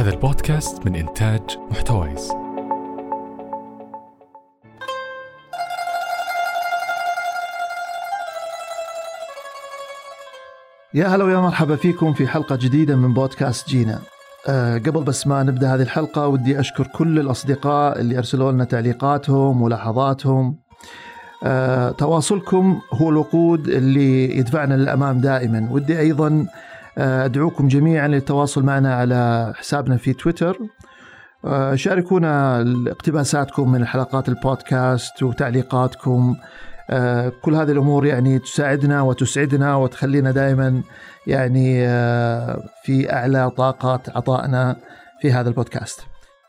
هذا البودكاست من إنتاج محتويس. يا هلا ويا مرحبا فيكم في حلقة جديدة من بودكاست جينا. قبل بس ما نبدأ هذه الحلقة ودي أشكر كل الأصدقاء اللي أرسلوا لنا تعليقاتهم ولاحظاتهم. تواصلكم هو الوقود اللي يدفعنا للأمام دائما. ودي أيضا أدعوكم جميعا للتواصل معنا على حسابنا في تويتر. شاركونا اقتباساتكم من حلقات البودكاست وتعليقاتكم. كل هذه الأمور يعني تساعدنا وتسعدنا وتخلينا دائما يعني في أعلى طاقات عطائنا في هذا البودكاست.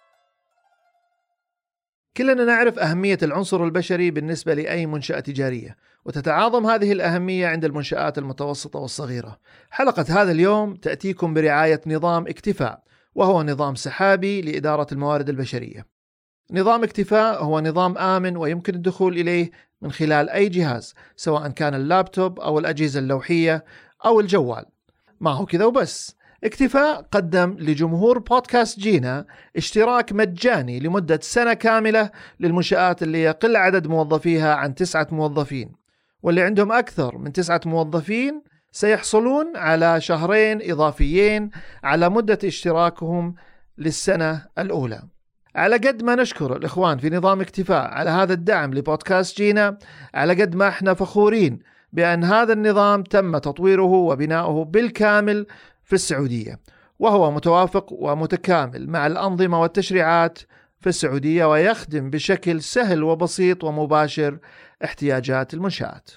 كلنا نعرف أهمية العنصر البشري بالنسبة لأي منشأة تجارية، وتتعاظم هذه الأهمية عند المنشآت المتوسطة والصغيرة. حلقة هذا اليوم تأتيكم برعاية نظام اكتفاء، وهو نظام سحابي لإدارة الموارد البشرية. نظام اكتفاء هو نظام آمن ويمكن الدخول إليه من خلال أي جهاز، سواء كان اللابتوب أو الأجهزة اللوحية أو الجوال. ما هو كذا وبس، اكتفاء قدم لجمهور بودكاست جينا اشتراك مجاني لمدة سنة كاملة للمنشآت اللي يقل عدد موظفيها عن 9 موظفين، واللي عندهم أكثر من 9 موظفين سيحصلون على 2 شهرين إضافيين على مدة اشتراكهم للسنة الأولى. على قد ما نشكر الإخوان في نظام اكتفاء على هذا الدعم لبودكاست جينا، على قد ما احنا فخورين بأن هذا النظام تم تطويره وبناؤه بالكامل في السعودية، وهو متوافق ومتكامل مع الأنظمة والتشريعات في السعودية، ويخدم بشكل سهل وبسيط ومباشر احتياجات المنشآت.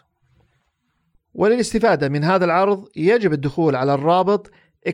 وللاستفادة من هذا العرض يجب الدخول على الرابط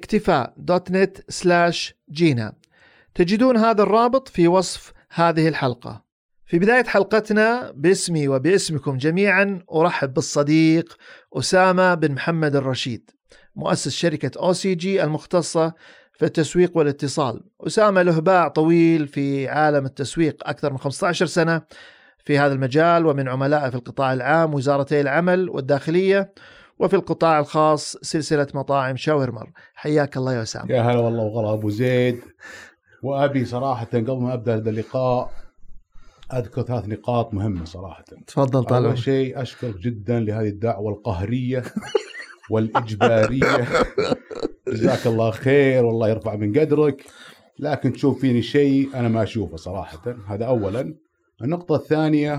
اكتفاء.net/جينا. تجدون هذا الرابط في وصف هذه الحلقة. في بداية حلقتنا باسمي وباسمكم جميعا أرحب بالصديق أسامة بن محمد الرشيد، مؤسس شركة OCG المختصة في التسويق والاتصال. أسامة له باع طويل في عالم التسويق، أكثر من 15 سنة في هذا المجال، ومن عملائه في القطاع العام وزارتي العمل والداخلية، وفي القطاع الخاص سلسلة مطاعم شاورمر. حياك الله يا أسامة. يا هلا والله وغلا أبو زيد. وأبي صراحة قبل ما أبدأ هذا اللقاء أذكر 3 نقاط مهمة صراحة. تفضل طالب. أول شيء أشكرك جدا لهذه الدعوة القهرية والإجبارية. جزاك الله خير والله يرفع من قدرك، لكن تشوف فيني شيء أنا ما أشوفه صراحة. هذا أولا. النقطة الثانية،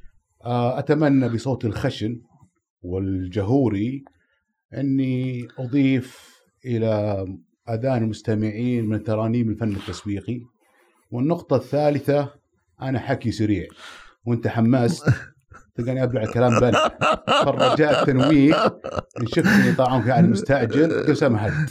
أتمنى بصوت الخشن والجهوري أني أضيف إلى أذان المستمعين من ترانيم الفن التسويقي. والنقطة الثالثة، أنا حكي سريع وأنت حماس تلقاني أبلع الكلام بنا، فالرجاء تنويه إن شفتني طبعا يعني مستعجل قسم هد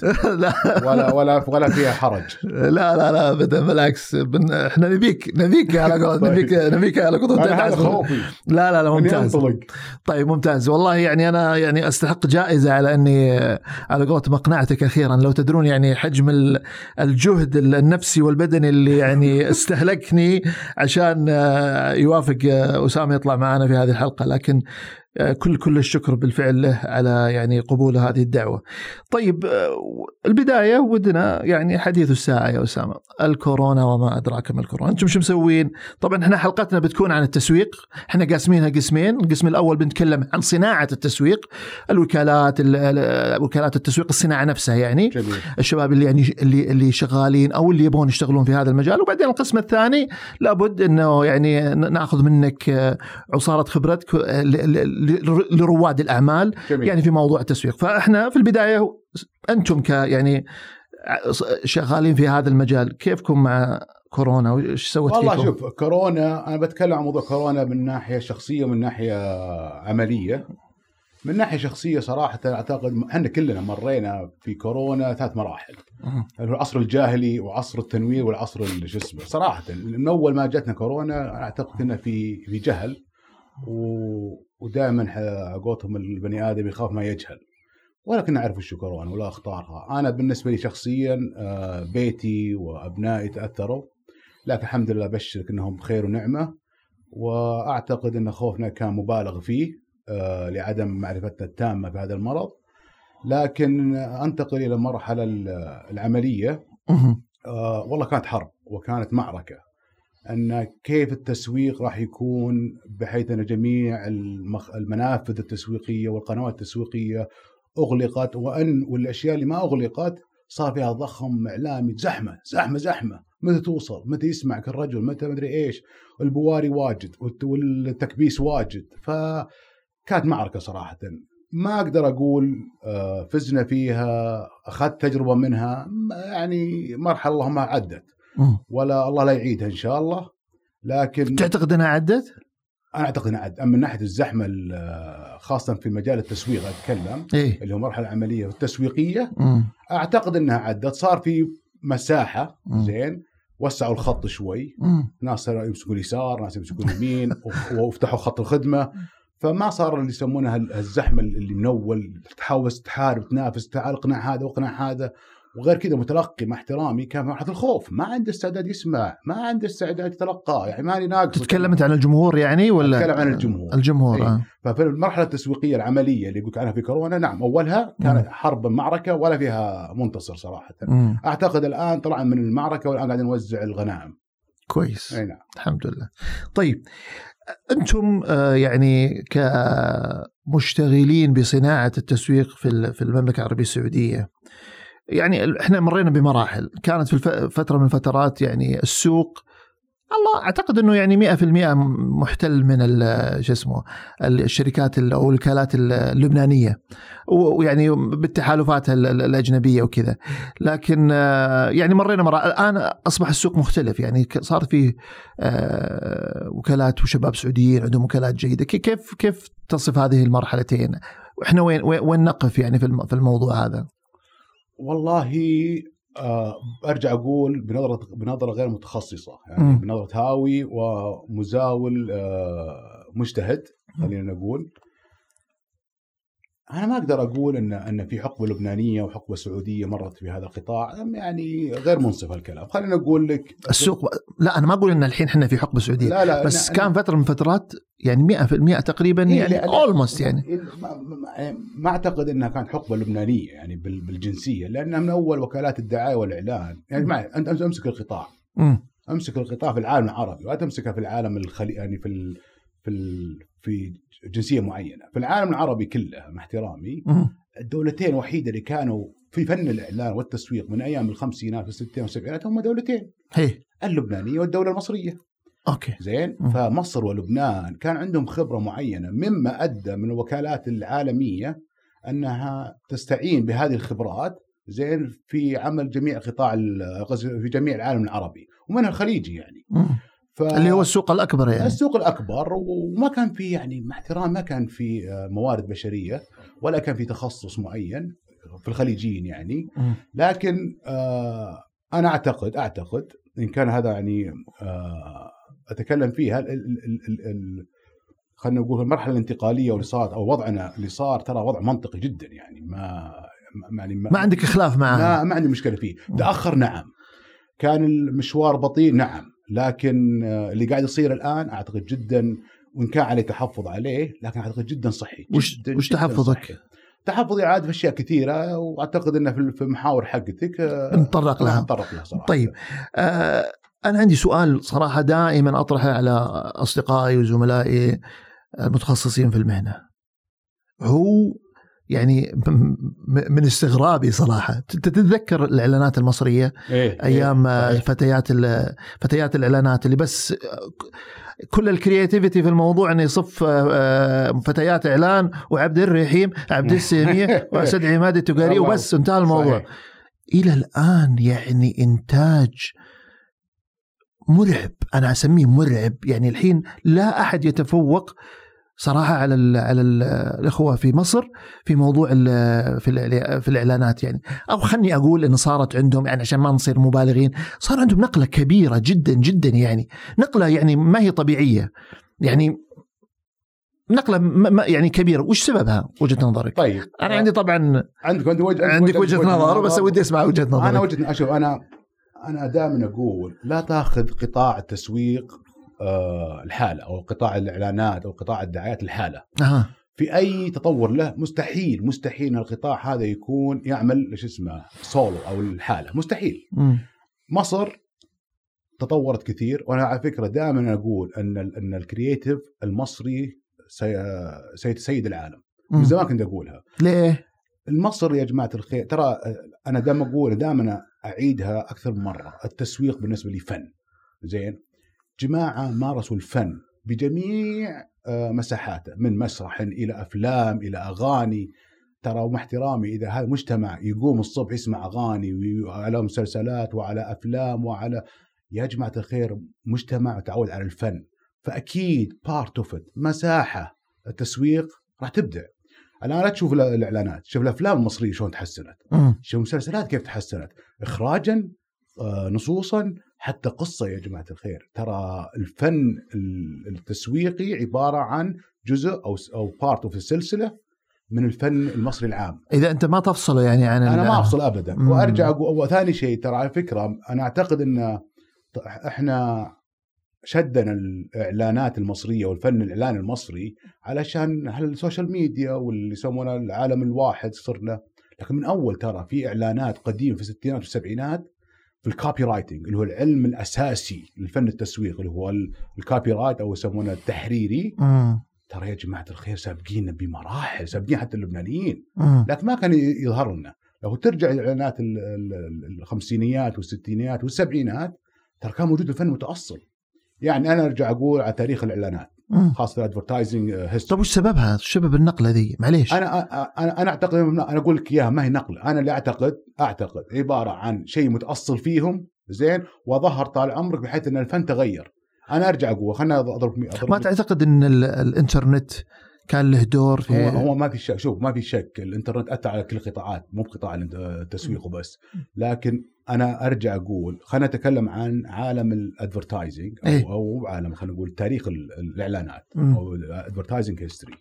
ولا فيها حرج. لا أبدا، بالعكس، احنا نبيك على قولة نبيك على قولة. هذا خوفي. لا ممتاز. طيب ممتاز والله. يعني أنا يعني أستحق جائزة على أني على قولة مقنعتك أخيرا. لو تدرون يعني حجم الجهد النفسي والبدني اللي يعني استهلكني عشان يوافق أسامة يطلع معنا في هذه الحلقة، لكن كل الشكر بالفعل له على يعني قبول هذه الدعوة. طيب البداية ودنا يعني حديث الساعة يا أسامة، الكورونا وما أدراك ما الكورونا. أنتم شو مسوين؟ طبعا احنا حلقتنا بتكون عن التسويق، احنا قاسمينها قسمين. القسم الأول بنتكلم عن صناعة التسويق، وكالات التسويق، الصناعة نفسها يعني جميل. الشباب اللي يعني اللي شغالين أو اللي يبغون يشتغلون في هذا المجال. وبعدين القسم الثاني لابد أنه يعني نأخذ منك عصارة خبرتك لرواد الأعمال. جميل. يعني في موضوع التسويق. فإحنا في البداية أنتم يعني شغالين في هذا المجال، كيفكم مع كورونا وإيش سوت فيكم؟ والله شوف، كورونا أنا بتكلم عن موضوع كورونا من ناحية شخصية ومن ناحية عملية. من ناحية شخصية صراحة أعتقد إحنا كلنا مرينا في كورونا 3 مراحل، العصر الجاهلي وعصر التنوير والعصر الجسمي. صراحة من أول ما جاتنا كورونا أعتقد إنه في جهل، ودائما قولتهم البني آدم يخاف ما يجهل، ولكن نعرف وش كورونا ولا أخطارها. أنا بالنسبة لي شخصيا بيتي وأبنائي تأثروا، لكن الحمد لله بشرك أنهم بخير ونعمة. وأعتقد أن خوفنا كان مبالغ فيه لعدم معرفتنا التامة بهذا المرض. لكن أنتقل إلى المرحلة العملية. والله كانت حرب وكانت معركة، أن كيف التسويق راح يكون بحيث أن جميع المنافذ التسويقية والقنوات التسويقية أغلقت، والأشياء اللي ما أغلقت صار فيها ضخم إعلامي، زحمة زحمة زحمة، متى توصل، متى يسمعك الرجل، متى مدري إيش، البواري واجد والتكبيس واجد. فكانت معركة صراحة ما أقدر أقول فزنا فيها، أخذت تجربة منها، يعني مرحلة الله ما عدت ولا الله لا يعيدها إن شاء الله. لكن تعتقد أنها عدت؟ أنا أعتقد أنها عدت، من ناحية الزحمة خاصة في مجال التسويق أتكلم، اللي هو مرحلة عملية والتسويقية، أعتقد أنها عدت. صار في مساحة زين، وسعوا الخط شوي، ناس يمسكوا اليسار، ناس يمسكوا اليمين، وافتحوا خط الخدمة، فما صار اللي يسمونها الزحمة اللي من أول تحاول تحارب تنافس، تعال اقنع هذا واقنع هذا. وغير كذا متلقي مع احترامي كان مرحلة الخوف، ما عنده استعداد يسمع، ما عنده استعداد يتلقى، يعني ماني ناقص. تتكلمت عن الجمهور يعني ولا؟ أتكلم عن الجمهور. إيه. ففي المرحلة التسويقية العملية اللي يقولك عنها في كورونا، نعم أولها كانت حرب معركة ولا فيها منتصر صراحة. أعتقد الآن طلع من المعركة والآن قاعدين نوزع الغنائم. كويس. نعم. الحمد لله. طيب أنتم يعني كمشتغلين بصناعة التسويق في المملكة العربية السعودية، يعني احنا مرينا بمراحل. كانت في فترة من الفترات يعني السوق الله أعتقد أنه يعني 100% محتل من شو اسمه الشركات أو الوكالات اللبنانية، ويعني بالتحالفات الأجنبية وكذا. لكن يعني مرينا مراحل، الآن أصبح السوق مختلف، يعني صار فيه وكالات وشباب سعوديين عندهم وكالات جيدة. كيف تصف هذه المرحلتين؟ وإحنا وين نقف يعني في الموضوع هذا؟ والله أرجع أقول بنظرة غير متخصصة، يعني بنظرة هاوي ومزاول مجتهد. خلينا نقول أنا ما أقدر أقول أن في حقبة لبنانية وحقبة سعودية مرت في هذا القطاع، يعني غير منصف الكلام. خلينا نقول لك السوق، لا أنا ما أقول أن الحين إحنا في حقبة سعودية، لا بس كان فترة من فترات يعني 100% تقريبا، يعني almost يعني ما أعتقد أنها كانت حقبة لبنانية يعني بالجنسية، لأنها من أول وكالات الدعاية والإعلان. يعني أنت أمسك القطاع، أمسك القطاع في العالم العربي، ولا تمسكها في العالم يعني في جنسية معينة. في العالم العربي كله مع احترامي، الدولتين وحيدة اللي كانوا في فن الإعلان والتسويق من أيام الخمسينات والستينات والسبعينات هم دولتين، اللبنانية والدولة المصرية. أوكي. زين. فمصر ولبنان كان عندهم خبرة معينة، مما أدى من الوكالات العالمية أنها تستعين بهذه الخبرات زين في عمل جميع قطاع في جميع العالم العربي ومنها الخليجي يعني. اللي هو السوق الأكبر، يعني السوق الأكبر. وما كان في يعني مع احترام ما كان في موارد بشرية ولا كان في تخصص معين في الخليجيين يعني. لكن أنا أعتقد إن كان هذا يعني أتكلم فيها خلينا نقول المرحلة الانتقالية واللي صارت أو وضعنا اللي صار ترى وضع منطقي جدا، يعني ما عندك إخلاف معه، ما عندي مشكلة فيه. تأخر نعم، كان المشوار بطيء نعم، لكن اللي قاعد يصير الآن أعتقد جدا، وإن كان عليه تحفظ عليه، لكن أعتقد جدا صحي. وش تحفظك؟ تحفظي عاد في أشياء كثيرة، وأعتقد أنه في محاور حقتك نطرق لها صراحة. طيب أنا عندي سؤال صراحة دائما أطرحه على أصدقائي وزملائي المتخصصين في المهنة، هو يعني من استغرابي صراحة. تتذكر الإعلانات المصرية أيام فتيات الإعلانات اللي بس كل الكرياتيفيتي في الموضوع أن يصف فتيات إعلان وعبد الرحيم عبد السميع وأسد عماد التجاري وبس انتهى الموضوع. صحيح. إلى الآن يعني إنتاج مرعب، أنا أسميه مرعب. يعني الحين لا أحد يتفوق صراحة على الإخوة في مصر في موضوع في الإعلانات يعني. أو خلني أقول إن صارت عندهم، يعني عشان ما نصير مبالغين، صار عندهم نقلة كبيرة جدا جدا، يعني نقلة يعني ما هي طبيعية، يعني نقلة يعني كبيرة. وش سببها وجهة نظرك؟ طيب أنا عندي طبعا عندك وجهة نظر، بس ودي أسمع وجهة نظرك. أنا دائما أقول لا تأخذ قطاع التسويق الحالة أو قطاع الإعلانات أو قطاع الدعايات الحالة. في أي تطور له مستحيل أن القطاع هذا يكون يعمل سولو أو الحالة، مستحيل. مصر تطورت كثير، وانا على فكره دائما اقول ان الكرييتيف المصري سيد العالم. من زمان كنت اقولها. ليه؟ المصر يا جماعه الخير، ترى انا دائما اعيدها اكثر من مره، التسويق بالنسبه لي فن. زين، جماعه مارسوا الفن بجميع مساحاته، من مسرح الى افلام الى اغاني. ترى ومع احترامي، اذا هذا مجتمع يقوم الصبح يسمع اغاني وعلى مسلسلات وعلى افلام وعلى، يا جماعه الخير مجتمع تعود على الفن، فاكيد بارت اوف مساحه التسويق راح تبدع. الان لا تشوف الاعلانات، شوف الافلام المصريه شلون تحسنت، شوف المسلسلات كيف تحسنت اخراجا، نصوصا، حتى قصه. يا جماعه الخير ترى الفن التسويقي عباره عن جزء او بارت اوف السلسله من الفن المصري العام. اذا انت ما تفصله يعني عن انا ما افصل ابدا. وارجع اقول، وثاني شيء ترى على فكره انا اعتقد ان احنا شدنا الاعلانات المصريه والفن الاعلاني المصري علشان السوشيال ميديا واللي يسمونه العالم الواحد صرنا. لكن من اول ترى في اعلانات قديم في الستينات والسبعينات في الكوبي رايتنج، اللي هو العلم الاساسي للفن التسويق، اللي هو الكوبي رايت او يسمونه التحريري. ترى يا جماعه الخير سابقين بمراحل، سابقين حتى اللبنانيين، لكن ما كان يظهر لنا. لو ترجع الاعلانات الخمسينيات والستينيات والسبعينات، ترى كان موجود الفن متأصل. يعني انا ارجع اقول على تاريخ الاعلانات خاصه الادفرتايزنج هيستوري. طب وش سببها؟ سبب النقله ذي؟ معليش، انا اعتقد، انا اقول لك اياها، ما هي نقله. انا اللي اعتقد عباره عن شيء متأصل فيهم، زين، وظهر طال عمرك بحيث ان الفن تغير. انا ارجع اقول، خلنا اضرب ما تعتقد ان الانترنت كان له دور في؟ هو ما في شك، شوف ما في شك الانترنت أتى على كل القطاعات، مو بقطاع التسويق وبس. لكن أنا أرجع أقول، خلينا نتكلم عن عالم الادفرتايزنج أو عالم، خلينا نقول تاريخ الإعلانات أو الادفرتايزنج هيستوري.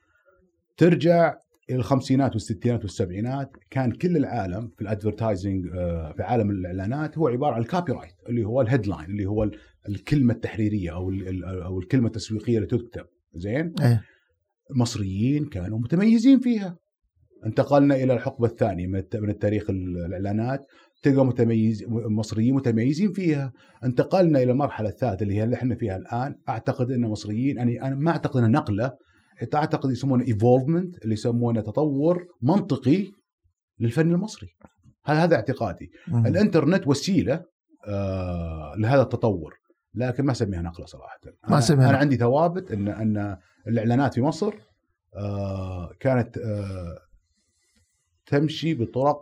ترجع إلى الخمسينات والستينات والسبعينات، كان كل العالم في الادفرتايزنج في عالم الإعلانات هو عبارة عن الكوبي رايت، اللي هو الهيدلاين، اللي هو الكلمة التحريرية أو الكلمة التسويقية اللي تكتب. زين. المصريين كانوا متميزين فيها. انتقلنا إلى الحقبة الثانية من التاريخ الإعلانات، تلقى مصريين متميزين فيها. انتقلنا إلى المرحلة الثالثة اللي هي اللي احنا فيها الآن. أعتقد أن مصريين، أنا ما أعتقد أنها نقلة، أعتقد يسمونه evolvement، اللي يسمونه تطور منطقي للفن المصري. هذا اعتقادي. الإنترنت وسيلة لهذا التطور، لكن ما أسميها نقلة صراحة. أنا عندي ثوابت أن الإعلانات في مصر كانت تمشي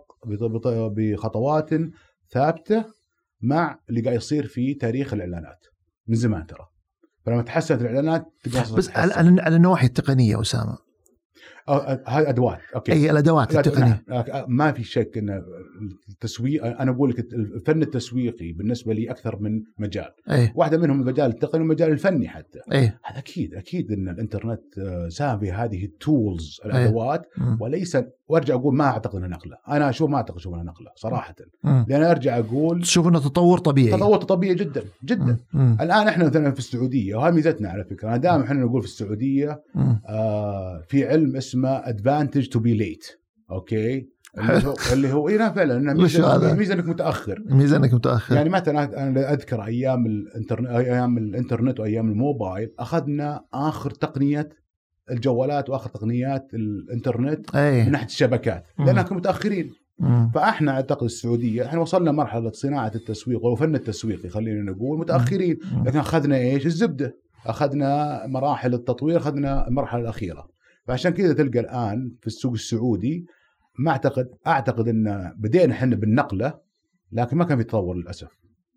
بخطوات ثابتة مع اللي قاعد يصير في تاريخ الإعلانات من زمان ترى. فلما تحسنت الإعلانات بس على النواحي التقنية أسامة، هاي أدوات. أوكي. أي الأدوات التقنية. ما في شك أن التسويق، أنا أقول لك الفن التسويقي بالنسبة لي أكثر من مجال. واحدة منهم المجال التقني والمجال الفني حتى. هذا أكيد أن الإنترنت ساهم في هذه التولز، الأدوات، وليس. وأرجع أقول ما أعتقد أنها نقلة. أنا ما أعتقد أنها نقلة صراحة. لأن أرجع أقول تشوف أنه تطور طبيعي جدا جدا. الآن إحنا مثلا في السعودية، وهذه ميزتنا على فكرة. أنا دائما إحنا نقول في السعودية في علم اسمه advantage to be late. أوكي. اللي هو إيه فعلا ميزة إنك متأخر. يعني مثلا أنا أذكر أيام الإنترنت وأيام الموبايل، أخذنا آخر تقنية الجوالات وآخر تقنيات الإنترنت من ناحية الشبكات، لأننا كنا متأخرين. فإحنا أعتقد السعودية إحنا وصلنا مرحلة صناعة التسويق وفن التسويق، خلينا نقول متأخرين، لكن أخذنا إيش الزبدة، أخذنا مراحل التطوير، أخذنا المرحلة الأخيرة. فعشان كذا تلقى الآن في السوق السعودي ما أعتقد أن بدينا إحنا بالنقلة، لكن ما كان في تطور للأسف.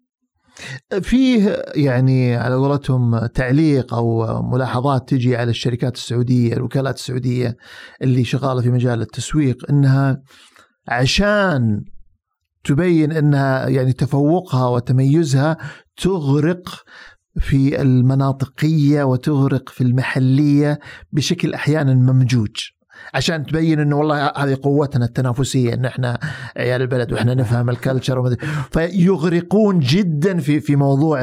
فيه يعني على قولتهم تعليق أو ملاحظات تجي على الشركات السعودية، الوكالات السعودية اللي شغالة في مجال التسويق، إنها عشان تبين إنها يعني تفوقها وتميزها تغرق في المناطقية وتغرق في المحلية بشكل أحيانا ممجوج، عشان تبين إنه والله هذه قوتنا التنافسية، إن إحنا عيال البلد وإحنا نفهم الكالتشر، فيغرقون جدا في موضوع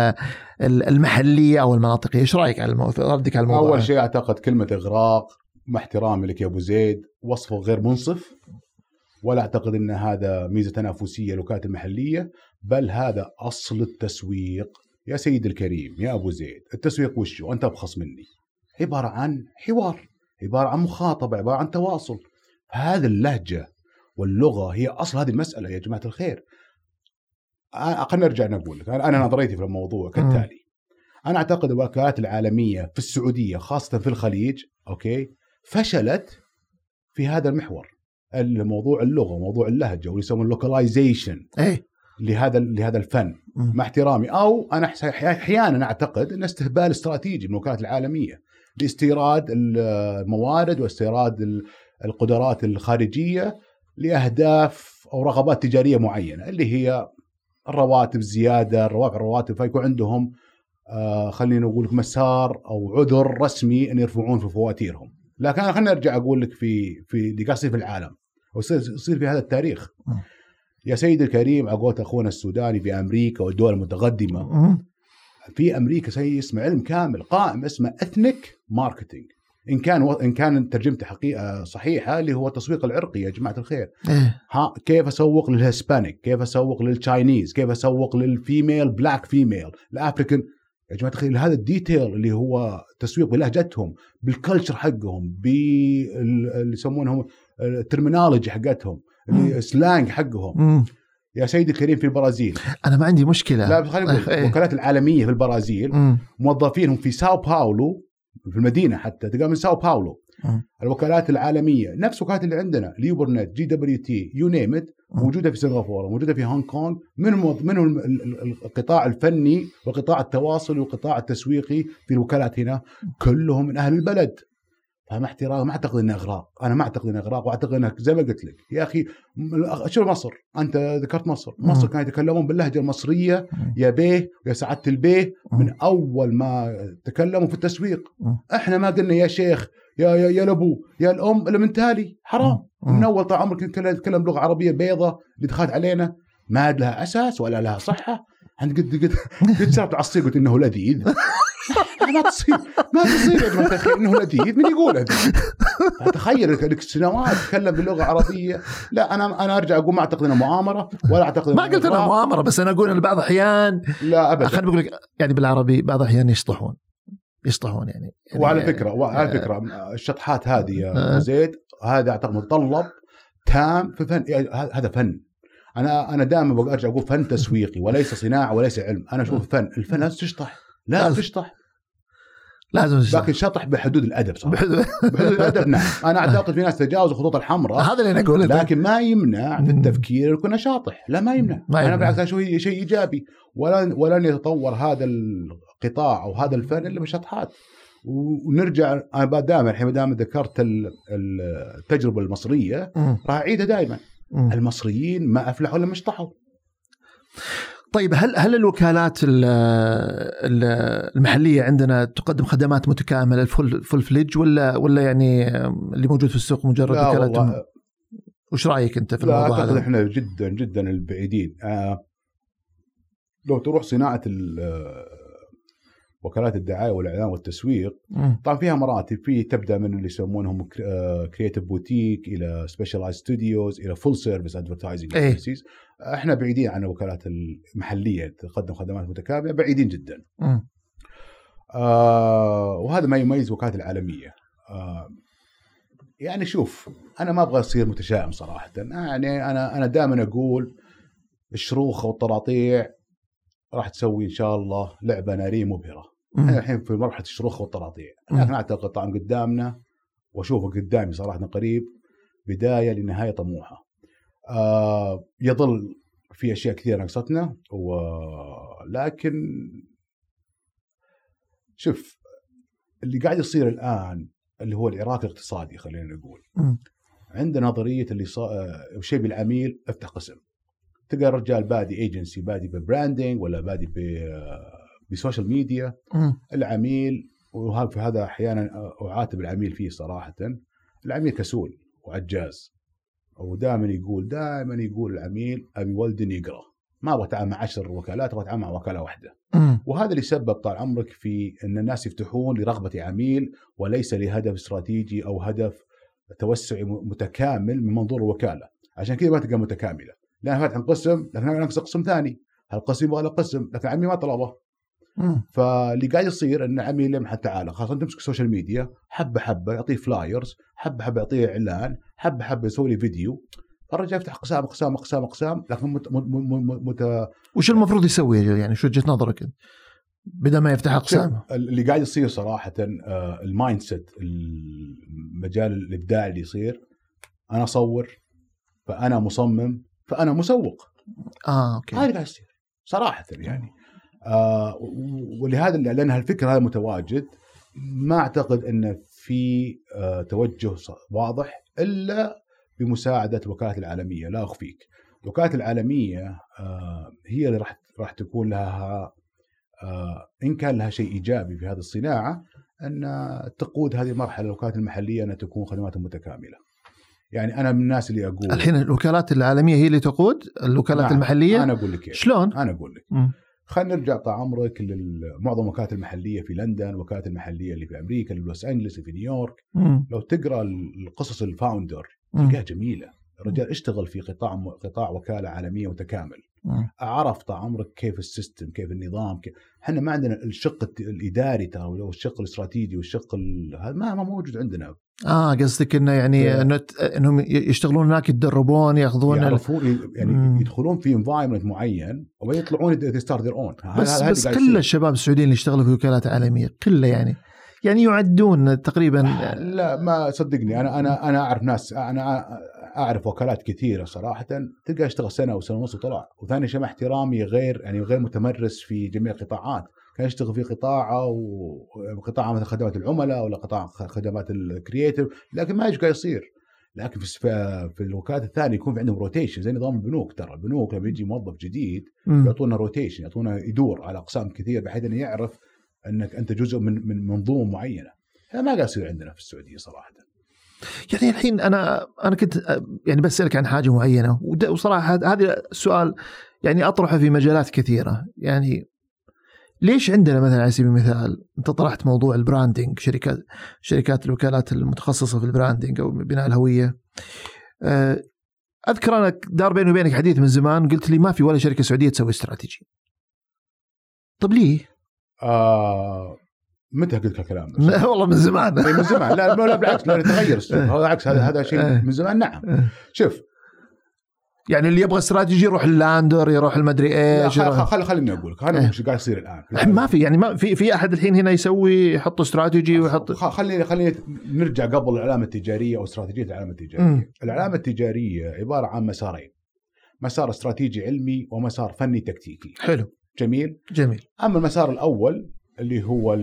المحلية أو المناطقية. إيش رأيك على ردك على الموضوع؟ أول شيء أعتقد كلمة إغراق، مع احترامي لك يا أبو زيد، وصفه غير منصف، ولا أعتقد أن هذا ميزة تنافسية للوكالات المحلية، بل هذا أصل التسويق. يا سيد الكريم يا أبو زيد، التسويق وشو؟ أنت أبخص مني. عبارة عن حوار، عبارة عن مخاطبة، عبارة عن تواصل. هذه اللهجة واللغة هي أصل هذه المسألة يا جماعة الخير. خلينا نرجع نقول لك أنا نظريتي في الموضوع كالتالي. أنا أعتقد الوكالات العالمية في السعودية خاصة في الخليج فشلت في هذا المحور، الموضوع اللغة، موضوع اللهجة، واللي يسمون اللوكاليزيشن لهذا الفن. مع احترامي، أو أنا أحيانا أعتقد أن استهبال استراتيجي من الوكالات العالمية لاستيراد الموارد واستيراد القدرات الخارجية لأهداف أو رغبات تجارية معينة، اللي هي الرواتب زيادة، الرواتب، فيكون عندهم خلينا نقول مسار أو عذر رسمي أن يرفعون في فواتيرهم. لكن أنا خلينا نرجع أقول لك في اللي قاعد يصير في العالم ويصير في هذا التاريخ. يا سيد الكريم، أقول أخونا السوداني في أمريكا والدول المتقدمة، في أمريكا شيء اسمه علم كامل قائم اسمه إثنيك ماركتينج، إن كان ترجمته حقيقة صحيحة، اللي هو التسويق العرقي يا جماعة الخير. كيف أسوق للهسبانيك، كيف أسوق للتشاينيز، كيف أسوق للفيميل بلاك فيميل، الأفريكان يا جماعة الخير. هذا الديتيل اللي هو تسويق بلهجتهم، بالكلتشر حقهم، اللي يسمونهم الترمينولوجي حقتهم، السلانج حقهم. يا سيدي الكريم، في البرازيل أنا ما عندي مشكلة، لا خلينا نقول الوكالات العالمية في البرازيل موظفينهم في ساو باولو، في المدينة حتى تلقى من ساو باولو. الوكالات العالمية نفس وكالات اللي عندنا، ليوبرنت، GWT، يو نيم ات، موجودة في سنغافورة، موجودة في هونغ كونغ. منهم القطاع الفني وقطاع التواصل وقطاع التسويقي في الوكالات هنا، كلهم من أهل البلد. فما احترام، ما أعتقد إنه إغراق. أنا ما أعتقد إنه إغراق، وأعتقد إنه زي ما قلت لك يا أخي، شو مصر؟ أنت ذكرت مصر كانوا يتكلمون باللهجة المصرية يا بيه يا سعادة البيه من أول ما تكلموا في التسويق. إحنا ما قلنا يا شيخ يا لبو يا الأم إلا من تالي، حرام. من أول طال عمرك نتكلم لغة عربية بيضة اللي دخلت علينا، ما لها أساس ولا لها صحة. عند قد صارت عصير قلت إنه لذيذ. ما تصير يا جماعة الخير إنه لذيذ، من يقول هذا؟ تخيل لك سنوات تتكلم باللغة العربية. لا أنا أرجع أقول ما أعتقد إنه مؤامرة، ولا أعتقد ما قلت أنا مؤامرة، بس أنا أقول إن بعض الأحيان، لا أبدا، خليني بقول لك يعني بالعربي بعض الأحيان يشطحون يعني. وعلى فكرة الشطحات هذه يا زيد، هذا أعتقد متطلب تام في فن. هذا فن. أنا دائما برجع أقول فن تسويقي وليس صناعة وليس علم. أنا أشوف الفن لازم تشطح، لازم تشطح، لكن شطح بحدود الأدب صح؟ بحدود الأدب. نعم، أنا أعتقد في ناس تجاوزوا خطوط الحمراء، هذا اللي أنا أقوله، لكن ما يمنع في التفكير كنا شاطح. لا ما يمنع. أنا بالعكس شيء إيجابي، ولن يتطور هذا القطاع أو هذا الفن إلا بشطحات. ونرجع أنا دائما الحين دائما ذكرت التجربة المصرية، راح أعيدها دائما. المصريين ما أفلحوا لما اشطحوا. طيب هل الوكالات المحلية عندنا تقدم خدمات متكاملة، الفول فليج، ولا يعني اللي موجود في السوق مجرد وكالات؟ وش رأيك أنت في الموضوع هذا؟ احنا جدا جدا البعيدين. لو تروح صناعة وكالات الدعاية والإعلان والتسويق، طبعا فيها مراتب. تبدأ من اللي يسمونهم كرياتيف بوتيك، إلى سبيشالايز ستوديوز، إلى فول سيرفيس أدفرتايزنج إيجنسيز. إحنا بعيدين عن الوكالات المحلية تقدم خدمات متكاملة، بعيدين جدا. وهذا ما يميز الوكالات العالمية. يعني شوف، أنا ما أبغى أصير متشائم صراحة. يعني أنا دائما أقول الشروخ والطراطيع راح تسوي إن شاء الله لعبة نارية مبهرة. أنا الحين في مرحلة الشروخ والطراطيع، لكن أعتقد طبعا قدامنا، وأشوفه قدامي صراحة قريب، بداية لنهاية طموحة. يظل في أشياء كثيرة نقصتنا، ولكن شوف اللي قاعد يصير الآن اللي هو العراق الاقتصادي. خلينا نقول عندنا نظرية اللي شيء بالعميل افتح قسم. تلقى الرجال بادي ايجنسي، بادي ببراندينج، ولا بادي بسوشيال ميديا. العميل، وفي هذا احيانا اعاتب العميل فيه صراحه، العميل كسول وعجاز، ودائما يقول العميل ابي ولد يقرا، ما ابغى اتعامل مع 10 وكالات، ابغى اتعامل مع وكاله واحده. وهذا اللي سبب طال عمرك في ان الناس يفتحون لرغبه عميل وليس لهدف استراتيجي او هدف توسعي متكامل من منظور الوكاله. عشان كذا ما تلقى متكامله، لأن فاتح قسم لكن ناقص قسم ثاني، هالقسم يبغى له قسم، لكن عمي ما طلبه. فاللي قاعد يصير ان عمي لمحة تعالى خاصة تمسك السوشيال ميديا، حبة حبة يعطيه فلايرز، حبة حبة يعطيه اعلان، حبة حبة يسوي لي فيديو. الرجال يفتح اقسام، لكن وش المفروض يسوي يعني؟ شو وجهة نظرك بدل ما يفتح اقسام؟ اللي قاعد يصير صراحة المايند سيت، المجال الابداع اللي يصير، انا اصور فانا مصمم فانا مسوق. اوكي، هذا قاعد يصير صراحة يعني. ولهذا لأن هالفكرة هذا متواجد، ما أعتقد أن في توجه واضح إلا بمساعدة الوكالات العالمية. لا أخفيك، الوكالات العالمية هي اللي راح تكون لها إن كان لها شيء إيجابي في هذه الصناعة، أن تقود هذه المرحلة الوكالات المحلية أن تكون خدماتها متكاملة. يعني أنا من الناس اللي أقول الحين الوكالات العالمية هي اللي تقود الوكالات المحلية. أنا أقول لك شلون؟ أنا أقول لك خلينا نرجع طال عمرك لمعظم الوكالات المحلية في لندن، الوكالات المحلية اللي في أمريكا، لوس أنجلس، في نيويورك. لو تقرأ القصص الفاوندر تلقاها جميلة. الرجال اشتغل في قطاع وكالة عالمية متكامل، عرف طال عمرك كيف السيستم، كيف النظام، احنا ما عندنا الشق الإداري ترى، ولا الشق الاستراتيجي والشق هذا ما موجود عندنا. قصدك انه يعني انهم يشتغلون هناك، يتدربون، ياخذون يعرفون يعني يدخلون في environment معين ويطلعون start their own. بس كل الشباب السعوديين اللي يشتغلوا في وكالات عالمية كله يعني يعدون تقريبا. لا ما صدقني، انا اعرف ناس، انا اعرف وكالات كثيره صراحه تلقى اشتغل سنه وسنه ونص وطلع. وثاني شيء مع احترامي غير متمرس في جميع القطاعات، كان يشتغل في قطاعه وقطاع مثل خدمات العملاء ولا قطاع خدمات الكرياتيف، لكن ما ايش قاعد يصير. لكن في الوكالات الثانيه يكون في عندهم روتيشن زي نظام البنوك. ترى البنوك لما يجي موظف جديد يعطونا روتيشن، يعطونا يدور على اقسام كثير بحيث انه يعرف انك انت جزء من منظومه معينه. هذا ما قاعد يصير عندنا في السعوديه صراحه. يعني الحين انا كنت يعني بسألك عن حاجه معينه، وصراحه هذا السؤال يعني اطرحه في مجالات كثيره. يعني ليش عندنا مثلا على سبيل المثال انت طرحت موضوع البراندنج، شركات الوكالات المتخصصه في البراندنج او بناء الهويه. اذكر انا دار بيني وبينك حديث من زمان، قلت لي ما في ولا شركه سعوديه تسوي استراتيجي. طب ليه؟ متى قلت الكلام؟ والله من زمان. من زمان. لا بالعكس، لا يتغير السوق. هذا عكس، هذا شيء من زمان. نعم. شوف، يعني اللي يبغى استراتيجي يروح اللاندر، يروح المدري ايش. خليني اقول لك انا ايش قاعد يصير الان. ما في يعني ما في احد الحين هنا يسوي يحط استراتيجي ويحط. خليني نرجع قبل العلامه التجاريه او استراتيجيه العلامه التجاريه. العلامه التجاريه عباره عن مسارين: مسار استراتيجي علمي ومسار فني تكتيكي. حلو، جميل. اما المسار الاول اللي هو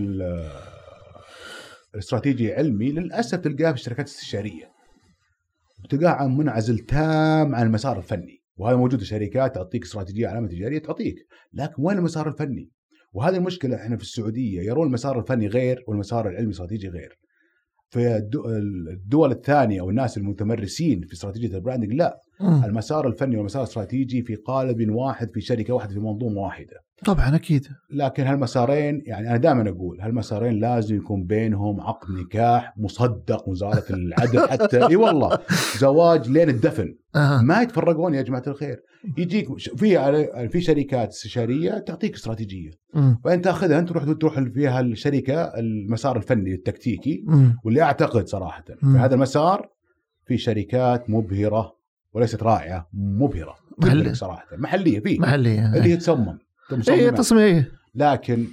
الاستراتيجي علمي، للاسف تلقاه في الشركات الاستشاريه، تلقاه منعزل تام عن المسار الفني. وهذا موجود في شركات تعطيك استراتيجيه علامه تجاريه تعطيك، لكن وين المسار الفني؟ وهذه المشكله. احنا في السعوديه يرون المسار الفني غير والمسار العلمي الاستراتيجي غير. في الدول الثانيه او الناس المتمرسين في استراتيجيه البراندنج، لا، المسار الفني والمسار الاستراتيجي في قالب واحد، في شركه واحده، في منظومه واحده. طبعا اكيد. لكن هالمسارين، يعني انا دائما اقول هالمسارين لازم يكون بينهم عقد نكاح مصدق وزاره العدل حتى اي والله زواج لين الدفن. ما يتفرقون يا جماعه الخير. يجيك في شركات استشاريه تعطيك استراتيجيه، وانت تاخذها انت تروح فيها الشركه المسار الفني التكتيكي. واللي اعتقد صراحه في هذا المسار في شركات مبهره وليست رائعه، مبهره صراحه، محليه اللي هي تصمم تصميم. لكن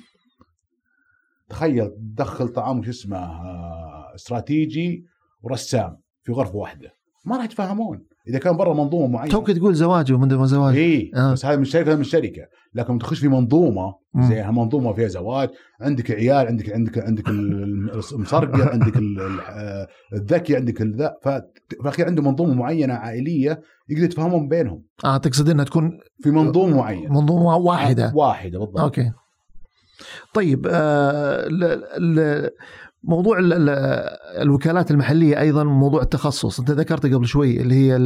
تخيل تدخل طعام شو اسمه استراتيجي ورسام في غرفه واحده، ما راح يتفاهمون اذا كان برا منظومه معينه. توك تقول زواج ومن زواج بس هذا من شركه من الشركه. لكن تخش في منظومه زي منظومه فيها زواج، عندك عيال، عندك المصرقع، عندك الذكي، عندك الذا، فاخير عنده منظومه معينه عائليه يقدر يتفاهمون بينهم. تقصد انها تكون في منظومه معينه، منظومه واحده بالضبط. اوكي. طيب موضوع الوكالات المحليه ايضا موضوع التخصص انت ذكرته قبل شوي، اللي هي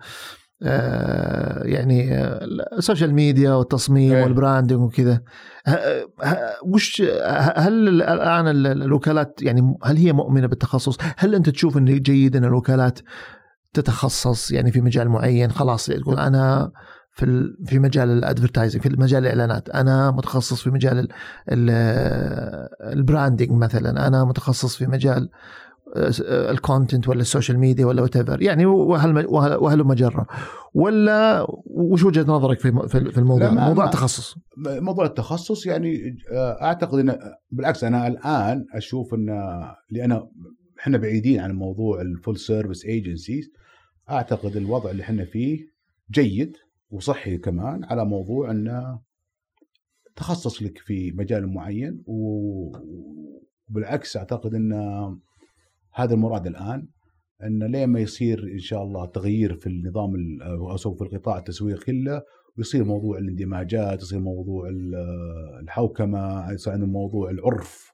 يعني السوشيال ميديا والتصميم والبراندنج وكذا. وش هل الان الوكالات يعني هل هي مؤمنه بالتخصص؟ هل انت تشوف انه جيد ان الوكالات تتخصص يعني في مجال معين؟ خلاص تقول انا في مجال الادفرتايزنج، في مجال الاعلانات، انا متخصص في مجال البراندنج مثلا، انا متخصص في مجال الكونتنت ولا السوشيال ميديا ولا whatever، يعني وهل مجرة، ولا وش وجهة نظرك في الموضوع؟ موضوع التخصص يعني اعتقد ان بالعكس، انا الان اشوف ان لان احنا بعيدين عن موضوع الفول سيرفيس ايجنسيز، اعتقد الوضع اللي احنا فيه جيد وصحي كمان، على موضوع ان تخصص لك في مجال معين، وبالعكس اعتقد ان هذا المراد الآن، أن لما يصير إن شاء الله تغيير في النظام أو في القطاع التسويق كله، ويصير موضوع الاندماجات، يصير موضوع الحوكمة، يصير موضوع العرف،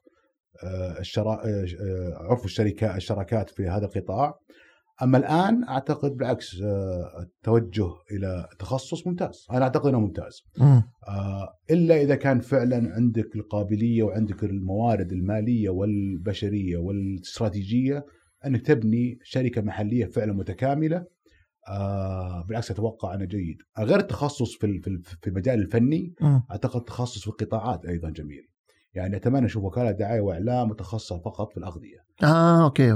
عرف الشركات في هذا القطاع. أما الآن أعتقد بالعكس التوجه إلى تخصص ممتاز، أنا أعتقد أنه ممتاز، إلا إذا كان فعلا عندك القابلية وعندك الموارد المالية والبشرية والاستراتيجية أنك تبني شركة محلية فعلا متكاملة. بالعكس أتوقع أنه جيد. غير التخصص في مجال الفني، أعتقد التخصص في القطاعات أيضا جميل، يعني أتمنى أشوف وكالة دعاية وإعلام متخصصة فقط في الأغذية. أوكي.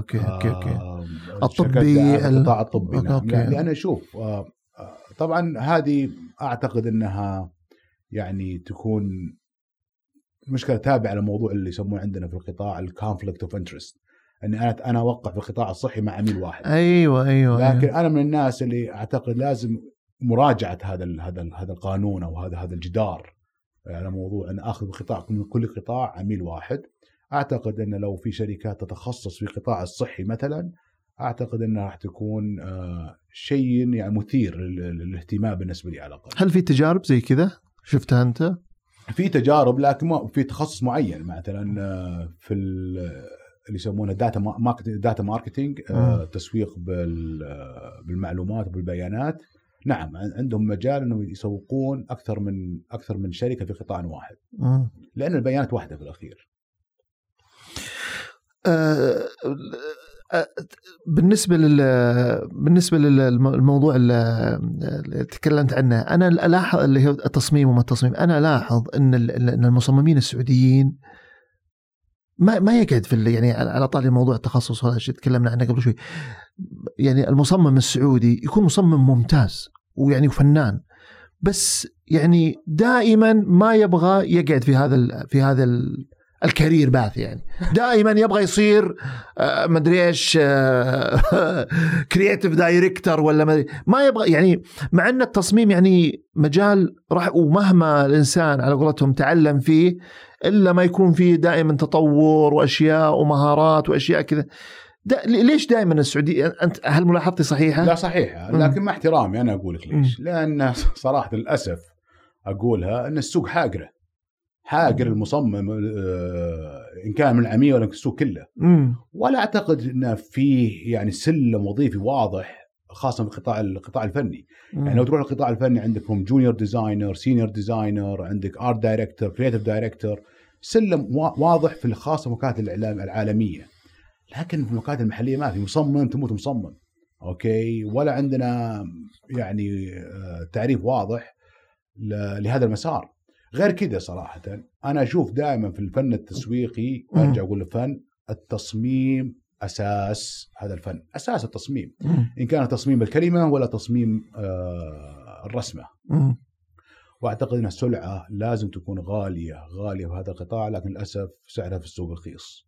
الطبي، القطاع الطبي. نعم. لأن أشوف طبعا هذه أعتقد أنها يعني تكون مشكلة تابعة للموضوع اللي يسمونه عندنا في القطاع الكونفليكت اوف انترست، أني أنا أوقع في القطاع الصحي مع عميل واحد. أيوة. لكن أنا من الناس اللي أعتقد لازم مراجعة هذا القانون أو هذا الجدار على موضوع أن أخذ القطاع من كل قطاع عميل واحد. أعتقد أن لو في شركات تتخصص في القطاع الصحي مثلا، أعتقد أنها راح تكون شيء يعني مثير للاهتمام بالنسبة لي على الأقل. هل في تجارب زي كذا شفتها أنت؟ في تجارب، لكن ما في تخصص معين، مثلا في اللي يسمونه داتا ماركتينج، تسويق بالمعلومات وبالبيانات. نعم، عندهم مجال انهم يسوقون اكثر من شركه في قطاع واحد، لان البيانات واحده في الاخير. بالنسبه للموضوع اللي تكلمت عنه، انا الاحظ اللي هو التصميم وما التصميم، انا الاحظ ان المصممين السعوديين ما يقعد في يعني على طاري موضوع التخصص هذا الشيء تكلمنا عنه قبل شوي، يعني المصمم السعودي يكون مصمم ممتاز ويعني فنان، بس يعني دائما ما يبغى يقعد في هذا الكارير باث، يعني دائما يبغى يصير مدري ايش كرياتيف دايركتور ولا ما يبغى، يعني مع ان التصميم يعني مجال راح، ومهما الانسان على قولتهم تعلم فيه، الا ما يكون فيه دائما تطور واشياء ومهارات واشياء كذا. ليش دائما السعودية؟ انت هل ملاحظتي صحيحه؟ لا صحيحه، لكن مع احترامي انا اقول لك ليش. لان صراحه للاسف اقولها ان السوق حاجر المصمم، إن كان من العمية ولا السوق كله. ولا أعتقد أن فيه يعني سلم وظيفي واضح، خاصة في القطاع الفني. يعني لو تروح القطاع الفني عندكم جونيور ديزاينر، سينيور ديزاينر، عندك آرت دايركتور، كرياتيف دايركتور، سلم واضح في الخاصة وكالات الإعلام العالمية. لكن في الوكالات المحلية ما في مصمم تموت مصمم، أوكي، ولا عندنا يعني تعريف واضح لهذا المسار. غير كده صراحة أنا أشوف دائما في الفن التسويقي، أرجع أقول الفن التصميم أساس هذا الفن، أساس التصميم، إن كان تصميم الكلمة ولا تصميم الرسمة. وأعتقد أن السلعة لازم تكون غالية في هذا القطاع، لكن للأسف سعرها في السوق رخيص.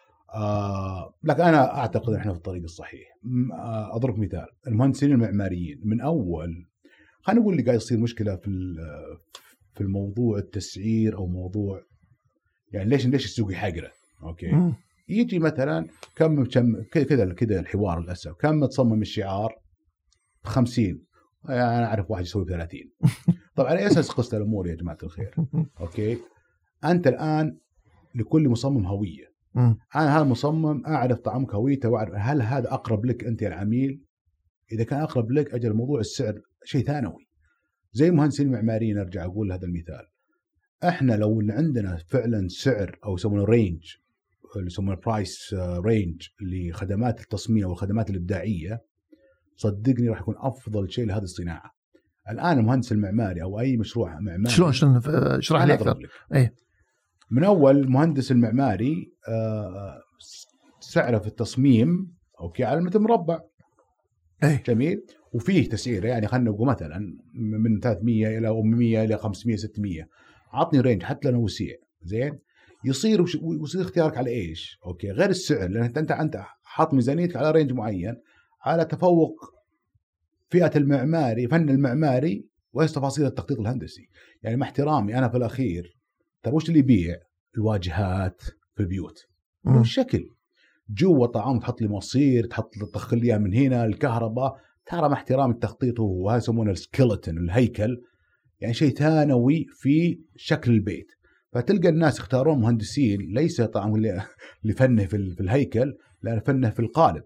لكن أنا أعتقد أن إحنا في الطريق الصحيح. أضرب مثال، المهندسين المعماريين من أول، خلينا نقول اللي قاعد يصير مشكلة في الموضوع التسعير أو موضوع يعني ليش السوق يحقره. أوكي، يجي مثلا كم كذا الحوار للأسف، كم تصمم الشعار 50، يعني أنا أعرف واحد يسوي 30. طبعا على أساس قصة الأمور يا جماعة الخير. أوكي، أنت الآن لكل مصمم هوية. أنا هذا المصمم أعرف طعمك هويته، وأعرف هل هذا أقرب لك أنت العميل. إذا كان أقرب لك، أجل موضوع السعر شيء ثانوي. زي مهندسين المعماريين، أرجع أقول هذا المثال، إحنا لو عندنا فعلا سعر أو يسمونه رينج، اللي يسمونه برايس رينج لخدمات التصميم والخدمات الإبداعية، صدقني راح يكون أفضل شيء لهذه الصناعة. الآن المهندس المعماري أو أي مشروع معماري شلون اشرح لي أكثر. من أول المهندس المعماري سعره في التصميم أوكي على المتر مربع. جميل. وفيه تسعير يعني خلينا نقول مثلا من 300 إلى 400 إلى 500 600. عطني رينج حتى لو وسيع زين. يصير اختيارك على إيش؟ أوكي غير السعر، لأن أنت حاط ميزانيتك على رينج معين على تفوق فئة المعماري فن المعماري وإيش تفاصيل التخطيط الهندسي. يعني مع احترامي أنا في الأخير ترى وش اللي يبيع؟ الواجهات في البيوت والشكل جوا طعام، تحط لي مواسير، تدخل لي من هنا الكهرباء. ترى مع احترام التخطيط وهذا يسمونه السكيلتون الهيكل، يعني شيء ثانوي في شكل البيت. فتلقى الناس يختارون مهندسين ليس طعم اللي فنه في الهيكل، لا فنه في القالب.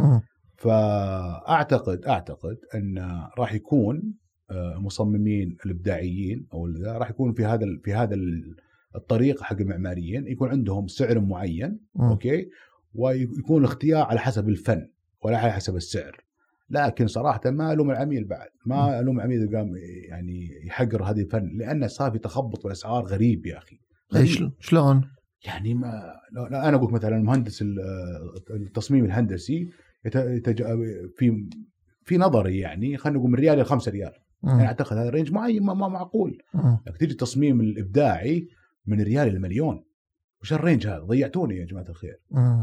فأعتقد أن راح يكون مصممين الإبداعيين أو راح يكون في هذا الطريق حق المعماريين يكون عندهم سعر معين. أوكي. ويكون الاختيار على حسب الفن ولا على حسب السعر. لكن صراحة ما ألوم العميل، بعد ما ألوم العميل قام يعني يحقر هذه الفن، لأنه صار في تخبط بالأسعار غريب يا أخي. شلون؟ يعني ما أنا أقول مثلا المهندس التصميم الهندسي في نظري يعني خلينا نقول من ريال إلى 5 ريال. يعني أعتقد هذا رينج معين ما معقول. لكن تيجي التصميم الإبداعي من ريال إلى مليون. وش الرينج هذا؟ ضيعتوني يا جماعة الخير.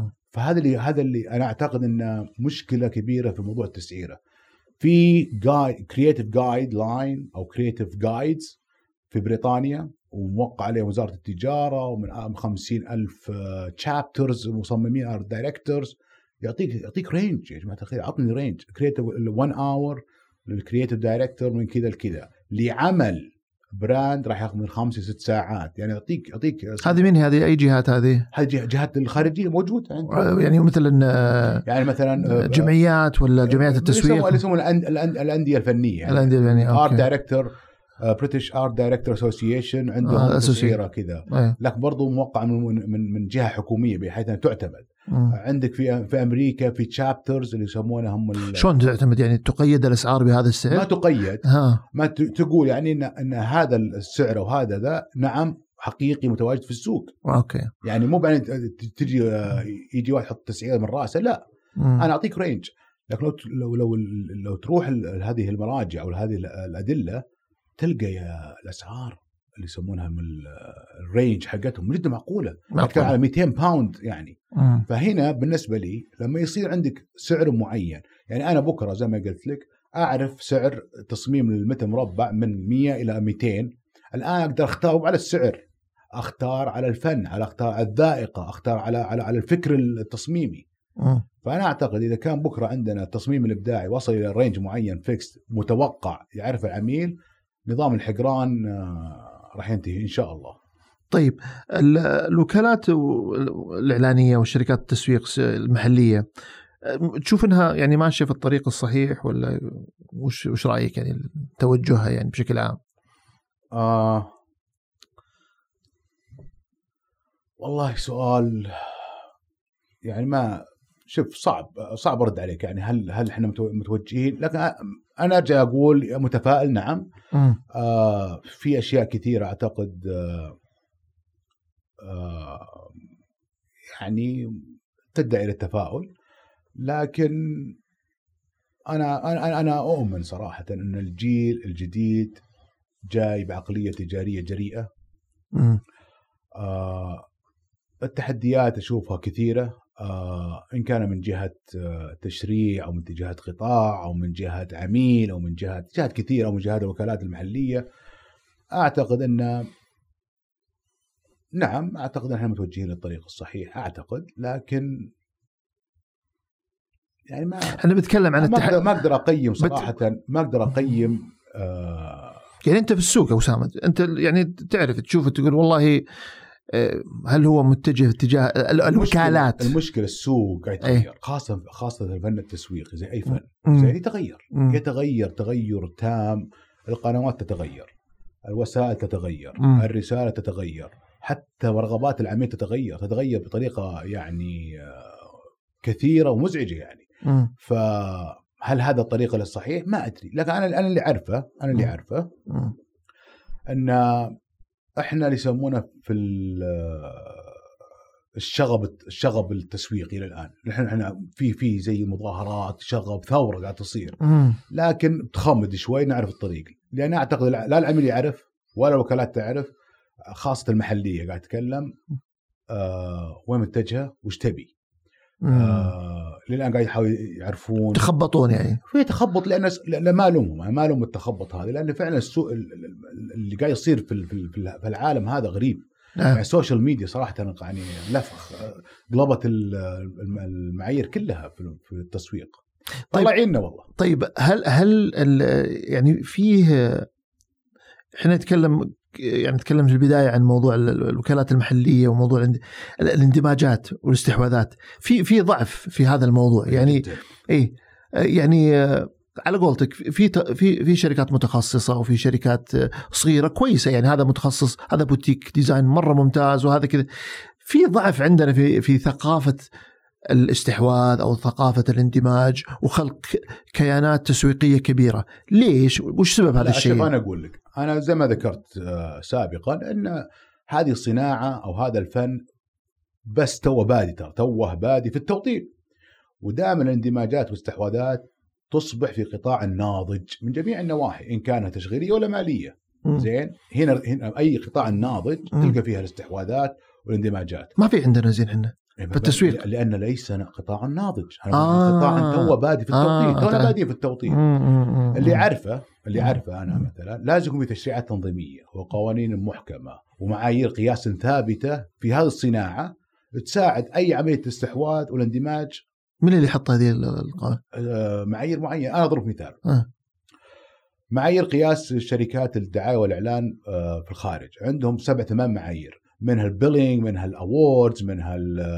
فهذا اللي أنا أعتقد إنه مشكلة كبيرة في موضوع التسعيرة. في creative guideline أو creative guides في بريطانيا وموقع عليه وزارة التجارة، ومن 50,000 chapters مصممين art directors. يعطيك رينج يا جماعة الخير. عطني رينج creative 1 hour للcreative director من كذا لكذا. لعمل براند راح ياخذ من 5 6 ساعات. يعني يعطيك هذه من هذه اي جهات؟ هذه جهات الخارجيه موجوده عندنا. يعني يعني مثلا جمعيات ولا جمعيات التسويق اللي يسمون الانديه الفنيه. يعني الانديه الفنيه ارت دايركتور بريتش ارت دايركتور اسوسيشن عندهم تسعيره كذا. لكن برضو موقع من جهه حكوميه بحيث انها تعتمد. عندك في امريكا في تشابترز اللي يسمونهم شلون تعتمد؟ يعني تقيد الاسعار بهذا السعر؟ ما تقيد. ما تقول يعني ان هذا السعر وهذا ذا نعم حقيقي متواجد في السوق. اوكي. يعني مو بعد تجي يجي واحد يحط تسعيره من راسه، لا. انا اعطيك رينج. لكن لو تروح هذه المراجع او هذه الادله تلقى الاسعار اللي يسمونها من الرينج حقتهم جدا معقوله. حتى على 200 باوند يعني. فهنا بالنسبه لي لما يصير عندك سعر معين، يعني انا بكره زي ما قلت لك اعرف سعر تصميم المتر مربع من 100 الى 200. الان اقدر اختار على السعر، اختار على الفن، اختار على الذائقه، اختار على الفكر التصميمي. فانا اعتقد اذا كان بكره عندنا التصميم الابداعي وصل الى رينج معين فيكس متوقع يعرف العميل، نظام الحقران راح ينتهي إن شاء الله. طيب الوكالات الإعلانية والشركات التسويق المحلية تشوف إنها يعني ماشية في الطريق الصحيح ولا وش رأيك يعني توجهها يعني بشكل عام؟ والله سؤال يعني ما شوف صعب أرد عليك. يعني هل إحنا متوجهين؟ لكن أنا أرجع أقول متفائل نعم. في أشياء كثيرة أعتقد يعني تدعي للتفاؤل. لكن أنا أؤمن صراحة أن الجيل الجديد جاي بعقلية تجارية جريئة. التحديات أشوفها كثيرة، إن كان من جهة تشريع أو من جهة قطاع أو من جهة عميل أو من جهات كثيرة أو من جهات الوكالات المحلية. أعتقد أن نعم أعتقد أن احنا متوجهين للطريق الصحيح أعتقد. لكن يعني ما احنا بنتكلم عن ما أقدر أقيم صراحة. ما أقدر أقيم يعني أنت في السوق أو سامد أنت يعني تعرف تشوف تقول والله هل هو متجه اتجاه الوكالات؟ المشكلة السوق قاعد يتغير. خاصة الفن التسويقي زي أي فن يتغير تغير تام. القنوات تتغير، الوسائل تتغير، الرسالة تتغير، حتى رغبات العميل تتغير بطريقة يعني كثيرة ومزعجة يعني. هل هذا الطريقة الصحيح؟ ما أدري، لكن أنا اللي عارفه أن إحنا اللي يسمونه في الشغب التسويقي إلى الآن. إحنا في زي مظاهرات، شغب، ثورة قاعد تصير، لكن تخمد شوي نعرف الطريق. لأن أعتقد لا العميل يعرف ولا الوكالات تعرف، خاصة المحلية قاعد أتكلم وين متجهة وش تبي. للآن قاعد يحاول يعرفون، تخبطون يعني في تخبط، لأن ما لهم التخبط هذا، لأن فعلا السوق اللي قاعد يصير في العالم هذا غريب. يعني السوشيال ميديا صراحة يعني لفخ قلبت المعايير كلها في التسويق. طلعينا والله. طيب هل يعني فيه، احنا نتكلم في البداية عن موضوع الوكالات المحلية وموضوع الاندماجات والاستحواذات، في ضعف في هذا الموضوع يعني. ايه يعني على قولتك في شركات متخصصة وفي شركات صغيرة كويسة، يعني هذا متخصص، هذا بوتيك ديزاين مرة ممتاز وهذا كذا. في ضعف عندنا في ثقافة الاستحواذ أو ثقافة الاندماج وخلق كيانات تسويقية كبيرة. ليش؟ وش سبب هذا الشيء؟ أنا أقول لك، أنا زي ما ذكرت سابقا أن هذه الصناعة أو هذا الفن بس توه بادي في التوطين، ودائما الاندماجات والاستحواذات تصبح في قطاع الناضج من جميع النواحي، إن كانت تشغيلية ولا مالية. زين، هنا أي قطاع الناضج تلقى فيها الاستحواذات والاندماجات. ما في عندنا زين هنا في التسويق، لأن ليس قطاع الناضج، قطاع توه بادي في التوطين. تونا بادي في التوطين. اللي عارفه أنا مثلا لازم يكون في تشريعات تنظيمية وقوانين محكمة ومعايير قياس ثابتة في هذه الصناعة تساعد أي عملية استحواذ والاندماج. من اللي يحط هذه القوانين؟ معايير معينة. أنا أضرب مثال. معايير قياس شركات الدعاية والإعلان في الخارج عندهم 7-8 معايير، منها البيلينج، منها الأووردز، منها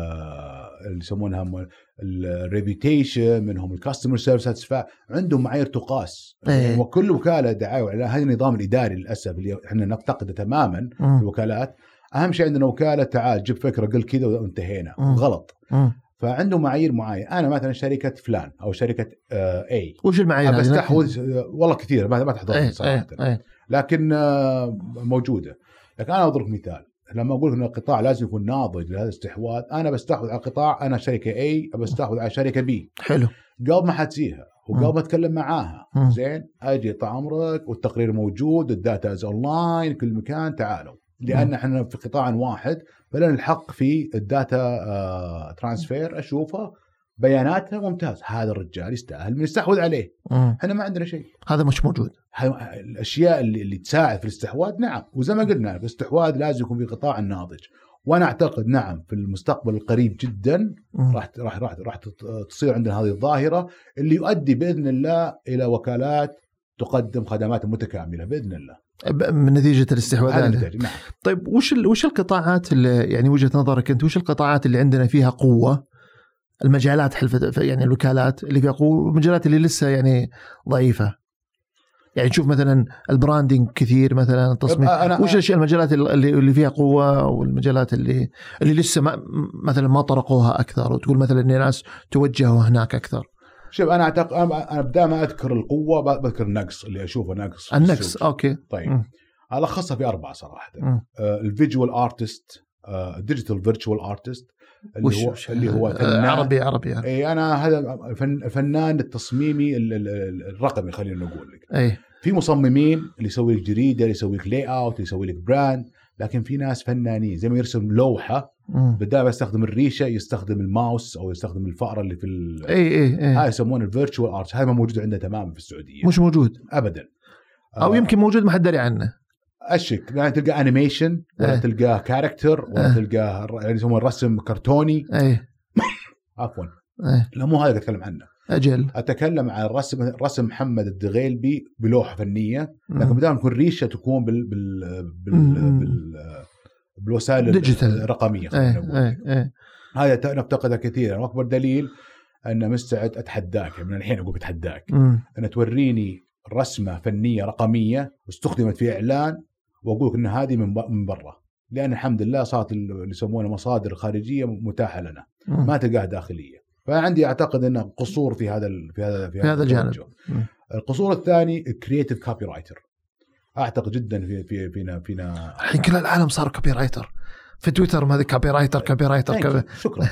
اللي يسمونها الريبيتيشن، منهم الكاستمر سيرفيس ساتسفاكشن. عندهم معايير تقاس. وكل وكالة دعاية وإعلان، هذا النظام الإداري للأسف اللي احنا نفتقده تماما في الوكالات. أهم شيء عندنا وكالة تعال جيب فكرة قل كذا وانتهينا. غلط. فعندهم معايير معينة. أنا مثلا شركة فلان أو شركة A، وش المعايير؟ بستحوذ والله كثير ما تحضرني صراحة. لكن موجودة. لكن أنا أضرب مثال، لما أقول إن القطاع لازم يكون ناضج لهذا الاستحواذ، أنا بستحوذ على قطاع، أنا شركة A بستحوذ على شركة B. حلو. قبل ما حتسيها وقبل ما أتكلم معاها، زين، أجي طال عمرك والتقرير موجود، الداتا أونلاين كل مكان، تعالوا. لأن احنا في قطاع واحد، فلنا الحق في الداتا ترانسفير، أشوفها بياناتها ممتاز، هذا الرجال يستاهل من يستحوذ عليه. احنا ما عندنا شيء، هذا مش موجود. الأشياء اللي تساعد في الاستحواذ، نعم، وزي ما قلنا الاستحواذ لازم يكون في قطاع الناضج. وأنا أعتقد نعم في المستقبل القريب جدا راح تصير عندنا هذه الظاهرة اللي يؤدي بإذن الله إلى وكالات تقدم خدمات متكاملة بإذن الله من نتيجة الاستحواذ. نعم. طيب وش القطاعات اللي يعني وجهة نظرك أنت، وش القطاعات اللي عندنا فيها قوة؟ المجالات يعني الوكالات اللي فيها قوة، والمجالات اللي لسه يعني ضعيفة. يعني نشوف مثلا البراندينج كثير، مثلا التصميم. وش الاشياء المجالات اللي فيها قوة، والمجالات اللي لسه مثلا ما طرقوها أكثر، وتقول مثلا إن الناس توجهوا هناك أكثر؟ شوف، أنا أعتقد أنا بدأ ما أذكر القوة بذكر النقص اللي أشوفه ناقص. النقص. أوكي. طيب ألخصها في 4 صراحة. الفيجوال آرتست، ديجيتال فيرتشوال آرتست، اللي هو عربي يعني. اي انا هذا الفنان التصميمي الرقمي، خلينا نقول لك. اي في مصممين اللي يسوي لك جريده، اللي يسوي لك لاي اوت، اللي يسوي لك براند. لكن في ناس فنانين زي ما يرسم لوحه، بدل ما يستخدم الريشه يستخدم الماوس او يستخدم الفأرة اللي في اي هاي يسمونه الفيرتشوال ارت. هذا ما موجود عندنا تماما في السعوديه، مش موجود ابدا، او يمكن موجود ما حد دري عنه. أشك، لا تلقى أنيميشن ولا تلقى كاركتر ولا تلقى يعني يسمونه رسم كرتوني. عفوا، لا مو هذا أتكلم عنه. أتكلم عن رسم محمد الدغيلبي بلوحة فنية، لكن بدل ما تكون ريشة تكون بالوسائل الرقمية. هذا نفتقدها كثيرا، وأكبر دليل أن مستعد أتحداك من الحين، أقول بتحداك أن توريني رسمة فنية رقمية واستخدمت في إعلان، وأقولك أن هذه من برا، لأن الحمد لله صارت اللي يسمونه مصادر خارجية متاحة لنا، ما تلقاها داخلية. فعندي اعتقد انه قصور في هذا الجانب. القصور الثاني كرييتيف كوبي رايتر. اعتقد جدا فينا الحين كل العالم صار كوبي رايتر في تويتر، ما هذا كوبي رايتر. شكرا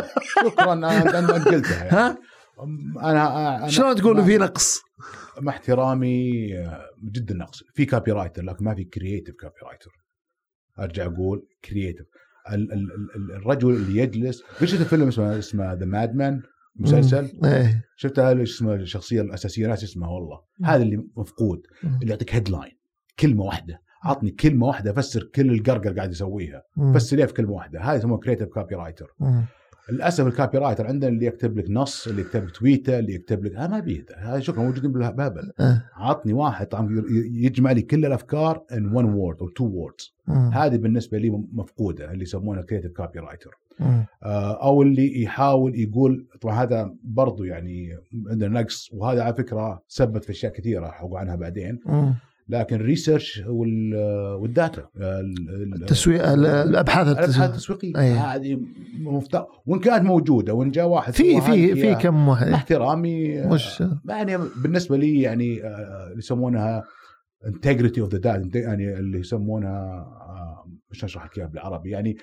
أن قلتها يعني. أنا شلون تقولوا في نقص؟ مع احترامي جدا نقص في كوبي رايتر، لكن ما في كرييتيف كوبي رايتر. أرجع أقول كرييتيف. الرجل اللي يجلس، شفت الفيلم اسمه ذا مادمان مسلسل، شفت اسمه الشخصية الأساسية ناس اسمها والله، هذا اللي مفقود، اللي يعطيك هيدلاين كلمة واحدة، عطني كلمة واحدة أفسر كل القرقر قاعد يسويها، فسر ليه في كلمة واحدة. هذا يسمونه كرييتيف كوبي رايتر. للأسف الكوبي رايتر عندنا اللي يكتب لك نص، اللي يكتب لك تويتر، اللي يكتب لك ما بيه هذا. شكرا موجودين بالهبل. عطني واحد طبعا يجمع لي كل الأفكار in one word or two words. هذه بالنسبة لي مفقودة، اللي يسمونه كرييتيف كوبي رايتر. أو اللي يحاول يقول، طبعا هذا برضو يعني عندنا نقص، وهذا على فكرة سبت في أشياء كثيرة حقوا عنها بعدين. لكن الريسيرش والداتا التسويق، الابحاث التسويقيه هذه مفترض، وان كانت موجوده، وان جاء واحد في كم واحد احترامي مش يعني بالنسبه لي يعني يسمونها integrity of the data، يعني اللي يسمونها مش هشرح لك بالعربي، يعني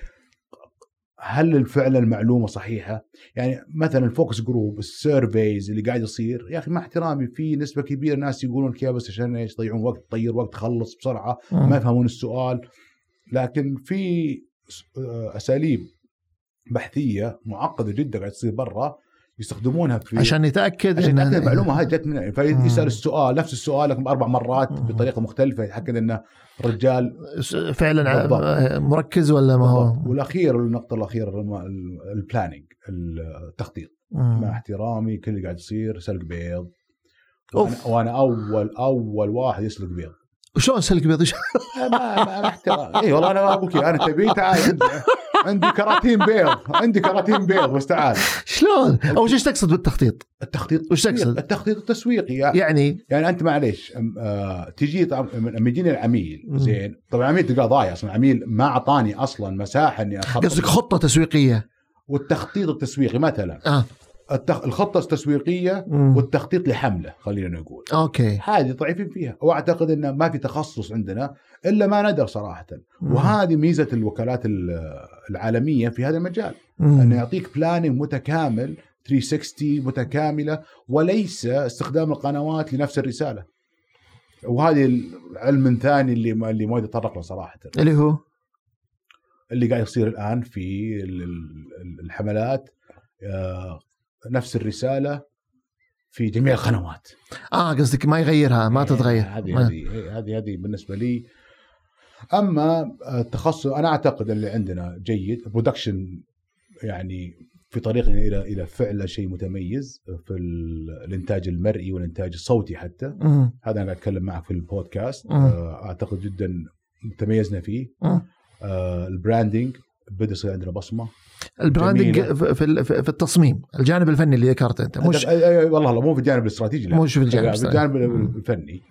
هل فعلا المعلومه صحيحه؟ يعني مثلا الفوكس جروب، السيرفيز اللي قاعد يصير، يا اخي مع احترامي في نسبه كبيره ناس يقولون كذا بس عشان ايش؟ يضيعون وقت، طير وقت، خلص بسرعه، ما يفهمون السؤال. لكن في اساليب بحثيه معقده جدا قاعد تصير برا يستخدمونها عشان يتاكد ان المعلومه هاي جت من، فيسال السؤال نفس السؤال لكن 4 مرات بطريقه مختلفه، يتاكد انه الرجال فعلا مركز ولا ما هو. والاخير، النقطه الاخيره، البلاننج، التخطيط. مع احترامي كل اللي قاعد يصير سلق بيض، وانا اول واحد يسلق بيض. وشلون سلق بيض؟ ما احترام. اي والله انا ما اقول كذا، انا تبي تعال عندي كراتين بيض بس تعال. شلون؟ أو ايش تقصد بالتخطيط؟ وش تقصد؟ التخطيط التسويقي يعني أنت معليش تجي لما يجيني العميل زين، طبعا العميل تلقاه ضايع أصلا، العميل ما أعطاني أصلا مساحة إني أخطط. قصدك خطة تسويقية؟ والتخطيط التسويقي مثلا الخطة التسويقية والتخطيط لحملة، خلينا نقول أوكي، هذه ضعيفين فيها، وأعتقد إن ما في تخصص عندنا إلا ما ندر صراحة. وهذه ميزة الوكالات العالمية في هذا المجال، أنه يعطيك بلانينج متكامل 360 متكاملة، وليس استخدام القنوات لنفس الرسالة. وهذه العلم ثاني اللي ما يتطرق له صراحة، اللي هو اللي قاعد يصير الآن في الحملات، نفس الرسالة في جميع القنوات. قصدك ما يغيرها، ما تتغير. هذه بالنسبة لي. أما التخصص أنا أعتقد اللي عندنا جيد، برودكشن يعني في طريقنا إلى فعل شيء متميز في الإنتاج المرئي والإنتاج الصوتي حتى. هذا أنا أتكلم معك في البودكاست. أعتقد جدا تميزنا فيه. البراندينج بدأ يصير عندنا بصمة. البراندينج في التصميم، الجانب الفني اللي ذكرته أنت، مش والله مو في الجانب الاستراتيجي، لا مش في الجانب الفني.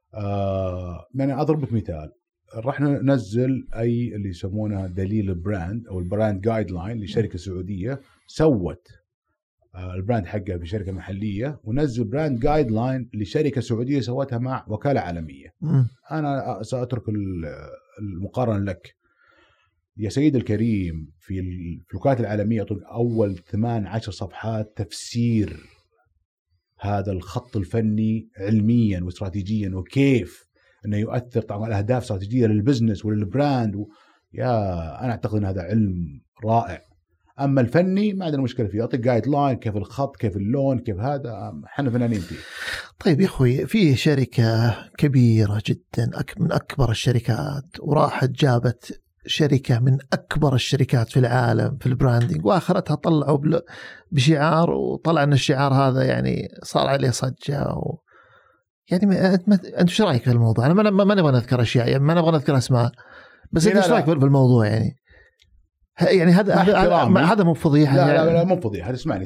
يعني أضرب لك مثال، راح ننزل أي اللي يسمونه دليل البراند أو البراند جايد لاين لشركة سعودية سوت البراند حقها في شركة محلية، ونزل براند جايد لاين لشركة سعودية سوتها مع وكالة عالمية. أنا سأترك المقارنة لك يا سيد الكريم. في الوكالات العالمية أول 18 صفحات تفسير هذا الخط الفني علميا واستراتيجيا، وكيف أنه يؤثر طبعا الأهداف استراتيجية للبزنس وللبراند أنا أعتقد أن هذا علم رائع. أما الفني ما عندنا مشكلة فيه، يعطيك جايد لاين كيف الخط، كيف اللون، كيف هذا، احنا فنانين فيه. طيب يا أخوي، في شركة كبيرة جدا من أكبر الشركات، وراحت جابت شركة من أكبر الشركات في العالم في البراندينج، وآخرتها طلعوا بشعار، وطلع أن الشعار هذا يعني صار عليه صجة يعني أنت شو رأيك في الموضوع؟ أنا ما نبغى نذكر أشياء، يعني ما نبغى نذكر أسماء، بس أنت شو رأيك في الموضوع؟ يعني هذا مو فضيحة. لا مو فضيحة. اسمعني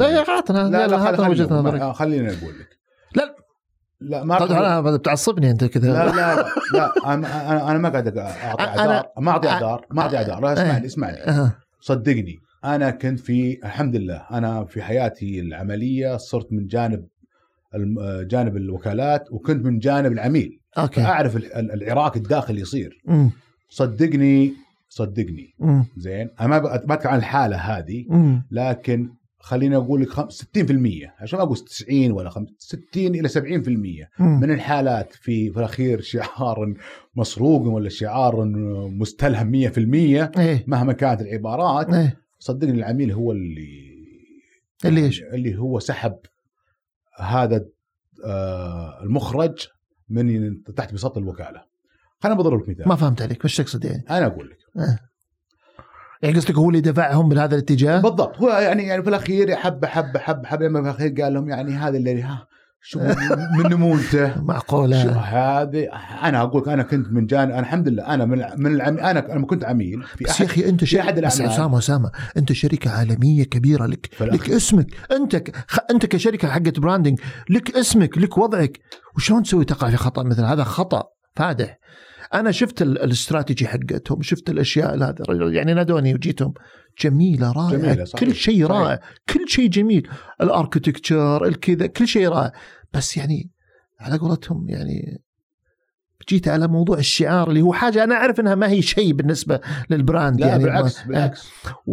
خلينا نقول لك. لا ما بتعصبني أنت كذا. لا أنا ما قاعد أعطي أعذار، ما أعطي أعذار. لا اسمعني صدقني، انا كنت في الحمد لله انا في حياتي العمليه صرت من جانب الوكالات وكنت من جانب العميل. أوكي. اعرف العراك الداخلي يصير. صدقني زين انا ما اتكلم عن الحاله هذه لكن خليني اقول لك 60% عشان ما اقول 90 ولا 60 الى 70% من الحالات في الاخير شعار مسروق ولا شعار مستلهم 100% مهما كانت العبارات. صدقني العميل هو اللي هو سحب هذا المخرج من تحت بساط الوكاله. خلينا بضرب لك مثال. ما فهمت عليك وش تقصد يعني؟ انا اقول لك يعني قصدك هو اللي دفعهم بهذا الاتجاه بالضبط. هو يعني في الاخير حب لما في الاخير قال لهم يعني هذا اللي شو من نمونته معقوله هذه. انا اقول انا كنت من جانب انا الحمد لله انا من انا كنت عميل في بس يا اخي انت اسامه انت شركه عالميه كبيره لك اسمك انت كشركه حقت براندنج لك اسمك لك وضعك وشلون تسوي تقع في خطا مثل هذا؟ خطا فادح. أنا شفت الاستراتيجي حقتهم شفت الأشياء هذا يعني نادوني وجيتهم جميلة رائعة كل شيء رائع كل شيء جميل الاركتكتشر الكذا كل شيء رائع بس يعني على قولتهم يعني جيت على موضوع الشعار اللي هو حاجة أنا أعرف أنها ما هي شيء بالنسبة للبراند. لا يعني بالعكس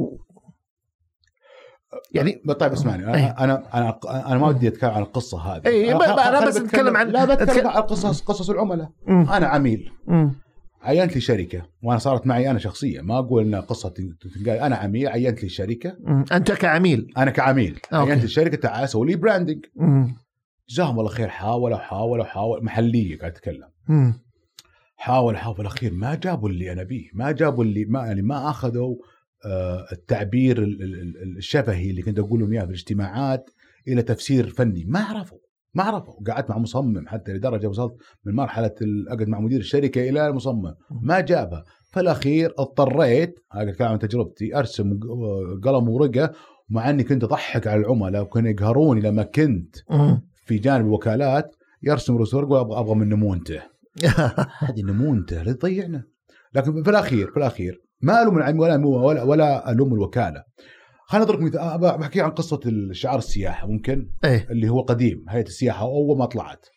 يعني طيب اسمعني انا ما بدي اتكلم عن القصه هذه. انا بس اتكلم عن بتكلم عن قصص العملاء. انا عميل عينت لي شركه وانا صارت معي انا شخصيا ما اقول ان قصه تنقال. انا عميل عينت لي شركه. انت كعميل؟ انا كعميل عينت الشركه تعال سوي لي براندنج. جزاهم الله خير حاول محليه قاعد اتكلم حاول في الاخير ما جابوا اللي انا بيه ما جابوا اللي ما اخذوا التعبير الشفهي اللي كنت أقول لهم إياه في الاجتماعات إلى تفسير فني. ما عرفوا. قعدت مع مصمم حتى لدرجة وصلت من مرحلة أقعد مع مدير الشركة إلى المصمم ما جابها. فالأخير اضطريت هذا الكلام عن تجربتي أرسم قلم ورقة مع أني كنت أضحك على العملاء وكانوا يقهروني لما كنت في جانب الوكالات يرسم رسول ورقة أبغى من نمونته. هذه نمونته اللي تضيعنا. لكن في الأخير ما ألوم العميل ولا ألوم الوكالة. خلينا نضرب مثال بحكي عن قصة الشعار السياحة ممكن اللي هو قديم هيئة السياحة أول ما طلعت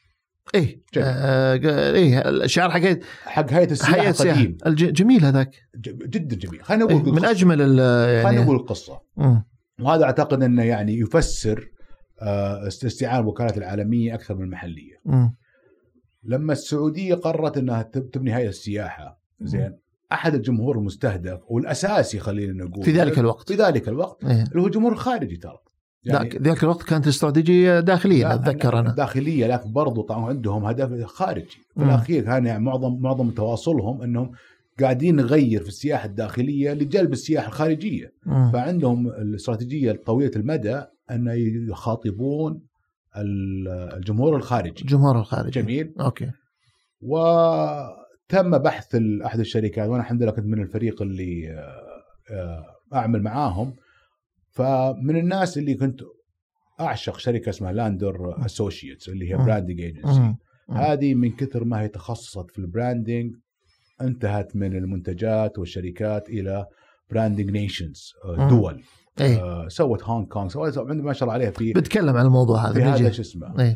الشعار حق هيئة السياحة قديم جميل هذاك جدا جميل. خلينا نقول من أجمل يعني خلينا نقول القصة وهذا أعتقد أنه يعني يفسر استيعاب الوكالات العالمية أكثر من المحلية. لما السعودية قررت أنها تبني هيئة السياحة زين أحد الجمهور المستهدف والأساسي خلينا نقول في ذلك الوقت اللي هو الجمهور الخارجي. ترى يعني ذاك الوقت كانت استراتيجية داخلية أتذكر أنا داخلية لكن برضو طبعا عندهم هدف خارجي. في الأخير كان يعني معظم تواصلهم أنهم قاعدين نغير في السياحة الداخلية لجلب السياحة الخارجية. فعندهم الاستراتيجية الطويلة المدى أن يخاطبون الجمهور الخارجي. جميل. أوكي. تم بحث أحد الشركات وأنا الحمد لله كنت من الفريق اللي أعمل معاهم. فمن الناس اللي كنت أعشق شركة اسمها لاندر أسوشيتس اللي هي براندنج ايجنسي. هذه من كثر ما هي تخصصت في البراندنج انتهت من المنتجات والشركات إلى براندنج نيشنز دول. سوت هونغ كونغ سوت ما شاء الله عليها في بتكلم عن الموضوع هذا في هذا شو اسمه.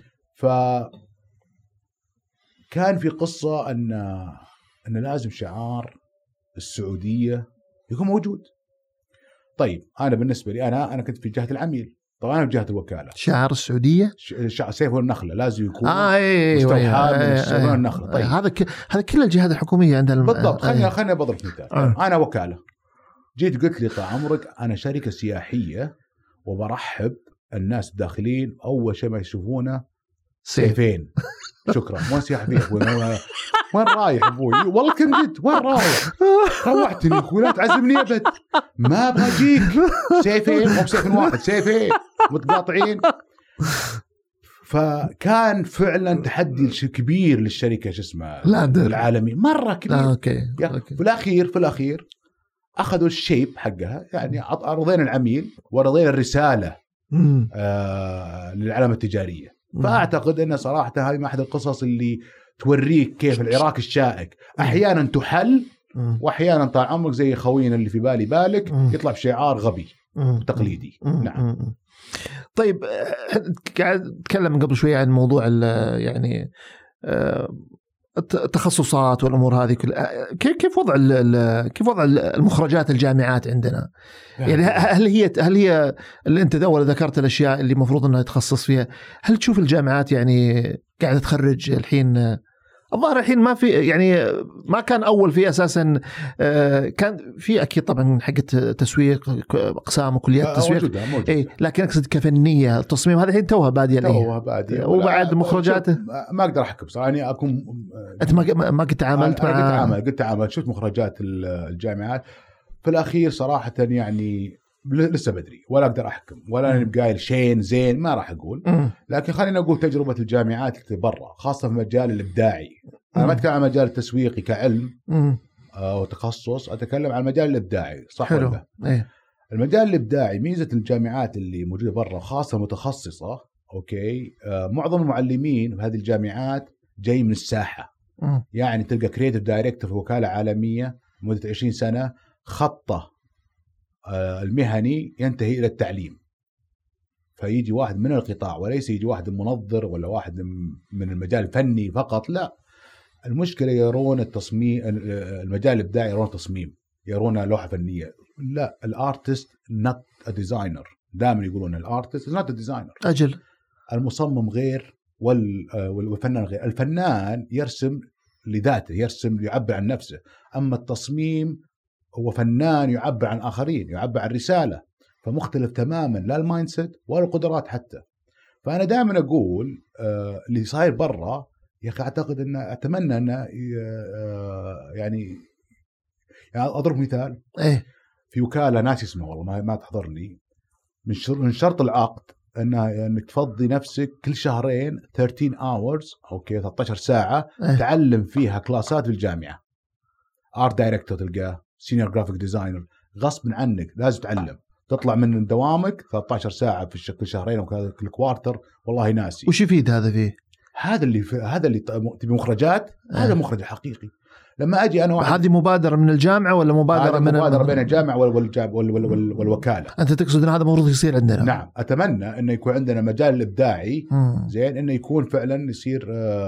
كان في قصة أن لازم شعار السعودية يكون موجود. طيب أنا بالنسبة لي أنا كنت في جهة العميل. طبعا أنا في جهة الوكالة. شعار السعودية شعار سيف والنخلة لازم يكون مستوحى من السيف والنخلة. طيب هذا كل الجهات الحكومية عندنا بالضبط. خلينا بضرب مثال. أنا وكالة جيت قلت لي طال عمرك أنا شركة سياحية وبرحب الناس الداخلين أول شيء ما يشوفونه سيفين. شكرا. وين سياحة فيه وين رايح أبوي والله كم جد وين رايح روحتني أخوي لا تعزمني أبد ما بجيك سيفين مو بسيف واحد سيفين متقاطعين. فكان فعلا تحدي كبير للشركة شو اسمها العالمي مرة كبير. أوكي. في الأخير أخذوا الشيب حقها يعني رضينا العميل ورضينا الرسالة للعلامة التجارية. فأعتقد أن صراحة هذه من أحد القصص اللي توريك كيف العراق الشائك أحيانا تحل وأحيانا طال عمرك زي خوينا اللي في بالك يطلع بشعار غبي. تقليدي. نعم. طيب قاعد اتكلم قبل شويه عن موضوع يعني التخصصات والامور هذه كلها. كيف وضع المخرجات الجامعات عندنا؟ يعني هل هي اللي انت اول ذكرت الاشياء اللي المفروض انها تخصص فيها، هل تشوف الجامعات يعني قاعده تخرج الحين؟ الظاهر الحين ما في، يعني ما كان أول في أساسا، كان في أكيد طبعا حق تسويق، أقسام وكليات تسويق، إيه، لكن أقصد كفنية التصميم هذا الحين توها بادية وبعد مخرجاته ما أقدر أحكم صراحة. يعني أكون أنت ما قد تعاملت مع قد تعاملت شفت مخرجات الجامعات في الأخير صراحة، يعني لسه بدري ولا أقدر أحكم ولا نبقى شين زين ما راح أقول. لكن خلينا نقول تجربة الجامعات برا خاصة في المجال الإبداعي. أنا ما أتكلم عن المجال التسويقي كعلم وتخصص، أتكلم عن المجال الإبداعي. صح ولا؟ إيه. المجال الإبداعي ميزة الجامعات اللي موجودة برا خاصة متخصصة، أوكي، معظم المعلمين في هذه الجامعات جاي من الساحة. يعني تلقى كرياتيف دايركتور في وكالة عالمية مدة 20 سنة، خطه المهني ينتهي إلى التعليم. فيجي واحد من القطاع وليس يجي واحد منظر ولا واحد من المجال الفني فقط. لا، المشكلة يرون التصميم، المجال الإبداعي يرون تصميم، يرون لوحة فنية. لا، الارتست not a designer. دائما يقولون الارتست is not a designer. أجل المصمم غير والفنان غير. الفنان يرسم لذاته، يرسم يعبر عن نفسه. أما التصميم هو فنان يعبر عن آخرين، يعبر عن رسالة. فمختلف تماما، لا المايندسيت ولا القدرات حتى. فأنا دائما أقول اللي صاير برا يا أخي أعتقد أن أتمنى أن يعني أضرب مثال. في وكالة ناس اسمها والله ما تحضر لي، من شرط العقد أنك تفضي نفسك كل شهرين 13 hours، أوكي 13 ساعة تعلم فيها كلاسات في الجامعة. آرت دايركتور تلقاه، سينيور جرافيك ديزاينر، غصب عنك لازم تعلم. تطلع من دوامك 13 ساعة في كل شهرين أو كل كوارتر. والله ناسي وش يفيد هذا فيه؟ هذا اللي تبي مخرجات. هذا مخرج حقيقي. لما أجي أنا هذه مبادرة من الجامعة ولا مبادرة بين الجامعة والوكالة؟ أنت تقصد أن هذا المفروض يصير عندنا؟ نعم، أتمنى أنه يكون عندنا مجال الإبداعي زين، أنه يكون فعلا يصير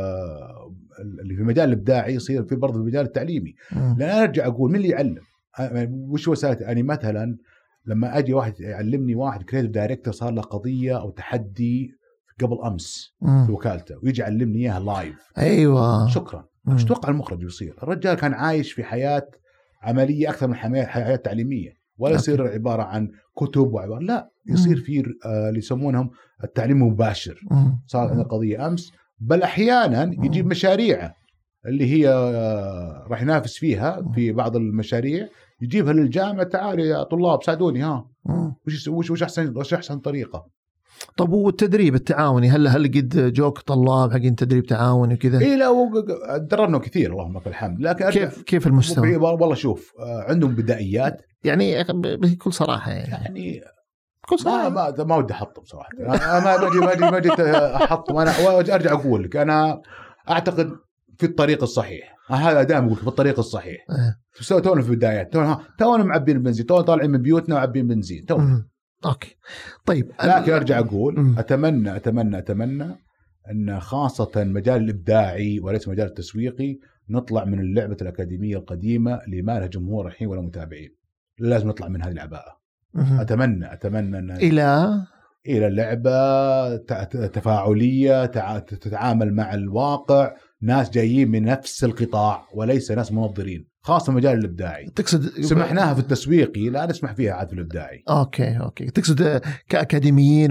اللي في المجال الإبداعي يصير في برضه في المجال التعليمي. لأن أنا أرجع أقول من اللي يعلم؟ وش وسائل؟ أنا مثلا لما أجي واحد يعلمني، واحد كرياتيف دايركتور صار له قضية أو تحدي قبل أمس في وكالته ويجي يعلمني إياها لايف. أيوة، شكرا. ايش تتوقع المخرج يصير؟ الرجال كان عايش في حياة عملية أكثر من حياة تعليمية، ولا يصير عبارة عن كتب وعبارة، لا يصير في اللي يسمونهم التعليم المباشر. صار عندنا قضية أمس، بل أحيانا يجيب مشاريع اللي هي راح ينافس فيها في بعض المشاريع، يجيبها للجامعة. تعالوا يا طلاب ساعدوني، ها وش أحسن طريقة. طب والتدريب التعاوني، هل قد جوك طلاب حقين تدريب تعاوني وكذا؟ إيه، لا دربنا كثير اللهم لك الحمد. لكن كيف المستوى؟ والله شوف، عندهم بدائيات يعني بكل صراحة يعني بكل صراحة ما ودي أحطم صراحة. أنا ما جيت أحطم. أنا أرجع أقول لك أنا أعتقد في الطريق الصحيح. هذا دائما أقول في الطريق الصحيح. تونا في البدايات، تونا معبين بنزين، تونا طالعين من بيوتنا وعبين بنزين تونا. أوكي طيب، لكن أرجع أقول أتمنى أن خاصة مجال الإبداعي وليس مجال التسويقي نطلع من اللعبة الأكاديمية القديمة اللي ما لها جمهور الحين ولا متابعين. لازم نطلع من هذه العباءة. أتمنى أن إلى اللعبة تفاعلية تتعامل مع الواقع، ناس جايين من نفس القطاع وليس ناس منظرين، خاصة مجال الإبداعي. تقصد سمحناها في التسويقي، لا نسمح فيها عاد في الإبداعي. أوكي تقصد كأكاديميين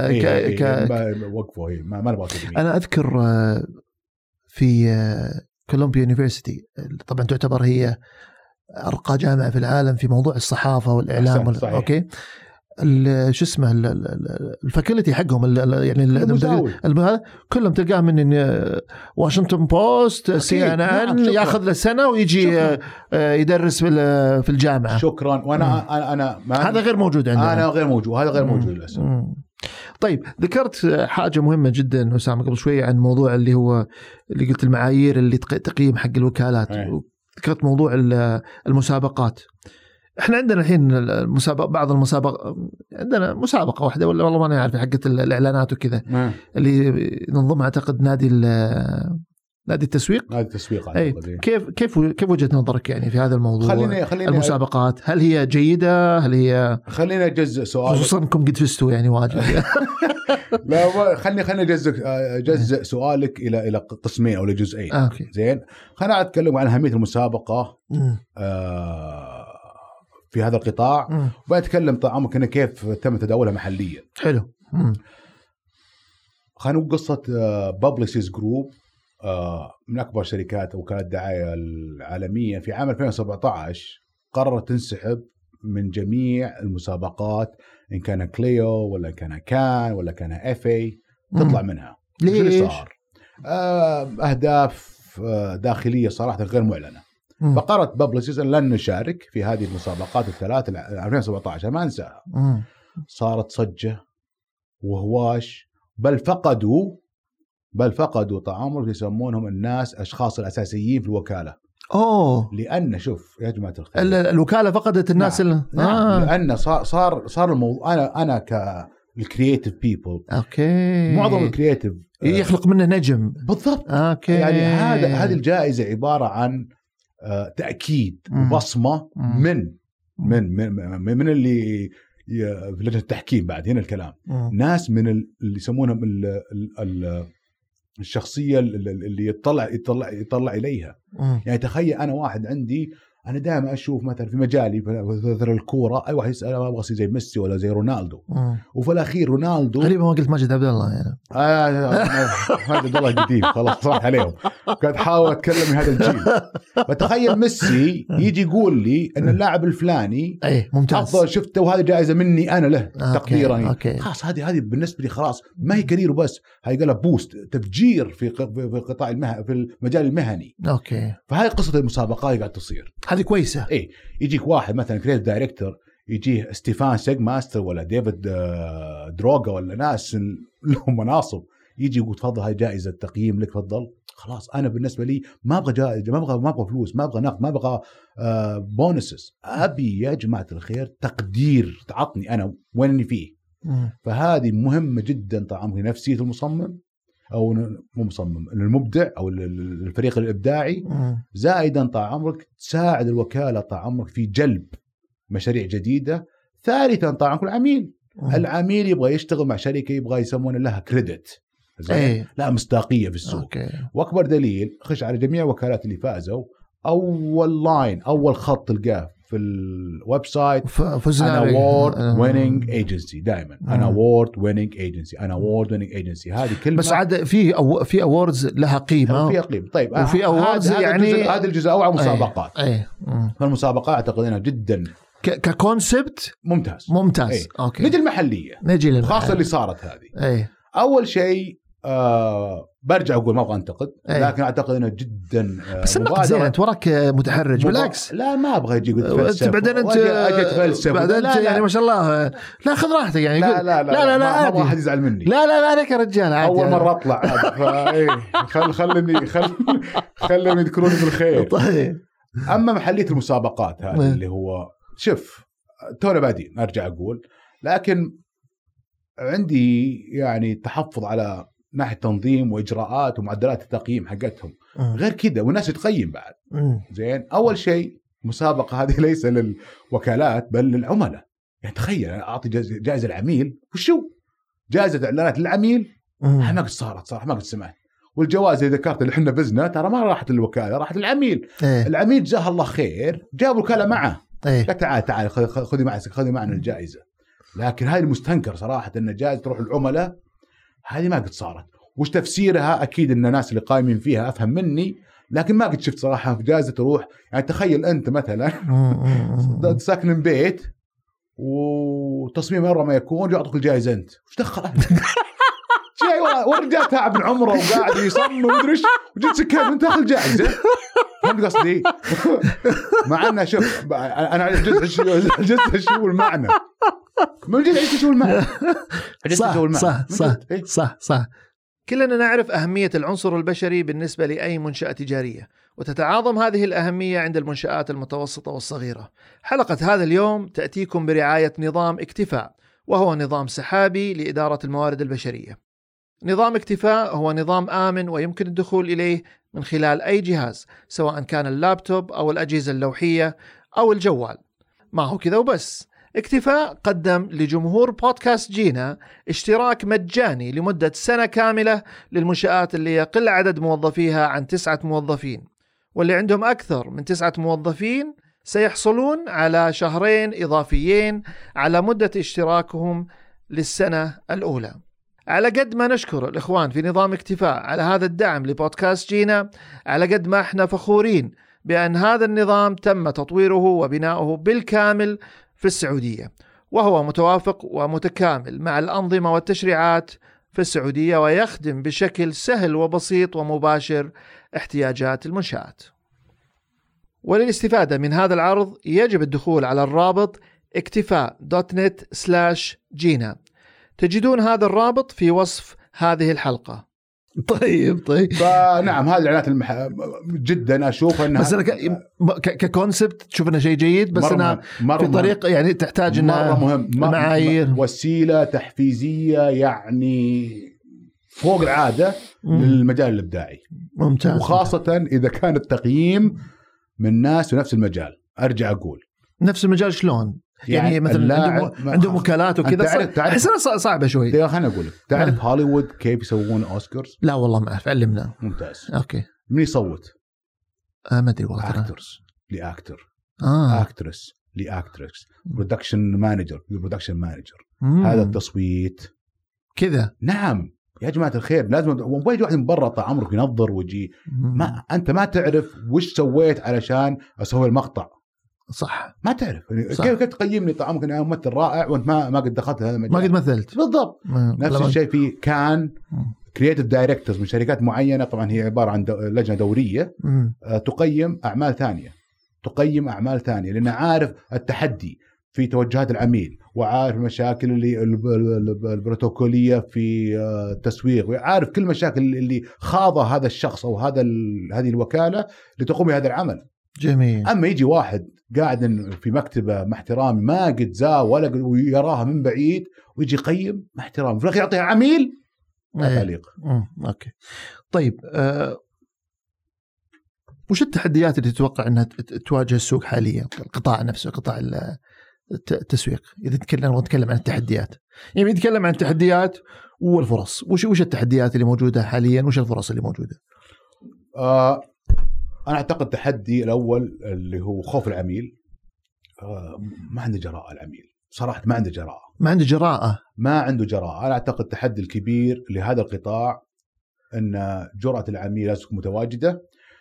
وقفوا ما نبغى أكاديميين. أنا أذكر في كولومبيا يونيفرسيتي، طبعا تعتبر هي أرقى جامعة في العالم في موضوع الصحافة والإعلام. أوكي، شو اسمه الفاكولتي حقهم يعني هذا كلهم تلقاه من واشنطن بوست، CNN، ياخذ له سنة ويجي يدرس في الجامعة. شكرا. وانا هذا غير موجود عندنا. انا غير موجود، هذا غير موجود للاسف. طيب، ذكرت حاجة مهمة جدا أسامة قبل شوية عن موضوع اللي قلت المعايير اللي تقييم حق الوكالات. ذكرت موضوع المسابقات. احنا عندنا الحين المسابقة، بعض المسابقة عندنا مسابقة واحدة ولا والله ما نعرف حقة الإعلانات وكذا اللي ننظمها أعتقد نادي التسويق. نادي التسويق. أي كيف وجهة نظرك يعني في هذا الموضوع؟ خليني المسابقات هل هي جيدة؟ هل هي خلينا نجزء سؤال، خصوصا انكم قد فزتوا يعني واجد. لا خلينا نجزء سؤالك الى قسمين او لجزئين. زين، خلينا اتكلم عن اهميه المسابقه في هذا القطاع، وبنتكلم طبعا كيف تم تداولها محليا. حلو. خلينا نقول قصه بابليسيز جروب، من اكبر شركات وكالات دعايه العالميه. في عام 2017 قررت تنسحب من جميع المسابقات، إن كان كليو ولا كان كان ولا كان اف تطلع منها. ليش؟ صار أهداف داخلية صراحة غير معلنة. فقررت بابليسيز أن لن نشارك في هذه المسابقات الثلاث 2017، ما ننساها. صارت صجة وهواش، بل فقدوا طعامهم، يسمونهم الناس أشخاص الأساسيين في الوكالة. لأن شوف يا جماعة الخير، الوكالة فقدت الناس. نعم. لأن صار الموضوع، أنا كالكرياتيف بيبل، معظم الكرياتيف يخلق منه نجم. بالضبط. يعني هذه الجائزة عبارة عن تأكيد وبصمة من اللي في لجنة التحكيم. بعد هنا الكلام ناس من اللي يسمونهم الشخصية اللي يطلع إليها. يعني تخيل أنا واحد عندي، أنا دائما أشوف مثلا في مجالي مثل الكورة، أي واحد يسأل ما أبغى أصير زي ميسي ولا زي رونالدو. وفي الأخير رونالدو غريبة ما قلت ماجد عبد الله يعني. ماجد الله قديم خلاص راح عليهم. كنت حاول أتكلم من هذا الجيل. فتخيل ميسي يجي يقول لي أن اللاعب الفلاني ممتاز أفضل شفته وهذا جائزة مني أنا له تقديرا. خلاص هذه بالنسبة لي خلاص ما هي كارير بس، هاي قالها بوست تفجير في قطاع في المجال المهني. فهاي قصة المسابقات قاعد تصير، هذه كويسة. يجيك واحد مثلا كريتيف دايركتور، يجيه ستيفان سيغ ماستر ولا ديفيد دروغا ولا ناس لهم مناصب، يجي يقول تفضل هاي جائزة تقييم لك، تفضل. خلاص أنا بالنسبة لي ما أبغى جائزة، ما أبغى فلوس، ما أبغى نقد، ما أبغى بونسز. أبي يا جماعة الخير تقدير، تعطني أنا ويني فيه. فهذه مهمة جدا طبعا في نفسية المصمم أو مصمم المبدع أو الفريق الإبداعي. زائدا طال عمرك تساعد الوكالة طال عمرك في جلب مشاريع جديدة. ثالثا طال عمرك العميل يبغى يشتغل مع شركة يبغى يسمون لها كريدت، لا مصداقية في السوق. وأكبر دليل خش على جميع وكالات اللي فازوا، أول خط تلقاه في الويب سايت أنا award winning agency. دائما أنا award winning agency. هذه كلمة بس عاد في awards لها قيمة وفيها قيمة. طيب وفي awards يعني هذا الجزء أو مسابقات. فالمسابقات أعتقد جدا ككونسبت ممتاز. نجي المحلية خاصة اللي صارت هذه. أول شيء برجع أقول ما أبغى أنتقد، لكن أعتقد أنه جدا بس النقد زين، أنت وراك متحرج. بالعكس لا ما أبغى أجي فلسفة، بعدين أنت يعني ما شاء الله لا خذ راحتك يعني. لا ما أبغى أحد يزعل مني. لا عليك يا رجال، أول مرة أطلع خليني يذكروني بالخير. طيب أما محلية المسابقات هذه اللي هو شوف تونا بادين أرجع أقول، لكن عندي يعني تحفظ على ناحية تنظيم وإجراءات ومعدلات التقييم حقتهم. غير كده والناس تقيم بعد. زين، أول شيء مسابقة هذه ليس للوكالات بل للعملاء. يعني تخيل أنا أعطي جائزة العميل، وشو جائزة إعلانات للعميل ما قد صارت صراحة، ما قد سمعت. والجوائز اللي ذكرت اللي احنا بزنا ترى ما راحت للوكالة، راحت للعميل. العميل جزاه الله خير جاب وكالة معه، تعال خذي معنا الجائزة. لكن هاي المستنكر صراحة أن جائزة تروح للعملاء، هذه ما قد صارت. وش تفسيرها؟ أكيد أن الناس اللي قايمين فيها أفهم مني، لكن ما قد شفت صراحة في جائزة تروح. يعني تخيل أنت مثلا ساكن بيت وتصميم مرة ما يكون يعطوك الجائزة أنت، وش دخل شيء ورجال تعب من عمره وقاعد يصمم ومدريش وجيت كيف أنت تأخذ جائزة؟ فهمت قصدي؟ مع أنه شوف أنا جزء شو المعنى من جد، عيش شو المعنى. صح كلنا نعرف أهمية العنصر البشري بالنسبة لأي منشأة تجارية، وتتعاظم هذه الأهمية عند المنشآت المتوسطة والصغيرة. حلقة هذا اليوم تأتيكم برعاية نظام اكتفاء، وهو نظام سحابي لإدارة الموارد البشرية. نظام اكتفاء هو نظام آمن ويمكن الدخول إليه من خلال أي جهاز، سواء كان اللابتوب أو الأجهزة اللوحية أو الجوال. ما هو كذا وبس، اكتفاء قدم لجمهور بودكاست جينا اشتراك مجاني لمدة سنة كاملة للمنشآت اللي يقل عدد موظفيها عن 9 موظفين، واللي عندهم أكثر من 9 موظفين سيحصلون على 2 شهرين إضافيين على مدة اشتراكهم للسنة الأولى. على قد ما نشكر الإخوان في نظام اكتفاء على هذا الدعم لبودكاست جينا، على قد ما احنا فخورين بأن هذا النظام تم تطويره وبناؤه بالكامل في السعودية، وهو متوافق ومتكامل مع الأنظمة والتشريعات في السعودية، ويخدم بشكل سهل وبسيط ومباشر احتياجات المنشآت. وللاستفادة من هذا العرض يجب الدخول على الرابط اكتفاء.net/جينا. تجدون هذا الرابط في وصف هذه الحلقة. طيب فنعم، هذه الإعلانات جدا أشوف أنها بس أنا ككونسبت تشوف أنه شيء جيد، بس أنا في طريقة يعني تحتاج أنها مهم معايير، وسيلة تحفيزية يعني فوق العادة للمجال الإبداعي. ممتاز. وخاصة إذا كان التقييم من ناس في نفس المجال. أرجع أقول نفس المجال شلون؟ يعني مثلا عندهم وكالات وكذا، أحسنا صعبة شوي. خليني أقول لك، تعرف هوليوود كيف يسوون أوسكارز؟ لا والله ما أعرف، علمنا. ممتاز. أوكي. من يصوت؟ ما أدري والله. أكترز لأكتر، أكترس لأكترس، برودكشن مانجر لبرودكشن مانجر. هذا التصويت كذا. نعم يا جماعة الخير، لازم ويجي واحد من برا طال عمرك ينظر ويجي، ما أنت ما تعرف وش سويت علشان أسوي المقطع. صح، ما تعرف. كيف تقيمني طال عمرك أنا ممثل رائع وأنت ما قد دخلت هذا المجال، ما قد مثلت. بالضبط. نفس الشيء في كان كرييتيف دايركتورز من شركات معينة، طبعا هي عبارة عن لجنة دورية تقيم أعمال ثانية، لأن عارف التحدي في توجهات العميل، وعارف المشاكل اللي البروتوكولية في التسويق، وعارف كل المشاكل اللي خاضها هذا الشخص أو هذه الوكالة لتقوم بهذا العمل. جميل. أما يجي واحد قاعد في مكتبه مع احترامي ما قد ولا ويراها من بعيد ويجي يقيم مع احترامي، في الأخير يعطيها عميل ما تعليق. أوكي. طيب وش التحديات اللي تتوقع أنها تواجه السوق حاليا؟ القطاع نفسه، قطاع التسويق. إذا نتكلم عن التحديات، يعني نتكلم عن التحديات والفرص. وش التحديات اللي موجودة حاليا، وش الفرص اللي موجودة؟ أنا أعتقد التحدي الأول اللي هو خوف العميل. ما عنده جراءة العميل، صراحة ما عنده جراءة. أنا أعتقد التحدي الكبير لهذا القطاع أن جرأة العميل لازم تكون متواجدة.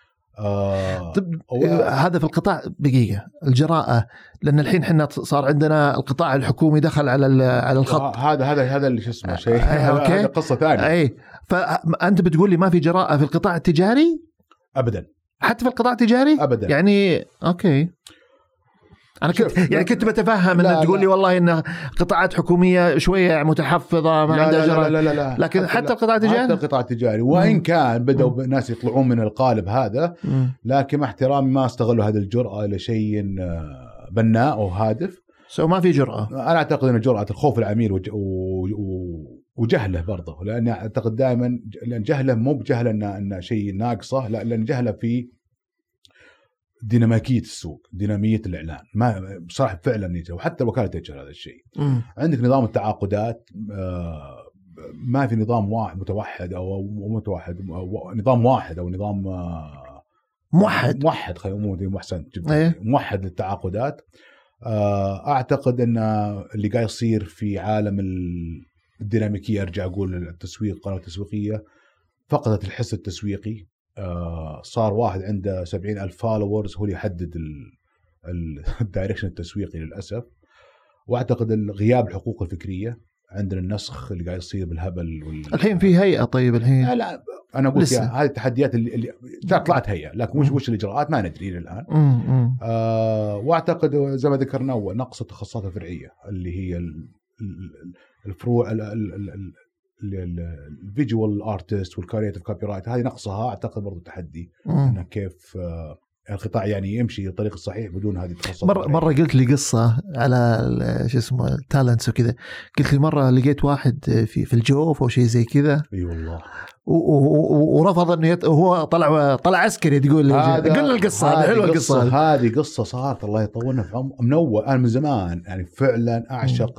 هذا في القطاع دقيقة الجراءة، لأن الحين حنا صار عندنا القطاع الحكومي دخل على الخط. هذا اللي اسمه شيء. هذا قصة ثانية. فأنت بتقول لي ما في جراءة في القطاع التجاري أبدا؟ حتى في القطاع التجاري أبدا. يعني أوكي، أنا كنت بتفهم أن تقول لي والله إن قطاعات حكومية شوية متحفظة ما عندها جراءة. لا. لكن حتى القطاع التجاري وإن كان بدأوا الناس يطلعون من القالب هذا، لكن مع احترامي ما استغلوا هذه الجرأة لشيء بناء أو هادف. ما في جرأة. أنا أعتقد أن جرأة الخوف العميل وجهله برضه، لأن أعتقد دائما لأن جهله مو بجهله أن شيء ناقصه، لا، لأن جهله في ديناميكية السوق، دينامية الإعلان. ما بصراحة فعلا يجي، وحتى الوكالة تجهل هذا الشيء. عندك نظام التعاقدات، ما في نظام واحد متوحد أو متوحد، نظام واحد أو نظام موحد خلينا نقول محسن جدا، موحد للتعاقدات. أعتقد أن اللي قاعد يصير في عالم الديناميكية، أرجع أقول التسويق، قناة التسويقية فقدت الحس التسويقي. صار واحد عنده 70,000 فالورز هو اللي يحدد الدايركشن التسويقي للأسف. وأعتقد غياب الحقوق الفكرية، عندنا النسخ اللي قاعد يصير بالهبل الحين في هيئة. طيب الحين لا أنا أقول هذه التحديات اللي طلعت هيئة، لكن وش الإجراءات ما ندري الآن. وأعتقد زي ما ذكرنا أول، نقص التخصصات الفرعية اللي هي الفروع الفيجوال ارتست والكرياتيف كوبي رايت هذه نقصها اعتقد برضو تحدي انه كيف القطاع يعني يمشي الطريق الصحيح بدون هذه التخصصات. مرة قلت لي قصة على شو اسمه التالنتس وكذا، قلت لي مرة لقيت واحد في الجوف أو شيء زي كذا. اي والله. ورفض انه هو طلع عسكري. تقول قلنا القصة هذه حلوة. القصة هذه قصة صارت الله يطولنا في عمر من اول. انا من زمان يعني فعلا اعشق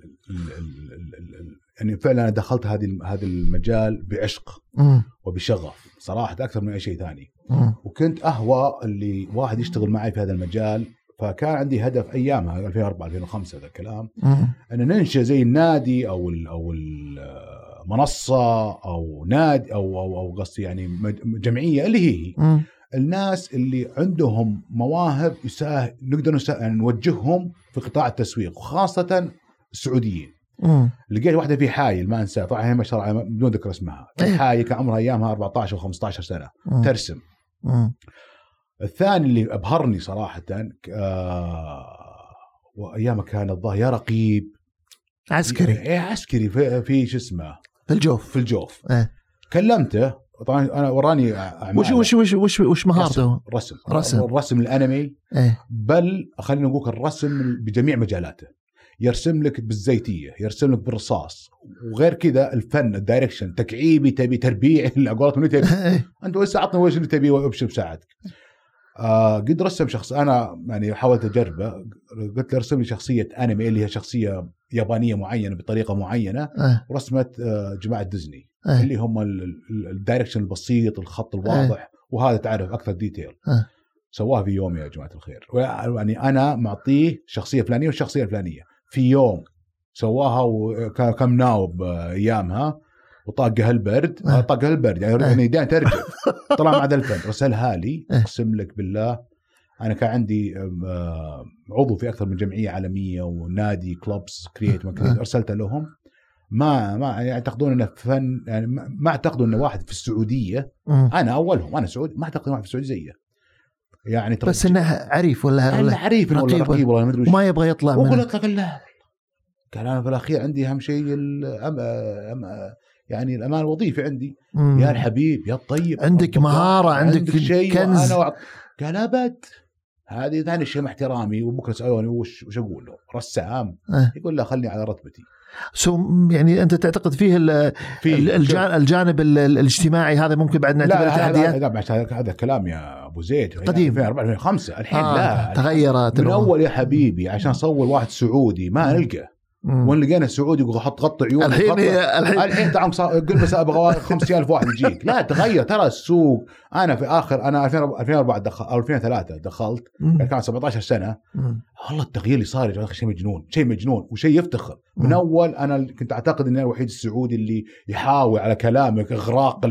يعني فعلا دخلت هذا المجال بعشق وبشغف صراحة أكثر من أي شيء ثاني. وكنت أهوى اللي واحد يشتغل معي في هذا المجال. فكان عندي هدف أيامها 2004 2005 هذا الكلام أن ننشأ زي النادي أو المنصة أو نادي أو قصدي يعني جمعية اللي هي الناس اللي عندهم مواهب نقدر نوجههم في قطاع التسويق وخاصة السعوديين. لقيت واحدة في حايل ما أنسى طبعا هي ما شاء الله بدون ذكر اسمها. حايل كان عمرها أيامها 14 و15 سنة ترسم. الثاني اللي أبهرني صراحة وأيامها كان الظاهر رقيب عسكري عسكري في شو اسمه في الجوف. كلمته طبعا أنا وراني وش مهارته؟ رسم الأنمي. بل خلينا نقول الرسم بجميع مجالاته. يرسم لك بالزيتية، يرسم لك بالرصاص، وغير كذا الفن الدايركشن تكعيبي تبي تربيع اللي أقولت مني تبي أنت وش عطنا وش اللي تبي وأبشر بساعدك. قد رسم شخص أنا يعني حاولت أجربه. قلت له رسم لي شخصية أنمي اللي هي شخصية يابانية معينة بطريقة معينة. ورسمت جماعة ديزني اللي هم الدايركشن البسيط الخط الواضح وهذا تعرف أكثر ديتيل. سواها في يوم يا جماعة الخير. يعني أنا معطيه شخصية فلانية والشخصية الفلانية في يوم سواها وكم ناوب أيامها وطاقها البرد. طاقها البرد يعني دائما ترجع طلع مع ذا الفن. رسلها لي أقسم لك بالله. أنا كان عندي عضو في أكثر من جمعية عالمية ونادي كلوبس كرييت أرسلت لهم. ما يعتقدون انه فن يعني ما اعتقدوا انه واحد في السعودية. انا اولهم انا سعودي ما اعتقد واحد في السعودية زيه يعني. بس انه عريف ولا عريف ولا رقيب ولا ما ادري وما يبغى يطلع وقول اطلق الله. قال انا في الاخير عندي اهم شيء يعني الامان الوظيفي عندي. يا الحبيب يا الطيب عندك مهارة عندك شيء كنز. قال ابد هذه ثاني شيء احترامي. وبكره سالوني وش اقول له رسام يقول لا خلني على رتبتي. يعني أنت تعتقد فيه الجانب الاجتماعي هذا ممكن بعد نعتبره تحديات؟ لا هذا كلام يا أبو زيد قديم 2004 2005 الحين لا تغيرت من أول يا حبيبي. عشان صور واحد سعودي ما نلقى. وين لقينا السعودي يقول حط عيون الحين تعال قل بس ابغى 5000 واحد يجيك. لا تغير ترى السوق. انا في اخر انا 2004 او 2003 دخلت كان 17 سنه. والله التغيير اللي صار يا شيء مجنون وشيء يفتخر. من اول انا كنت اعتقد اني الوحيد السعودي اللي يحاول على كلامك اغراق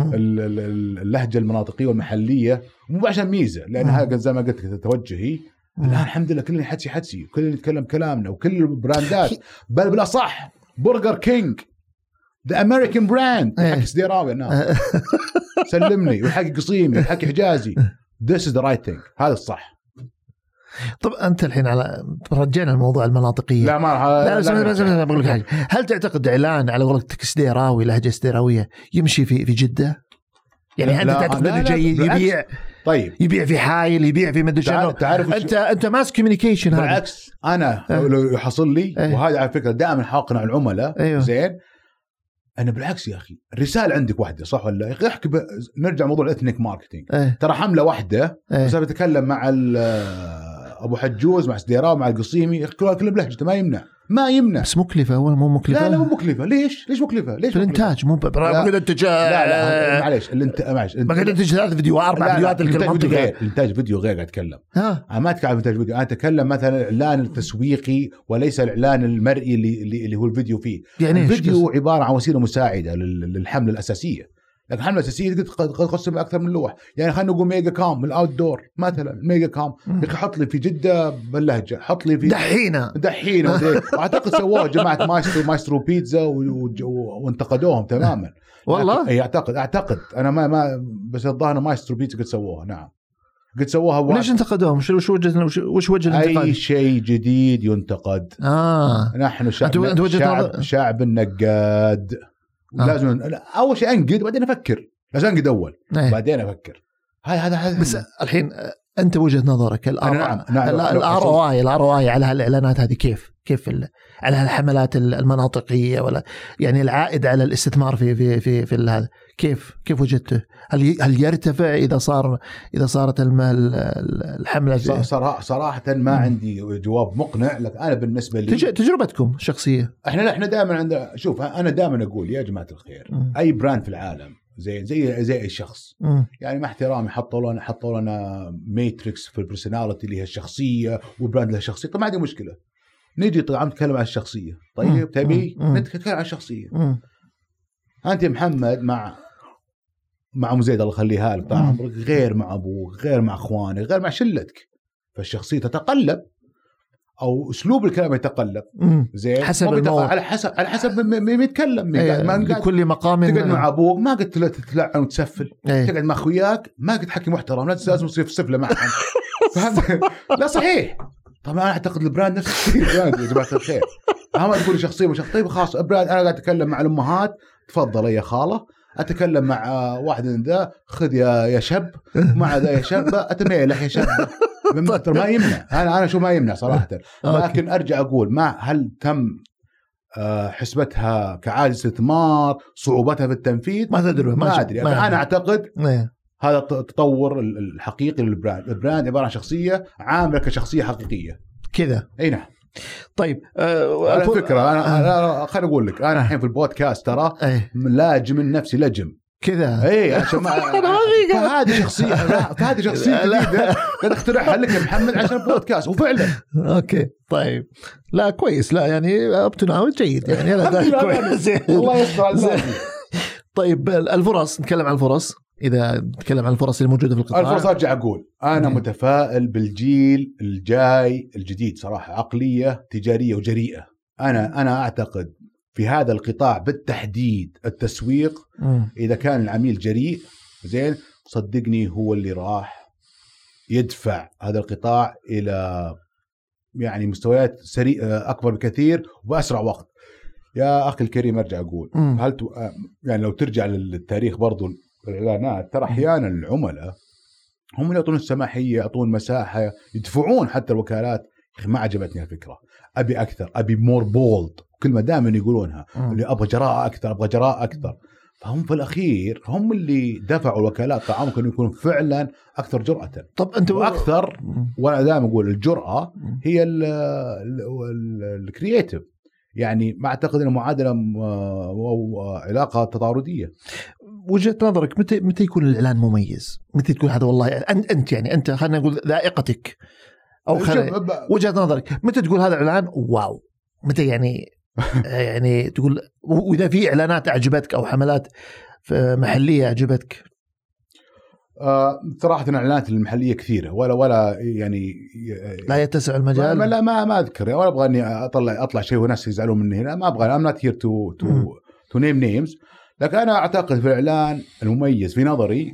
اللهجه المناطقيه والمحليه مو عشان ميزه لان هذا زي ما قلت توجهي. الآن الحمد لله كلنا حدسي وكلنا نتكلم كلامنا وكل البراندات بل بالأصح برجر كينج the American brand حكي سديراوي الناس سلمني وحكي قصيمي وحكي حجازي this is the right thing. هذا الصح. طب أنت الحين على رجعنا الموضوع المناطقية. لا بقول لك حاجة. هل تعتقد إعلان على قولتك سديراوي لهجة سديراوية يمشي في جدة؟ يعني أنت تعتقد إنه جاي يبيع طيب يبيع في حايل يبيع في مدري شنو. انت ماس كوميونيكيشن. هذا بالعكس انا لو يحصل لي وهذا على فكره دائما حاقنع العملاء. زين انا بالعكس يا اخي الرساله عندك واحده صح ولا يا اخي احكي نرجع موضوع الاثنيك ماركتينج. ترى حمله واحده بس بتكلم مع ابو حجوز مع سديراوي مع القصيمي كل بلهجته ما يمنع بس مكلفه ولا مو مكلفه؟ لا مو مكلفه. ليش مكلفه؟ ليش الانتاج مو بقدر انتج. لا معليش بقدر انتج 3 فيديو 4 فيديوهات المنطقه. الانتاج فيديو غير قاعد اتكلم. انا ما اتكلم انتاج فيديو. انا اتكلم مثلا الاعلان التسويقي وليس الاعلان المرئي اللي هو الفيديو فيه. يعني الفيديو عباره عن وسيله مساعده للحمله الاساسيه. لكن الحملة الأساسية قد قسم أكثر من لوح. يعني خلينا نقول ميجا كام من الأوت دور مثلا ميجا كام حط لي في جدة باللهجة حط لي في دحينة أعتقد سووها جماعة مايسترو بيتزا وانتقدوهم تماما. والله أي أعتقد أنا ما بس الظاهر مايسترو بيتزا قد سووها. نعم قد سووها. ليش انتقدوهم؟ وش وجه الانتقاد؟ أي شيء جديد ينتقد. نحن شعب النقاد. لازم اول شيء انقد بعدين افكر، لازم انقد اول بعدين افكر. هذا بس الحين انت وجهة نظرك الROI على هالاعلانات هذه كيف على هالحملات المناطقيه، ولا يعني العائد على الاستثمار في هذا كيف وجدته؟ هل يرتفع اذا صارت الحمله؟ صراحه ما عندي جواب مقنع لك. انا بالنسبه لي تجربتكم الشخصيه، احنا دائما عندنا، شوف انا دائما اقول يا جماعه الخير اي براند في العالم زي الشخص، يعني مع احترامي حطوا لنا ماتريكس في البرسوناليتي اللي هي الشخصيه، وبراند له شخصيه. طب ما عندي مشكله، نيجي طبعا نتكلم عن الشخصيه. طيب تبي نتكلم عن الشخصيه. انت محمد مع ام زيد الله يخليها لك طال عمرك، غير مع ابوك، غير مع اخوانك، غير مع شلتك، فالشخصيه تتقلب او اسلوب الكلام يتقلب زين حسب على حسب ما يتكلم. بكل مقام تقعد مع ابوك ما قلت تلعن وتسفل، تقعد مع اخوياك ما قلت حكي محترم، لازم تصير في سفله معهم. فهمت؟ لا صحيح. طبعا انا اعتقد البراند نفس الشيء يا جماعه الخير. ما تقول شخصيه طيب خلاص براند. انا قاعد اتكلم مع الامهات، تفضل يا خاله. اتكلم مع واحد من ذا، خذ يا شاب، مع ذا يا شابه، اتميلح يا شابه. ما يمنع. انا شو ما يمنع صراحه. لكن ارجع اقول ما هل تم حسبتها كعادة استثمار، صعوبتها في التنفيذ ما ادري. انا اعتقد هذا التطور الحقيقي للبراند. البراند عباره عن شخصيه عامله كشخصيه حقيقيه كذا. اي نعم. طيب على فكره انا خليني اقول لك، انا الحين في البودكاست ترى لاجم من نفسي لجم كذا. اي عشان فهذه شخصيه جديده قد اخترعها لك يا محمد عشان البودكاست، وفعلا اوكي. طيب لا كويس، لا يعني ابتناول جيد يعني. انا كويس الله يستر على. طيب الفرص، نتكلم عن الفرص. إذا نتكلم عن الفرص اللي موجودة في القطاع، الفرص أرجع أقول أنا متفائل بالجيل الجاي الجديد صراحة، عقلية تجارية وجريئة. أنا أعتقد في هذا القطاع بالتحديد التسويق، إذا كان العميل جريء زين صدقني هو اللي راح يدفع هذا القطاع إلى يعني مستويات أكبر بكثير وبأسرع وقت. يا أخي الكريم أرجع أقول يعني لو ترجع للتاريخ برضو الإعلانات، ترى أحيانا العملاء هم اللي يعطون السماحية، يعطون مساحة، يدفعون حتى الوكالات. ما عجبتني الفكرة، أبي أكثر، أبي مور بولد، كلمة دائما يقولونها اللي أبغى جراءة أكثر. فهم في الأخير هم اللي دفعوا الوكالات طبعا ممكن يكون فعلا أكثر جرأة. طب أنت وأكثر، وأنا دائما أقول الجرأة هي الكرياتيف. يعني ما أعتقد أنه معادلة أو علاقة تضاربية. وجهة نظرك متى يكون الإعلان مميز؟ متى تقول هذا والله أنت يعني أنت خلينا نقول ذائقتك أو وجهة نظرك متى تقول هذا الإعلان واو؟ متى يعني يعني تقول؟ وإذا في إعلانات أعجبتك أو حملات محلية أعجبتك؟ صراحة الإعلانات المحلية كثيرة ولا يعني لا يتسع المجال. لا ما أذكر، ولا أبغى إني أطلع شيء وناس يزعلون مني هنا. ما أبغى. I'm not here to name names. لكن أنا أعتقد في الإعلان المميز في نظري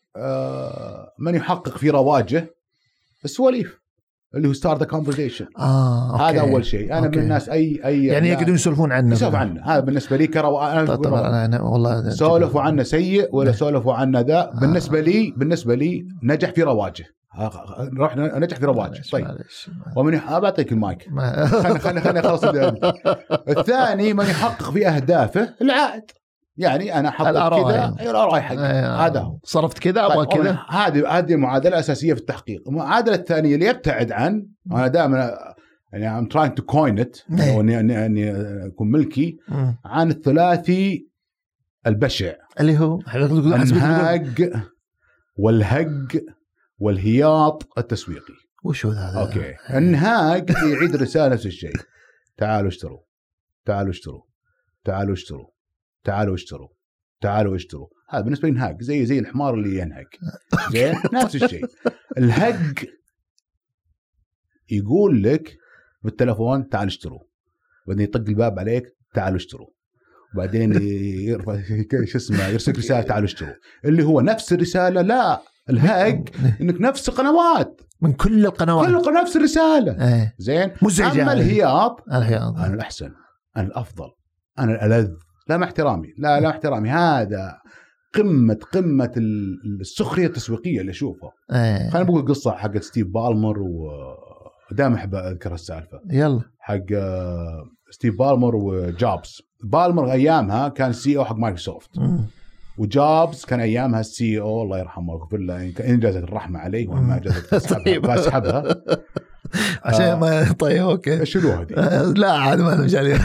من يحقق في رواجه السواليف اللي هو start the conversation. هذا أول شيء. أنا من الناس أي يعني يقدرون يسولفون عنه. هذا بالنسبة لي طبعا أنا والله سولفوا عنه سيء ولا سولفوا عنه ذا. بالنسبة لي نجح في رواجه. رحنا نجح في رواجه. طيب ومن بعطيك المايك. خلينا خلص. الثاني من يحقق في أهدافه العائد. يعني أنا حطيت كذا الأرائي حقي هذا هو. صرفت كذا أبغى كذا. هذه معادلة أساسية في التحقيق. المعادلة الثانية اللي يبتعد عن، أنا دائما يعني I'm trying to coin it أني أكون ملكي عن الثلاثي البشع اللي هو الانهاج والهج والهياط التسويقي. وش هو هذا؟ أوكي. الانهاج يعيد رسالة نفس الشيء، تعالوا اشتروا تعالوا اشتروا تعالوا اشتروا تعالوا اشتروا تعالوا اشتروا. هذا بالنسبة لي انهاج، زي الحمار اللي ينهج. زين نفس الشيء. الهج يقول لك بالتلفون تعالوا اشتروا، بعدين يطق الباب عليك تعالوا اشتروا، وبعدين يرفع يرسل رسالة تعالوا اشتروا، اللي هو نفس الرسالة. لا، الهاج انك نفس القنوات، من كل القنوات نفس الرسالة. زين. أما الهياط، الهياط أنا الأحسن، أنا الأفضل، أنا الألذ، لا مع احترامي، لا احترامي، هذا قمة السخرية التسويقية اللي أشوفها. خلينا بقول قصة حق ستيف بالمر، ودائما أحب أذكر السالفة يلا حق ستيف بالمر وجوبز. بالمر أيامها كان CEO حق مايكروسوفت، وجوبز كان أيامها CEO الله يرحمه ويغفر له، إن جازت الرحمة عليه وما جازت فاسحبها عشان ما طيب أوكي شنو هذه؟ لا عاد ما نمشي عليها.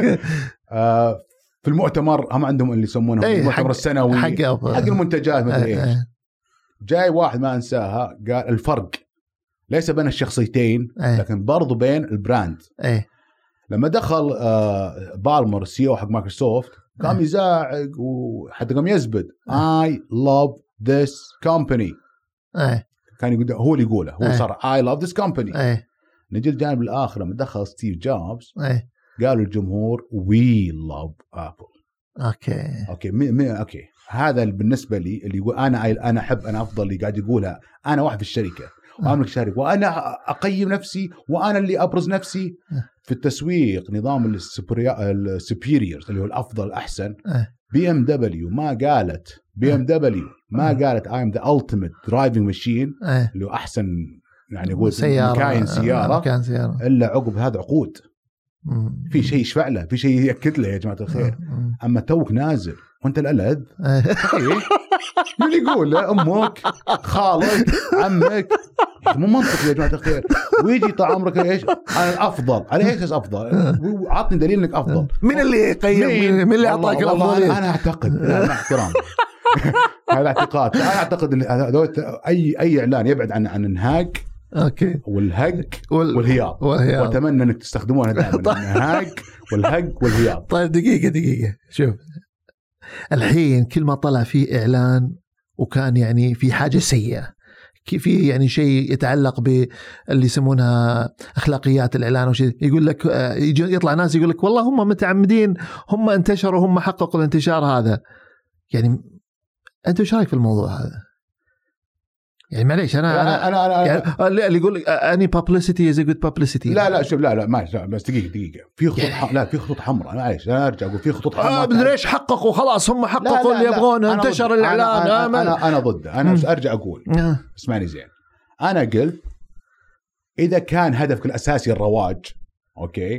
في المؤتمر هم عندهم اللي يسمونه المؤتمر السنوي حق المنتجات مثل ايش. جاي واحد ما انساها قال الفرق ليس بين الشخصيتين لكن برضو بين البراند. لما دخل بالمر CEO حق مايكروسوفت قام يزاعق وحتى قام يزبد I love this company. كان يقول هو اللي يقوله، هو صار I love this company. نجي الجانب الآخر لما دخل ستيف جوبز قالوا الجمهور we love Apple. اوكي هذا بالنسبه لي اللي يقول انا احب انا افضل، اللي قاعد يقولها انا واحد في الشركه واملك شركه وانا اقيم نفسي وانا اللي ابرز نفسي في التسويق. نظام السوبيريورز اللي هو الافضل الاحسن. BMW ما قالت ما قالت I am the ultimate driving machine اللي هو احسن يعني يقول مكاين سياره الا عقب هذا عقود في شيء يشفع له، في شيء يأكد له يا جماعة الخير. أما توك نازل وأنت الألذ صحيح اللي يقول أمك خالك عمك مو منطقي يا جماعة الخير. ويجي طال عمرك إيش أنا الأفضل على إيش أفضل، عطني دليل إنك أفضل. من اللي يقيم من اللي أعطاك الأفضلية؟ أنا أعتقد لا احترام هذا اعتقاد. أنا أعتقد إن أي إعلان يبعد عن النهاق اوكي والهق والهياط، واتمنى انك تستخدمونها دائما. الهق والهق والهياط. طيب دقيقه شوف الحين كل ما طلع فيه اعلان وكان يعني في حاجه سيئه، في يعني شيء يتعلق باللي يسمونها اخلاقيات الاعلان وشيء، يقول لك يطلع ناس يقول لك والله هم متعمدين، هم انتشروا، هم حققوا الانتشار هذا. يعني انت ايش رايك في الموضوع هذا؟ يعني معليش أنا يعني اللي يقول أني publicity is a good publicity. لا شوف لا ما بس دقيقة في خطوط لا في خطوط حمراء. معليش أنا أرجع أقول في خطوط حمراء. بدري إيش حققوا خلاص، هم حققوا اللي يبغونه، انتشر الإعلان. أنا ضده. أنا أرجع أقول اسمعني زين. أنا قلت إذا كان هدفك الأساسي الرواج أوكي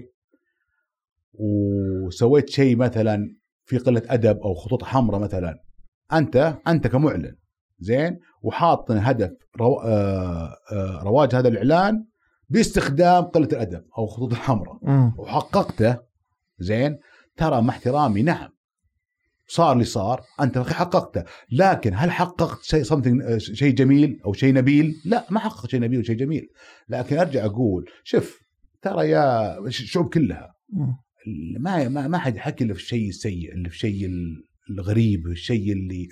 وسويت شيء مثلا في قلة أدب أو خطوط حمراء مثلا، أنت كمعلن زين وحاط هدف رواج هذا الإعلان باستخدام قلة الأدب أو خطوط الحمراء وحققته زين، ترى مع احترامي نعم صار اللي صار، أنت حققته. لكن هل حققت شيء جميل أو شيء نبيل؟ لا ما حققت شيء نبيل وشيء جميل. لكن أرجع أقول شوف ترى يا الشعوب كلها ما حد يحكي اللي في الشيء السيء، اللي في الشيء الغريب، الشيء اللي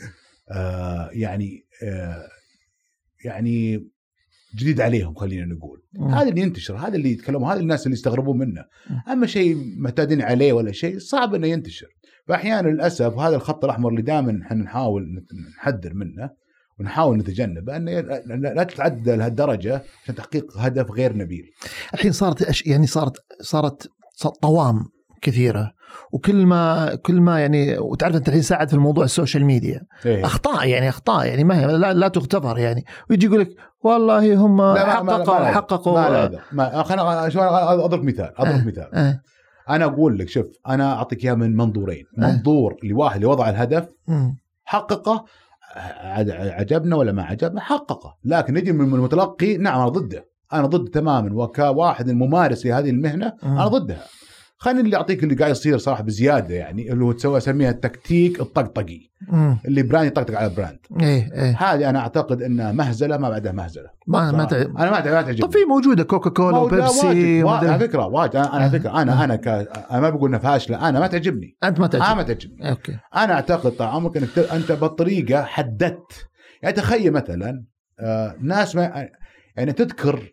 يعني جديد عليهم خلينا نقول. هذا اللي ينتشر، هذا اللي يتكلموا، هذا الناس اللي يستغربون منه. أما شيء معتادين عليه ولا شيء صعب إنه ينتشر. فأحيانا للأسف هذا الخط الأحمر اللي دائما احنا نحاول نحذر منه ونحاول نتجنبه، أن لا تتعدى لهالدرجة عشان تحقيق هدف غير نبيل. الحين صارت طوام كثيرة، وكل ما يعني، وتعرف انت الحين ساعد في الموضوع السوشيال ميديا اخطاء يعني ما هي لا تغتفر يعني، ويجي يقول لك والله هم حققوا خلينا اضرب مثال. انا اقول لك شوف انا اعطيك اياه من منظورين. منظور لواحد اللي وضع الهدف حققه، عجبنا ولا ما عجبنا حققه، لكن نجي من المتلقي نعم انا ضده تماما، وكواحد الممارس لهذه المهنة انا ضدها. خليني اللي أعطيك اللي قاعد يصير صراحة بزيادة، يعني اللي هو تسوي أسميها التكتيك الطقطقي، اللي براند يطقطق على براند. هذه أنا أعتقد إنها مهزلة ما بعدها مهزلة. أنا ما تعجبني. طب في موجودة كوكا كولا وبيبسي على فكرة واجد. أنا فكرة أنا ما بقول إنها فاشلة، أنا ما تعجبني. أنت ما تعجبني. ما تعجبني. أوكي. أنا أعتقد طال عمرك إنك أنت بالطريقة حددت. يعني تخيل مثلا ناس ما يعني تذكر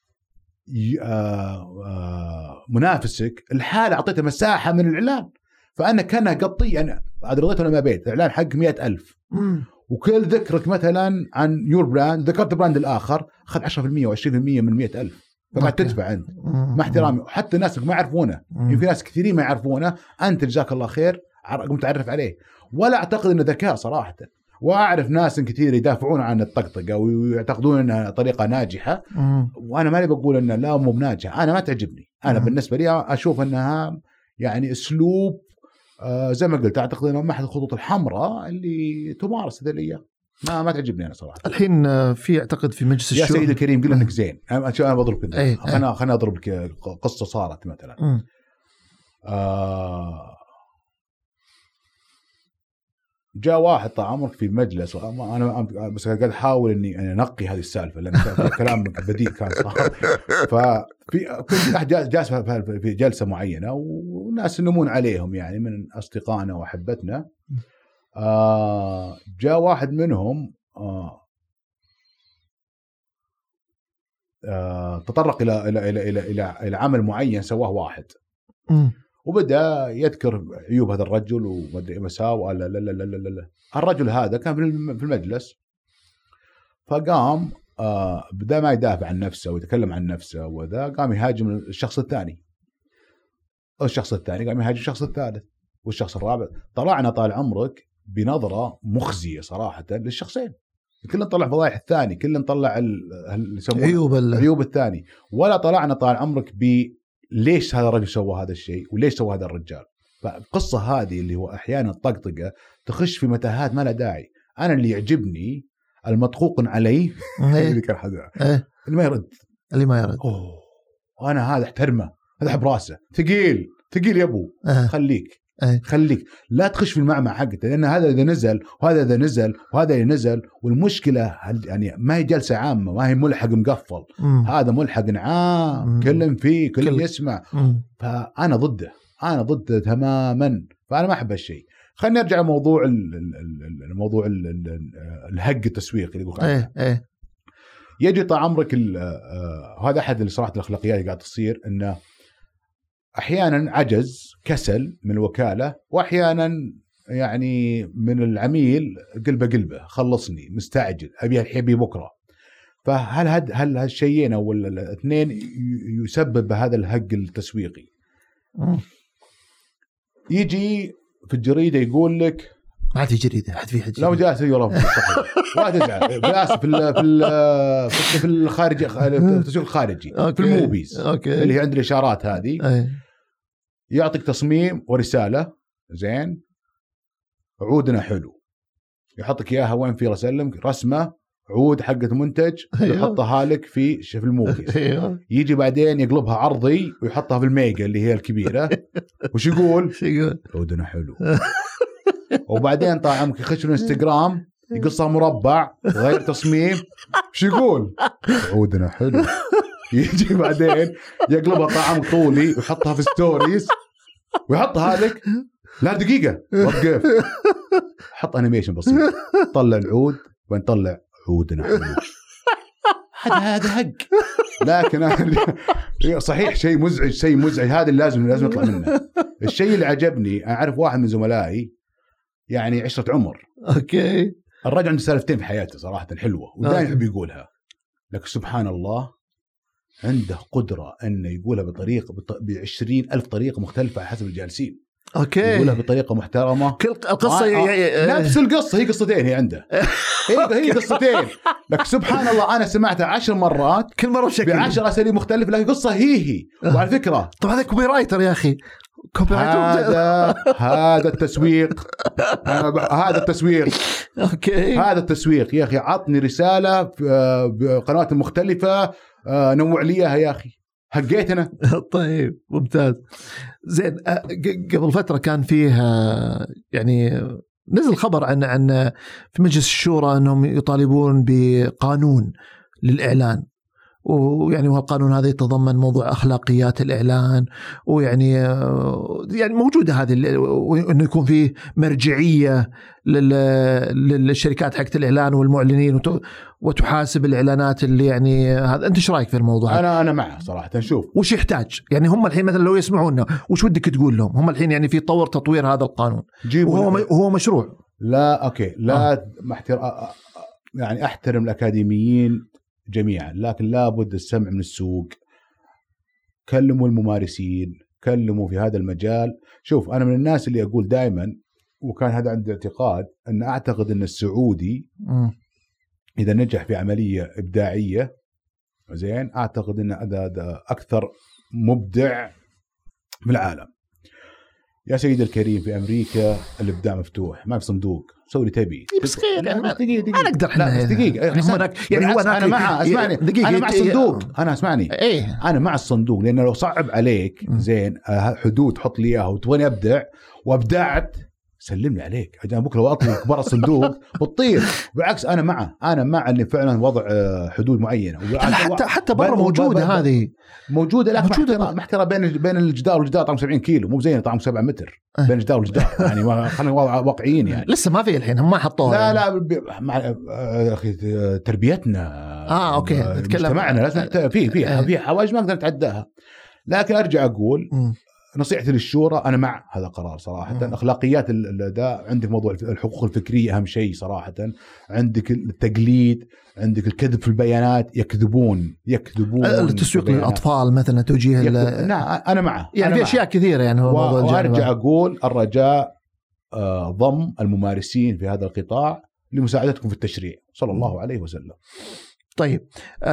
منافسك الحالة أعطيته مساحة من الإعلان، فأنا كان قطي أنا رضيت ولا ما بيت الإعلان حق 100,000 وكل ذكرك مثلا عن يور براند ذكرت براند الآخر أخذ 10% و 20% من 100,000، فقاعد تدفع أنت مع احترامي. وحتى الناس ما يعرفونه، في ناس كثيرين ما يعرفونه، أنت جزاك الله خير متعرف عليه، ولا اعتقد انه ذكاء صراحه. واعرف ناس كثير يدافعون عن الطقطقه ويعتقدون انها طريقه ناجحه، وانا ماني بقول انه لا مو بناجحه، انا ما تعجبني. انا بالنسبه لي اشوف انها يعني اسلوب زي ما قلت، اعتقد انه ما احد الخطوط الحمراء اللي تمارس هذه الايام، ما تعجبني انا صراحه. الحين في اعتقد في مجلس الشورى يا سيدي الكريم قل انك زين. انا بضرب كذا، خلنا اضرب لك قصه صارت مثلا. جاء واحد طال عمرك في مجلس، انا بس قاعد احاول اني انقي هذه السالفه لان كلام بديء كان صار. ففي كنت احد جالس في جلسه معينه والناس ينمون عليهم يعني من اصدقائنا واحبتنا. جاء واحد منهم تطرق الى عمل معين سواه واحد، وبدأ يذكر عيوب هذا الرجل ومدري مساوئ. لا لا لا لا لا، الرجل هذا كان في المجلس، فقام بدأ ما يدافع عن نفسه ويتكلم عن نفسه، وذا قام يهاجم الشخص الثاني، والشخص الثاني قام يهاجم الشخص الثالث، والشخص الرابع. طلعنا طال عمرك بنظرة مخزية صراحة للشخصين، كلنا نطلع فضايح الثاني، كلنا نطلع عيوب الثاني، ولا طلعنا طال عمرك ليش هذا الرجل سوى هذا الشيء وليش سوى هذا الرجال. فالقصة هذه اللي هو أحيانا الطقطقة تخش في متاهات ما لا داعي. أنا اللي يعجبني المطقوق عليه اللي كان حدا اللي ما يرد أنا هذا احترمه، هذا حب راسه، ثقيل يا أبو، خليك لا تخش في المعمعة حقته، لأن هذا إذا نزل وهذا إذا نزل وهذا اللي نزل، والمشكلة يعني ما هي جلسة عامة، ما هي ملحق مقفل، هذا ملحق عام كلم فيه كل يسمع. فأنا ضده تماما، فأنا ما أحب هالشيء. خلينا نرجع لموضوع الموضوع الهق التسويقي اللي يقول يجي طال عمرك هذا أحد صراحة الأخلاقيات اللي قاعد تصير، إنه أحيانا عجز كسل من الوكالة، وأحيانا يعني من العميل قلبه خلصني مستعجل أبي بكرة. فهل هالشيئين أو الاثنين يسبب هذا الهق التسويقي؟ يجي في الجريدة يقول لك ما في جريدة حد في حد لو جالس يورم ولا تزعل في الخارجي، في التسويق الخارجي، في الموبيز اللي هي عند الإشارات هذه، يعطيك تصميم ورسالة زين، عودنا حلو، يحطك إياها وين في رسمة عود حقة منتج، يحطها لك في الموبيز. يجي بعدين يقلبها عرضي ويحطها في الميجا اللي هي الكبيرة، وش يقول عودنا حلو. وبعدين طبعا ممكن يخش الانستغرام يقصها مربع غير تصميم، وش يقول عودنا حلو. يجي بعدين يقلبها طعم طولي ويحطها في ستوريز ويحطها لك. لا دقيقة وقف، حط انيميشن بسيط، طلع العود وين طلع عودنا حلو. هذا حق. لكن صحيح شيء مزعج، هذا اللي لازم يطلع منه. الشيء اللي عجبني، أعرف واحد من زملائي يعني 10 عمر، الرجل عنده سالفتين في حياته صراحة حلوة ودائما يحب يقولها، لكن سبحان الله عنده قدرة أنه يقولها بطريقة ب20,000 طريقة مختلفة حسب الجالسين. يقولها بطريقة محترمة. كل القصة نفس القصة، هي قصتين هي عنده، هي قصتين، لكن سبحان الله أنا سمعتها 10 مرات، كل مرة بشكل ب10 أساليب مختلفة، لكن قصة هي. وعلى فكرة طبعا هذا كوبي رايتر يا أخي، هذا التسويق. هذا التسويق يا أخي. عطني رسالة بقنوات مختلفة، نوع لي إياها يا أخي، حقيتنا. طيب ممتاز زين. قبل فترة كان فيها يعني نزل خبر عن في مجلس الشورى أنهم يطالبون بقانون للإعلان، ويعني وهالقانون هذا يتضمن موضوع أخلاقيات الإعلان، ويعني موجودة هذه، وإنه يكون فيه مرجعية للشركات حقت الإعلان والمعلنين، وتحاسب الإعلانات اللي يعني هذا. أنت إيش رأيك في الموضوع؟ أنا معه صراحة. نشوف وش يحتاج. يعني هم الحين مثلا لو يسمعونا وش ودك تقول لهم؟ هم الحين يعني في تطوير هذا القانون، وهو مشروع. لا أوكي، لا يعني أحترم الأكاديميين جميعا، لكن لابد السمع من السوق. كلموا الممارسين، كلموا في هذا المجال. شوف أنا من الناس اللي أقول دائما، وكان هذا عندي اعتقاد، أن أعتقد أن السعودي إذا نجح في عملية إبداعية زين، أعتقد أن هذا أكثر مبدع في العالم. يا سيد الكريم في أمريكا الإبداع مفتوح، ما في صندوق، سوي اللي تبي. بس يعني ما نقدر احنا دقيقة يعني هو أنا مع اسمعني أنا مع الصندوق، أنا اسمعني أنا مع الصندوق، لأنه لو صعب عليك زين حدود حط لي إياها وتبغاني أبدع وأبدعت سلمني عليك، أنا بكرة لو أطلق برا الصندوق بتطير. بالعكس أنا مع إن فعلا وضع حدود معينة، حتى برا موجودة هذه موجودة، لكن محترة بين الجدار والجدار طعم 70 كيلو، مو زين طعم 7 متر بين الجدار والجدار يعني خلينا واقعيين يعني. لسه ما في الحين هم ما حطوها لا مع أخي تربيتنا أوكي مجتمعنا لازم في حواجز ما نقدر نتعداها. لكن أرجع أقول نصيحتي للشورى، أنا مع هذا القرار صراحة. أخلاقيات الأداء عندك، موضوع الحقوق الفكرية أهم شيء صراحة، عندك التقليد، عندك الكذب في البيانات، يكذبون التسويق للأطفال مثلا، توجيه أنا معه يعني في أشياء كثيرة يعني. هو موضوع وأرجع أقول الرجاء ضم الممارسين في هذا القطاع لمساعدتكم في التشريع صلى الله عليه وسلم. طيب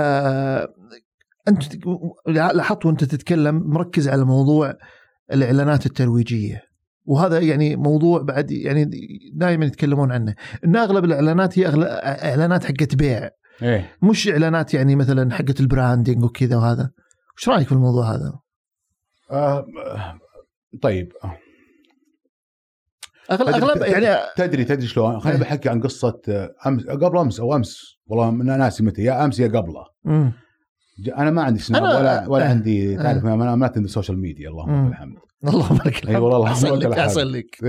أنت لاحظت وأنت تتكلم مركز على موضوع الإعلانات الترويجية، وهذا يعني موضوع بعد يعني دائما يتكلمون عنه، إن أغلب الإعلانات هي إعلانات حقت بيع، مش إعلانات يعني مثلا حقت البراندينج وكذا. وهذا وش رأيك في الموضوع هذا؟ طيب أغلب يعني تدري شلون؟ خليني بحكي عن قصة قبل أمس والله أنا ناسي متى، يا أمس يا قبله. أنا ما عندي سناب ولا عندي تعرف أنا ما عندي السوشيال ميديا اللهم لك الحمد. اللهم لك الحمد. والله أحسن لك.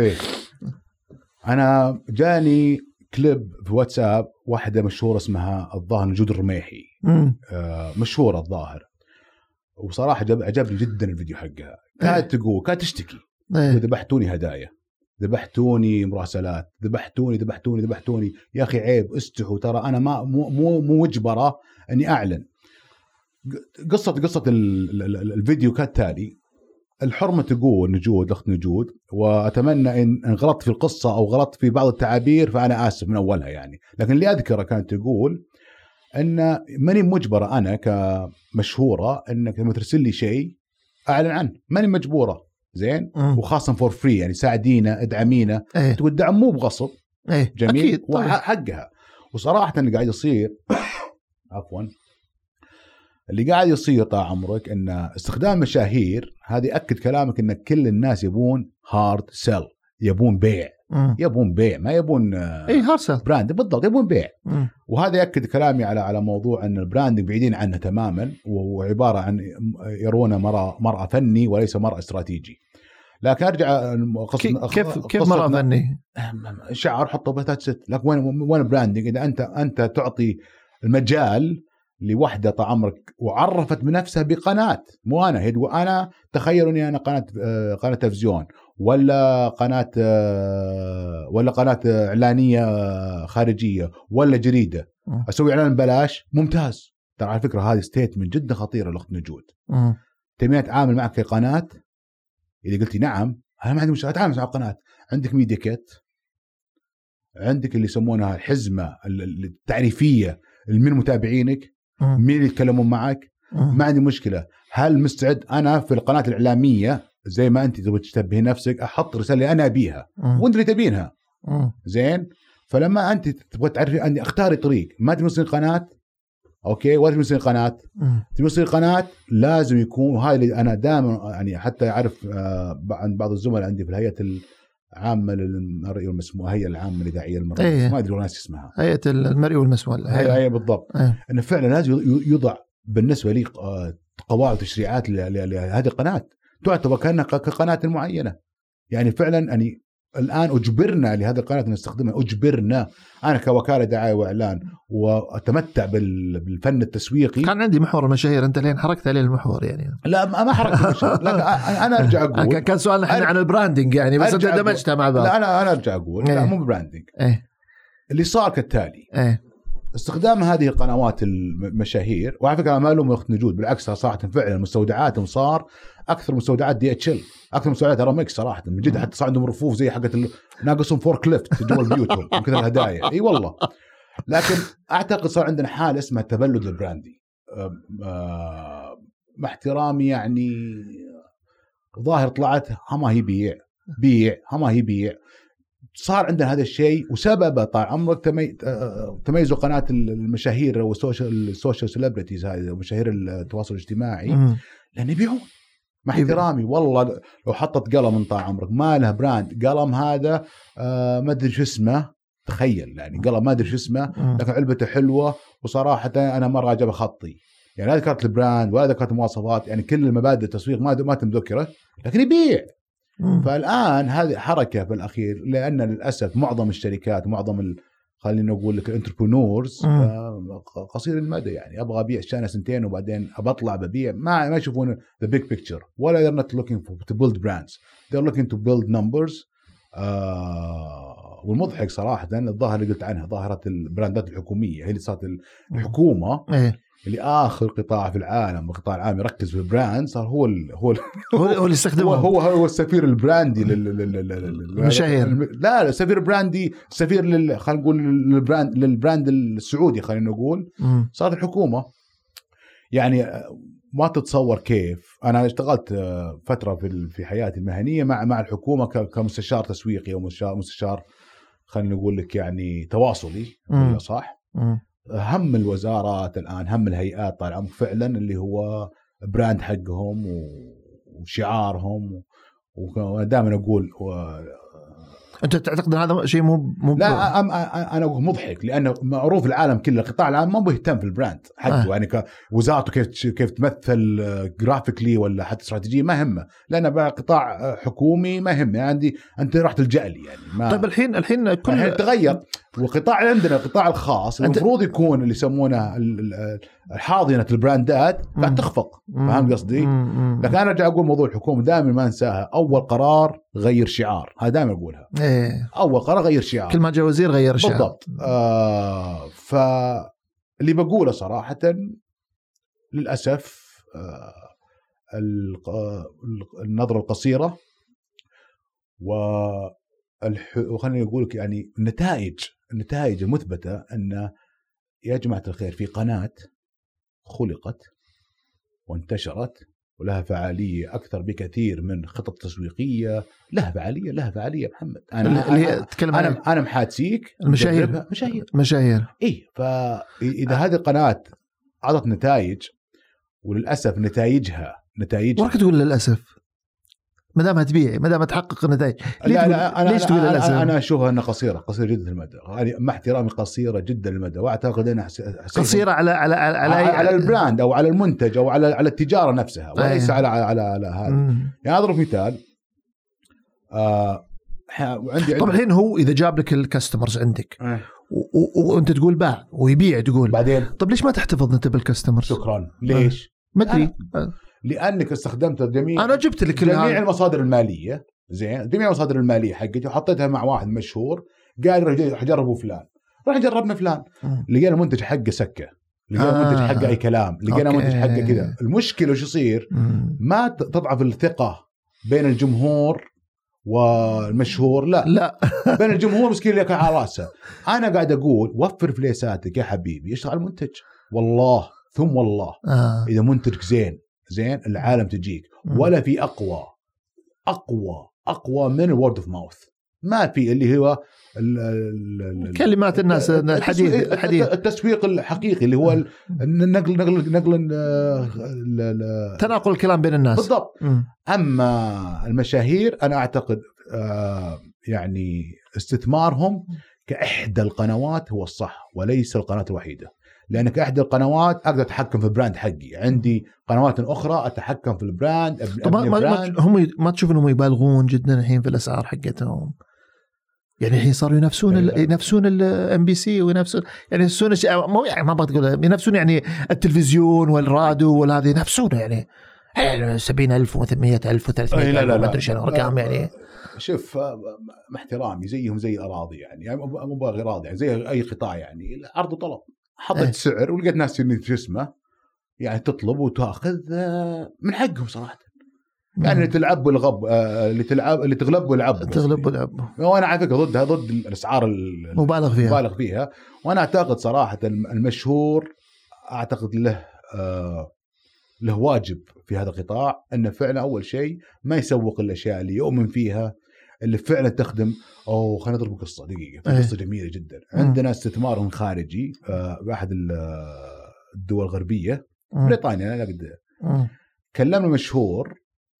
أنا جاني كليب في واتساب واحدة مشهورة اسمها الظاهر نجود الرميحي، مشهورة الظاهر، وصراحة عجبني جدا الفيديو حقها. كانت تقول كانت تشتكي ذبحتوني هدايا، ذبحتوني مراسلات، ذبحتوني يا أخي عيب، استحوا، ترى أنا مو مجبرة أني أعلن. قصة الفيديو كالتالي: الحرمة تقول نجود أخت نجود، وأتمنى إن غلطت في القصة أو غلطت في بعض التعابير فأنا آسف من أولها يعني، لكن اللي أذكره كانت تقول أن ماني مجبرة أنا كمشهورة أنك لما ترسل لي شيء أعلن عنه، ماني مجبورة زين، وخاصة فور فري يعني ساعدينا ادعمينا. تقول دعم مو بغصب، جميل وحقها. وصراحة اللي قاعد يصير عفوا اللي قاعد يصير طال عمرك ان استخدام مشاهير هذه أكد كلامك ان كل الناس يبون هارد سيل، يبون بيع ما يبون هارد سيل براند بالضبط، يبون بيع. وهذا يأكد كلامي على موضوع ان البراند بعيدين عنه تماما، وعبارة عن يرون مرأة فني وليس مرأة استراتيجي. لكن ارجع كيف مرأة فني؟ شعر حطه بتات ست، لكن وين براندنج؟ اذا انت تعطي المجال لوحدة طال عمرك وعرفت بنفسها بقناة، مو أنا تخيلوا أني أنا قناة تلفزيون ولا قناة إعلانية خارجية ولا جريدة، أسوي إعلان بلاش، ممتاز. ترى على فكرة هذه ستيتمنت جدا خطيرة لأخت نجود. تبين أتعامل معك كقناة؟ إذا قلتي نعم أنا ما عندي مشكلة أتعامل مع قناة. عندك ميديا كيت، عندك اللي يسمونها الحزمة التعريفية من متابعينك، مين اللي يتكلمون معك، ما عندي مشكلة. هل مستعد أنا في القناة الإعلامية زي ما أنت تبغى تشتبه نفسك أحط رسالة أنا أبيها وأنت اللي تبينها زين؟ فلما أنت تبغى تعرفي أني أختاري طريق، ما تمسين قناة أوكي، ولا تمسين قناة، تمسين قناة لازم يكون. وهذا اللي أنا دائما يعني حتى أعرف عند بعض الزملاء عندي في الهيئة العامة للمرئي والمسموع، هي العامة الإذاعية المرئي، ما أدري والناس اسمها هيئة المرئي والمسموع. هي بالضبط. إنه فعلا لازم يوضع بالنسبة لي قواعد وتشريعات لهذه القناة، تعتبر كأنها كقناة معينة. يعني فعلا يعني الآن أجبرنا لهذه القناة أن نستخدمها، أجبرنا. أنا كوكالة دعاية وإعلان وأتمتع بالفن التسويقي. كان عندي محور المشاهير، أنت لين حركت عليه المحور يعني؟ لا ما حركت المشاهير، لكن أنا أرجع أقول كان سؤالنا إحنا عن البراندينج يعني، بس أنت دمجتها مع بعض. لا أنا أرجع أقول لا مو براندينج. اللي صار كالتالي، استخدام هذه القنوات المشاهير، وعلى فكره ما لهم وقت نجود، بالعكس صراحه فعلا مستودعاتهم صار اكثر مستودعات DHL، اكثر مستودعات رامكس صراحه من جد، حتى صار عندهم رفوف زي حقه ناقصهم فورك ليفت جوا بيوتهم من كثر الهدايا. اي والله. لكن اعتقد صار عندنا حاله اسمها التبلد البراندي. مع احترامي يعني ظاهر طلعت ما هي بيع ما هي بيع. صار عندنا هذا الشيء، وسببه طال عمرك تميزوا قناه المشاهير والسوشيال سيلبرتيز، هذه مشاهير التواصل الاجتماعي، لان يبيعون. مع احترامي والله لو حطت قلم من طال عمرك ما له براند، قلم هذا ما ادري شو اسمه، تخيل يعني قلم ما ادري شو اسمه لكن علبته حلوه، وصراحه انا مره عجب خطي يعني. هذا كانت البراند وهذا كانت المواصفات، يعني كل المبادئ التسويق ما تمذكره لكن يبيع. فالآن هذه حركة بالأخير، لأن للأسف معظم الشركات ومعظم خلينا نقول لك الانتربرونورز قصير المدى، يعني أبغى أبيع سنة سنتين وبعدين أبطلع ببيع، ما يشوفون the big picture، ولا they're not looking to build brands, they're looking to build numbers. والمضحك صراحة الظاهرة اللي قلت عنها، ظاهرة البراندات الحكومية، هي اللي صارت الحكومة اللي آخر قطاع في العالم، القطاع العام يركز في البراند، صار هو اللي يستخدمه، هو السفير البراندي للمشاهير. لا السفير البراندي، السفير خلينا نقول للبراند السعودي، خلينا نقول صارت الحكومة. يعني ما تتصور كيف أنا اشتغلت فترة في حياتي المهنية مع الحكومة كمستشار تسويقي أو مستشار خلينا نقول لك يعني تواصلي، ولا صح؟ هم الوزارات الآن، هم الهيئات طال عمرك فعلا اللي هو براند حقهم وشعارهم، ودائما أقول أنت تعتقد هذا شيء مو لا أنا أقول مضحك، لأنه معروف العالم كله القطاع العام ما بيهتم في البراند حقه يعني وزارته كيف تمثل جرافيكلي ولا حتى استراتيجية ما همه، لأن بقى قطاع حكومي ما همه يعني أنت رحت الجألي يعني ما. طيب الحين كل تغير، والقطاع عندنا القطاع الخاص المفروض يكون اللي يسمونه حاضنة البراندات قاعد تخفق، فهم قصدي؟ لكن أنا أرجع أقول موضوع الحكومة دائما ما انساها، أول قرار غير شعار، هذا دائما أقولها. أول قرار غير شعار، كل ما جاء وزير غير شعار بالضبط. فاللي بقوله صراحة للأسف النظرة القصيرة وخليني أقول لك يعني النتائج المثبتة أن يا جماعة الخير في قناة خلقت وانتشرت ولها فعالية أكثر بكثير من خطط تسويقية، لها فعالية محمد. أنا محاتسيك المشاهير إيه. فإذا هذه القناة أعطت نتائج، وللأسف نتائجها وراك تقول للأسف ما دام تبيع، ما دام تحقق النتائج، ليش تقول للأسف؟ أنا أشوفها أنها قصيرة جدا المدى، يعني مع احترامي قصيرة جدا المدى، وأعتقد أنها قصيرة على البراند أو على المنتج أو على التجارة نفسها، وليس على هذا. يعني أضرب مثال طبعا الحين هو إذا جاب لك الكاستمرز عندك وأنت تقول باع ويبيع، تقول بعدين طب ليش ما تحتفظ أنت بالكاستمرز؟ شكرا. ليش؟ ما أدري. لأنك استخدمت أنا جبت لك جميع المصادر المالية، زين، جميع المصادر المالية حقتي وحطيتها مع واحد مشهور قال حجربوا فلان، راح جربنا فلان، لقينا المنتج حقه سكة، لقينا المنتج حقه أي كلام، لقينا منتج حقه كذا. المشكلة وش يصير؟ ما تضعف الثقة بين الجمهور والمشهور، لا بين الجمهور مسكين لك على راسه. أنا قاعد أقول وفر فليساتك يا حبيبي، اشتغل على المنتج، والله ثم والله إذا منتجك زين العالم تجيك. ولا في أقوى من الورد اوف ماوث، ما في اللي هو كلمات الناس الحديث التسويق الحقيقي اللي هو نقل تناقل الكلام بين الناس بالضبط. أما المشاهير أنا أعتقد يعني استثمارهم كإحدى القنوات هو الصح، وليس القناة الوحيدة، لأنك إحدى القنوات أقدر أتحكم في البراند حقي، عندي قنوات أخرى أتحكم في البراند. هم ما تشوف إنهم يبالغون جدا الحين في الأسعار حقتهم؟ يعني الحين صاروا ينافسون الMBC وينافسون يعني يعني ما بقول ينافسون يعني التلفزيون والراديو والهذه ينافسونه يعني 70,000 و800,000 و300,000 ما أدري شنو أرقام يعني. شوف مع احترامي زيهم زي الأراضي يعني مو باغي راضي يعني زي أي قطاع يعني عرض وطلب. حطت سعر ولقيت ناس اللي شو اسمه يعني تطلب وتاخذ من حقهم صراحه. يعني اللي تلعب والغب اللي تغلب والعب. وانا على فكره ضد الاسعار المبالغ فيها. وانا اعتقد صراحه المشهور اعتقد له واجب في هذا القطاع انه فعلا اول شيء ما يسوق الاشياء اللي يؤمن فيها اللي فعلا تخدم. او خلينا نضرب قصه دقيقه في قصه جميله جدا. عندنا استثمار خارجي باحد الدول الغربيه بريطانيا. انا قد كلمنا مشهور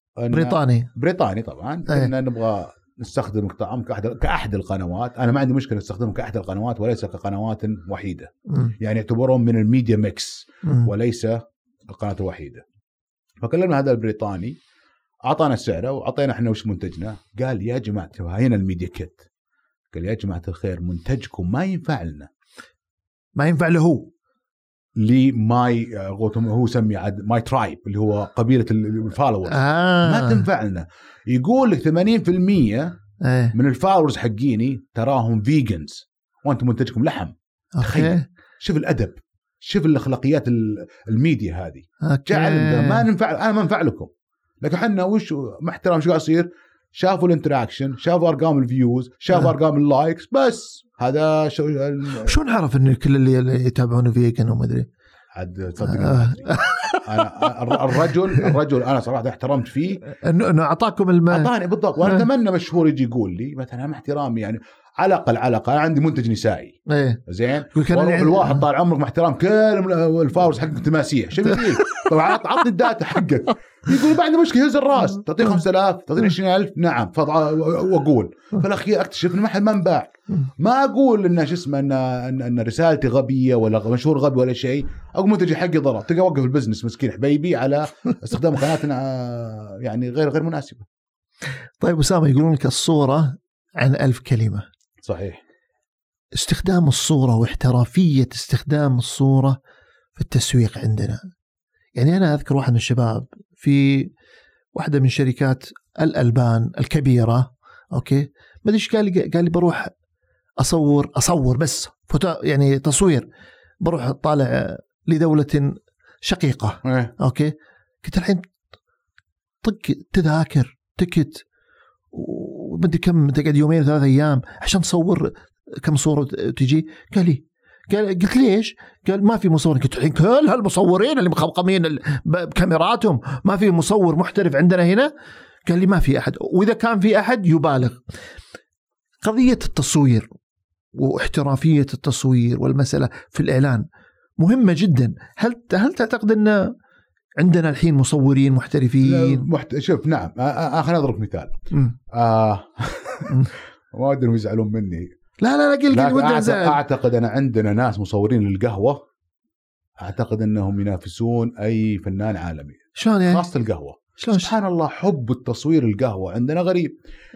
بريطاني طبعا ان نبغى نستخدم الطعام كأحد القنوات. انا ما عندي مشكله نستخدمه كأحد القنوات وليس كقنوات وحيده. يعني يعتبرون من الميديا ميكس وليس القناه الوحيده. فكلمنا هذا البريطاني اعطانا سعره وعطينا احنا وش منتجنا. قال يا جماعه هنا الميديا كيت. قال يا جماعه الخير منتجكم ما ينفع لنا. ما ينفع له هو لي ماي هو سمي ماي ترايب اللي هو قبيله الفالورز. ما تنفع لنا. يقول لك 80% من الفالورز حقيني تراهم فيجنز وانتم منتجكم لحم. تخيل شوف الادب شوف الاخلاقيات الميديا هذه. جعل ما ننفع انا ما انفع لكم. لكن احنا وش محترم شو قاعد يصير. شافوا الانتراكشن شافوا ارقام الفيوز شافوا ارقام اللايكس بس هذا شو نعرف ان كل اللي يتابعونه فيجن وما ادري عاد تصدق. انا الرجل انا صراحه احترمت فيه انه اعطاكم اعطاني بالضبط. وانا اتمنى مشهور يجي يقول لي مثلا مع احترامي يعني على الاقل انا عندي منتج نسائي زين الواحد طال عمرك مع احترام كل الفاورز حقك تماسيح شو فيك. طبعا عطني الداتا حقك. يقول بعد مشكله يهز الراس تعطيه 5000 تعطيني 20000 نعم واقول في الاخير اكتشف ان ما حد منباع. ما اقول ان شو اسمه ان رسالتي غبيه ولا مشهور غبي ولا شيء. اقول منتجي حقي ضرر تلقى وقف البزنس مسكين حبيبي على استخدام قناتنا يعني غير مناسبه. طيب أسامة يقولون لك الصوره عن 1000 كلمه. صحيح. استخدام الصوره واحترافيه استخدام الصوره في التسويق عندنا. يعني أنا أذكر واحد من الشباب في واحدة من شركات الألبان الكبيرة أوكي ما أدري قال لي بروح أصور بس يعني تصوير بروح طالع لدولة شقيقة أوكي. قلت الحين طق تذاكر تكت وبدي كم تقعد 2-3 أيام عشان تصور كم صورة تجي. قلت ليش؟ قال ما في مصور. قلت الحين كل هالمصورين اللي مخبقمين بكاميراتهم ما في مصور محترف عندنا هنا. قال لي ما في أحد وإذا كان في أحد يبالغ. قضية التصوير واحترافية التصوير والمسألة في الإعلان مهمة جدا. هل تعتقد أن عندنا الحين مصورين محترفين؟ شوف نعم. خليني أضرب مثال. ما أدري يزعلون مني. لا قل أعتقد أنا عندنا ناس مصورين للقهوة أعتقد أنهم ينافسون أي فنان عالمي. شلون يعني؟ خاصة القهوة. سبحان الله حب التصوير القهوة عندنا غريب.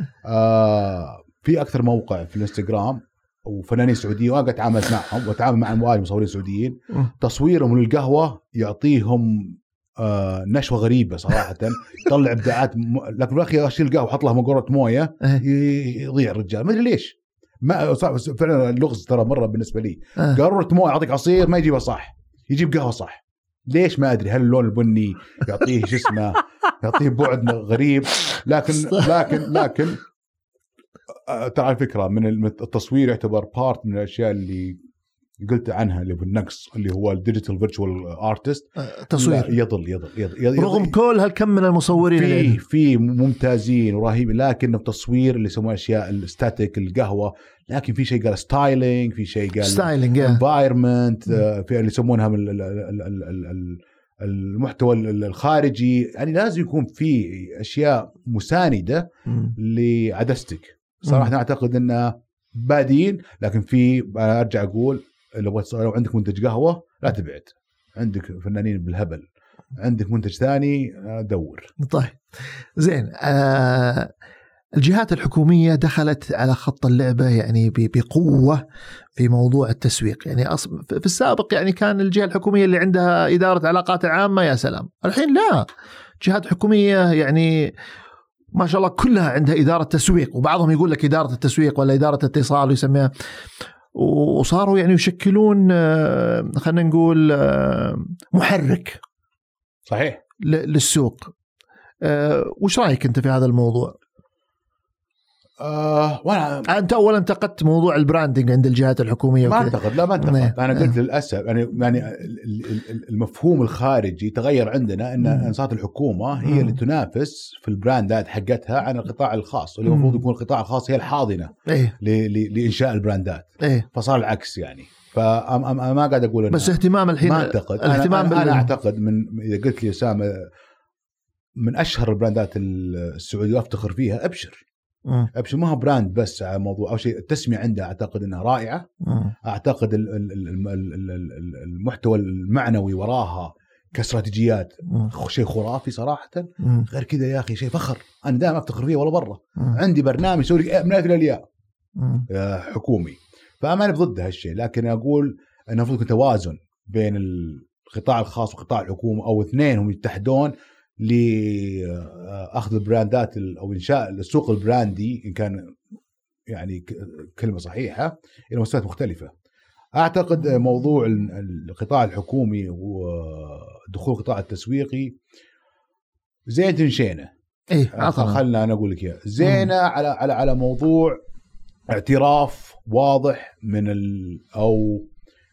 في أكثر موقع في الانستغرام وفنانين سعوديين وأنا أتعامل معهم وأتعامل مع موالي مصورين سعوديين تصويرهم للقهوة يعطيهم نشوة غريبة صراحة. يطلع إبداعات لكن في الأخير أشيل القهوة وحط لها مقرة موية يضيع الرجال. ما أدري ليش. ما فعلا اللغز ترى مرة بالنسبة لي قررة مويه يعطيك عصير ما يجيبها صح يجيب قهوة صح. ليش ما أدري. هل اللون البني يعطيه شو اسمه يعطيه بعد غريب. لكن ترى الفكرة من التصوير يعتبر بارت من الأشياء اللي قلت عنها اللي بالنقص اللي هو الديجيتال فيرتشوال ارتست. تصوير يضل رغم كل هالكم من المصورين في ممتازين ورهيبين لكن التصوير اللي يسمونه اشياء الستاتيك القهوه. لكن في شيء قال ستايلينج في شيء قال ستايلينج انفايرمنت في اللي يسمونها من المحتوى الخارجي. يعني لازم يكون في اشياء مساندة لعدستك صراحه. اعتقد انها بادين لكن في ارجع اقول لو عندك منتج قهوة لا تبعد. عندك فنانين بالهبل عندك منتج ثاني دور. طيب زين. الجهات الحكومية دخلت على خط اللعبة يعني بقوة في موضوع التسويق. يعني في السابق يعني كان الجهة الحكومية اللي عندها إدارة علاقات عامة يا سلام. الحين لا جهات حكومية يعني ما شاء الله كلها عندها إدارة تسويق وبعضهم يقول لك إدارة التسويق ولا إدارة اتصال ويسميها. وصاروا يعني يشكلون خلينا نقول محرك صحيح للسوق. وش رأيك أنت في هذا الموضوع؟ أنت أولا انتقدت موضوع البراندنج عند الجهات الحكومية ما انتقد، لا ما انتقد. أنا قلت للأسف يعني المفهوم الخارجي تغير عندنا أن صارت الحكومة هي اللي تنافس في البراندات حقتها عن القطاع الخاص، واللي المفروض يكون القطاع الخاص هي الحاضنة لإنشاء البراندات. فصار العكس يعني. فأنا ما قاعد أقول بس اهتمام الحين ما أعتقد. أنا أعتقد إذا قلت لي أسامة من أشهر البراندات السعودية أفتخر فيها أبشر. ما هو براند بس على موضوع أو شيء، التسمية عندها أعتقد أنها رائعة. أعتقد المحتوى المعنوي وراها كاستراتيجيات شيء خرافي صراحة. غير كذا يا أخي شيء فخر، أنا دائما أفتخر فيه ولا برا. عندي برنامج سوري من الألف للياء حكومي، فما أنا ضد هالشيء، لكن أقول أنه المفروض يكون توازن بين القطاع الخاص وقطاع الحكومة، أو اثنينهم يتحدون لأخذ البراندات أو إنشاء السوق البراندي إن كان يعني كلمة صحيحة إلى مستويات مختلفة. أعتقد موضوع القطاع الحكومي ودخول القطاع التسويقي زين تنشينا. خلنا أنا أقول لك يا زينة على موضوع اعتراف واضح من أو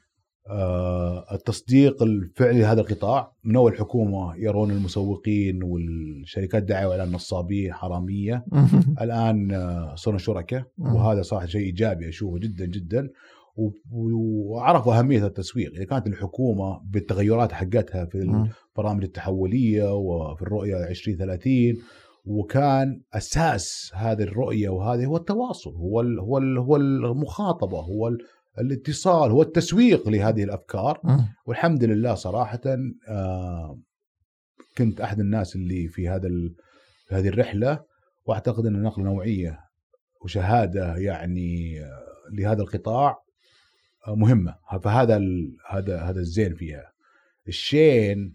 التصديق الفعلي لهذا القطاع. من أول الحكومة يرون المسوقين والشركات دعاية وإعلان نصابية حرامية، الآن صرنا شركاء، وهذا صراحة شيء إيجابي أشوفه جدا جدا. وعرفوا أهمية التسويق. إذا كانت الحكومة بالتغيرات حقتها في البرامج التحولية وفي الرؤية 2030، وكان أساس هذه الرؤية وهذه هو التواصل، هو المخاطبة، هو الاتصال، هو التسويق لهذه الأفكار. والحمد لله صراحة كنت أحد الناس اللي في هذه الرحلة، وأعتقد أن نقلة نوعية وشهادة يعني لهذا القطاع مهمة. فهذا هذا الزين فيها. الشين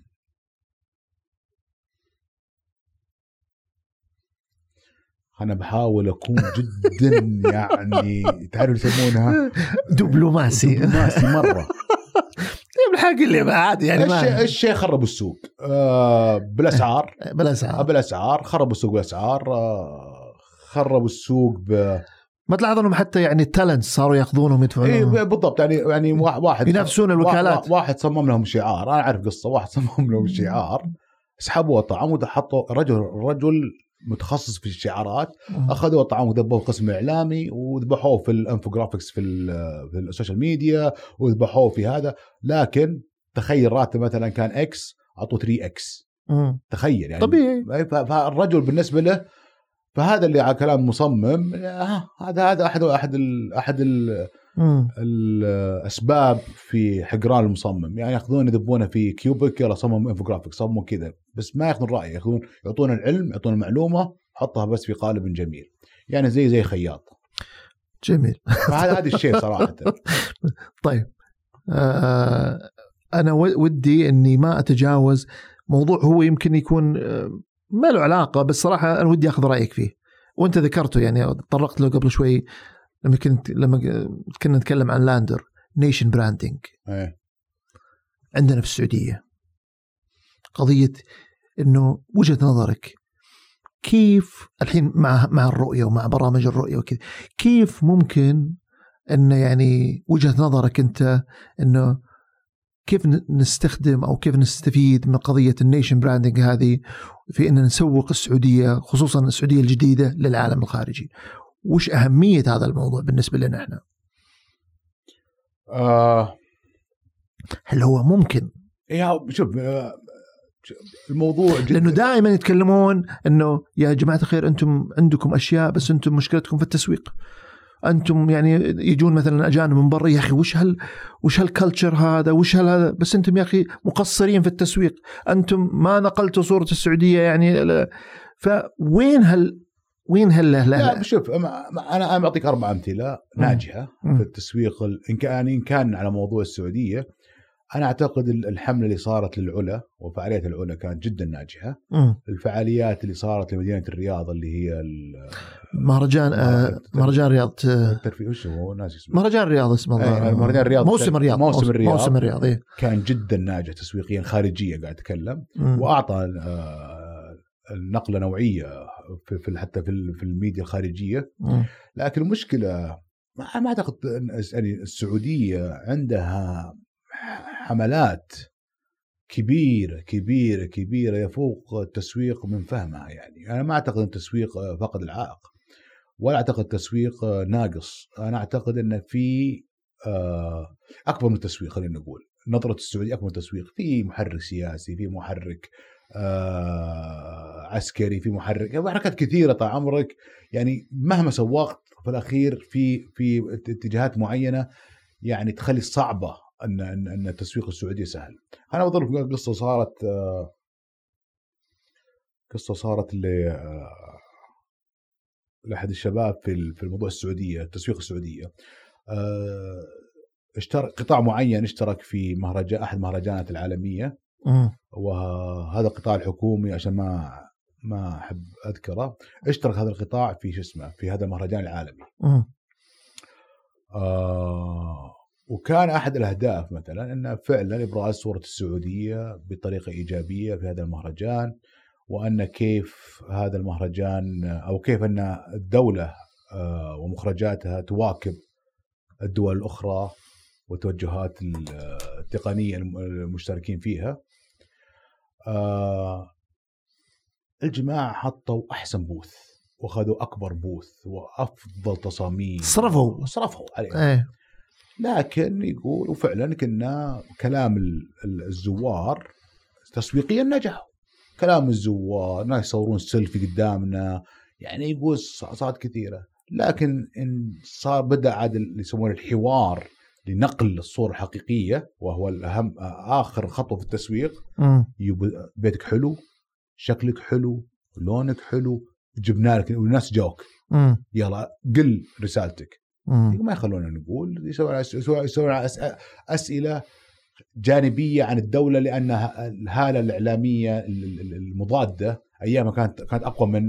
أنا بحاول أكون جدا يعني تعرف يسمونها دبلوماسي مرة. بالحق اللي عادي يعني الشيء خرب السوق بالأسعار خرب السوق بالأسعار، خرب السوق ما تلاحظ انهم حتى يعني التالنت صاروا ياخذونهم يدفعونهم. بالضبط. يعني واحد ينافسون الوكالات. واحد صمم لهم شعار، انا اعرف قصه، واحد صمم لهم شعار، سحبوا الطعام وحطوا رجل متخصص في الشعارات، اخذوا الطعام ودبوه في القسم الاعلامي وذبحوه في الانفوجرافيكس في السوشيال ميديا وذبحوه في هذا. لكن تخيل راتب مثلا كان اكس، اعطوه 3 اكس. تخيل يعني طبيعي. فالرجل بالنسبه له، فهذا اللي على كلام مصمم، هذا احد الاسباب في حقران المصمم. يعني ياخذون يذبونه في كيوبك، يلا صمم انفوجرافيك، صمموا كذا، بس ما ياخذون راي، يعطون العلم، يعطون المعلومه، حطها بس في قالب جميل، يعني زي خياط جميل. هذا الشيء صراحه. طيب انا ودي اني ما اتجاوز موضوع هو يمكن يكون ما له علاقة، بس صراحة أنا ودي أخذ رأيك فيه، وأنت ذكرته يعني طرقت له قبل شوي لما كنا نتكلم عن لاندر نيشن براندينج. عندنا في السعودية قضية إنه وجهة نظرك كيف الحين مع الرؤية ومع برامج الرؤية وكذا، كيف ممكن إنه يعني وجهة نظرك أنت إنه كيف نستخدم أو كيف نستفيد من قضية النيشن براندينج هذه في أن نسوق السعودية، خصوصا السعودية الجديدة، للعالم الخارجي؟ وش أهمية هذا الموضوع بالنسبة لنا إحنا؟ هل هو ممكن؟ شوف الموضوع لأنه دائما يتكلمون أنه يا جماعة الخير أنتم عندكم أشياء، بس أنتم مشكلتكم في التسويق. أنتم يعني يجون مثلا أجانب من برا، يا أخي وش هالكالتشر هذا، وش هذا، بس أنتم يا أخي مقصرين في التسويق، أنتم ما نقلتوا صورة السعودية يعني. وين لا شوف أنا أعطيك 4 أمثلة ناجحة في التسويق إن كان على موضوع السعودية. أنا أعتقد الحملة اللي صارت للعلا وفعاليات العلا كانت جدا ناجحة. الفعاليات اللي صارت لمدينة الرياض اللي هي مهرجان رياض الترفيه، وش هو ناس اسمه مهرجان الرياض اسمه مهرجان الرياض موسم الرياض كان جدا ناجح تسويقيا خارجيا قاعد أتكلم. وأعطى النقلة نوعية حتى في الميديا الخارجية. لكن المشكلة ما أعتقد يعني السعودية عندها حملات كبيرة يفوق التسويق من فهمها. يعني أنا ما أعتقد أن التسويق فقد العائق، ولا أعتقد التسويق ناقص. أنا أعتقد أن في أكبر من التسويق. خلينا نقول نظرة السعودية أكبر من التسويق. في محرك سياسي، في محرك عسكري، في محركات كثيرة طال عمرك. يعني مهما سوقت في الأخير في اتجاهات معينة يعني تخلي صعبة أن التسويق السعودي سهل. أنا بضرب قصة صارت لأحد الشباب في الموضوع السعودية، التسويق السعودية. اشترك قطاع معين، اشترك في أحد مهرجانات العالمية. وهذا القطاع الحكومي عشان ما أحب أذكره. اشترك هذا القطاع في هذا المهرجان العالمي. وكان أحد الأهداف مثلا أن فعلا إبراز صورة السعودية بطريقة إيجابية في هذا المهرجان، وأن كيف هذا المهرجان أو كيف أن الدولة ومخرجاتها تواكب الدول الأخرى وتوجهات التقنية المشتركين فيها. الجماعة حطوا أحسن بوث وأخذوا أكبر بوث وأفضل تصاميم، صرفوا عليه. لكن يقول وفعلا كنا كلام الزوار تسويقيا نجحوا. كلام الزوار ناس يصورون سيلفي قدامنا، يعني يقول صارت كثيرة. لكن إن صار بدأ عاد اللي يسمونه الحوار لنقل الصورة الحقيقية، وهو الأهم آخر خطوة في التسويق. بيتك حلو، شكلك حلو، لونك حلو، جبنا لك والناس جاوك، يلا قل رسالتك. ما يخلونا نقول، يسوون أسئلة جانبية عن الدولة، لأن الهالة الإعلامية المضادة أيامها كانت أقوى من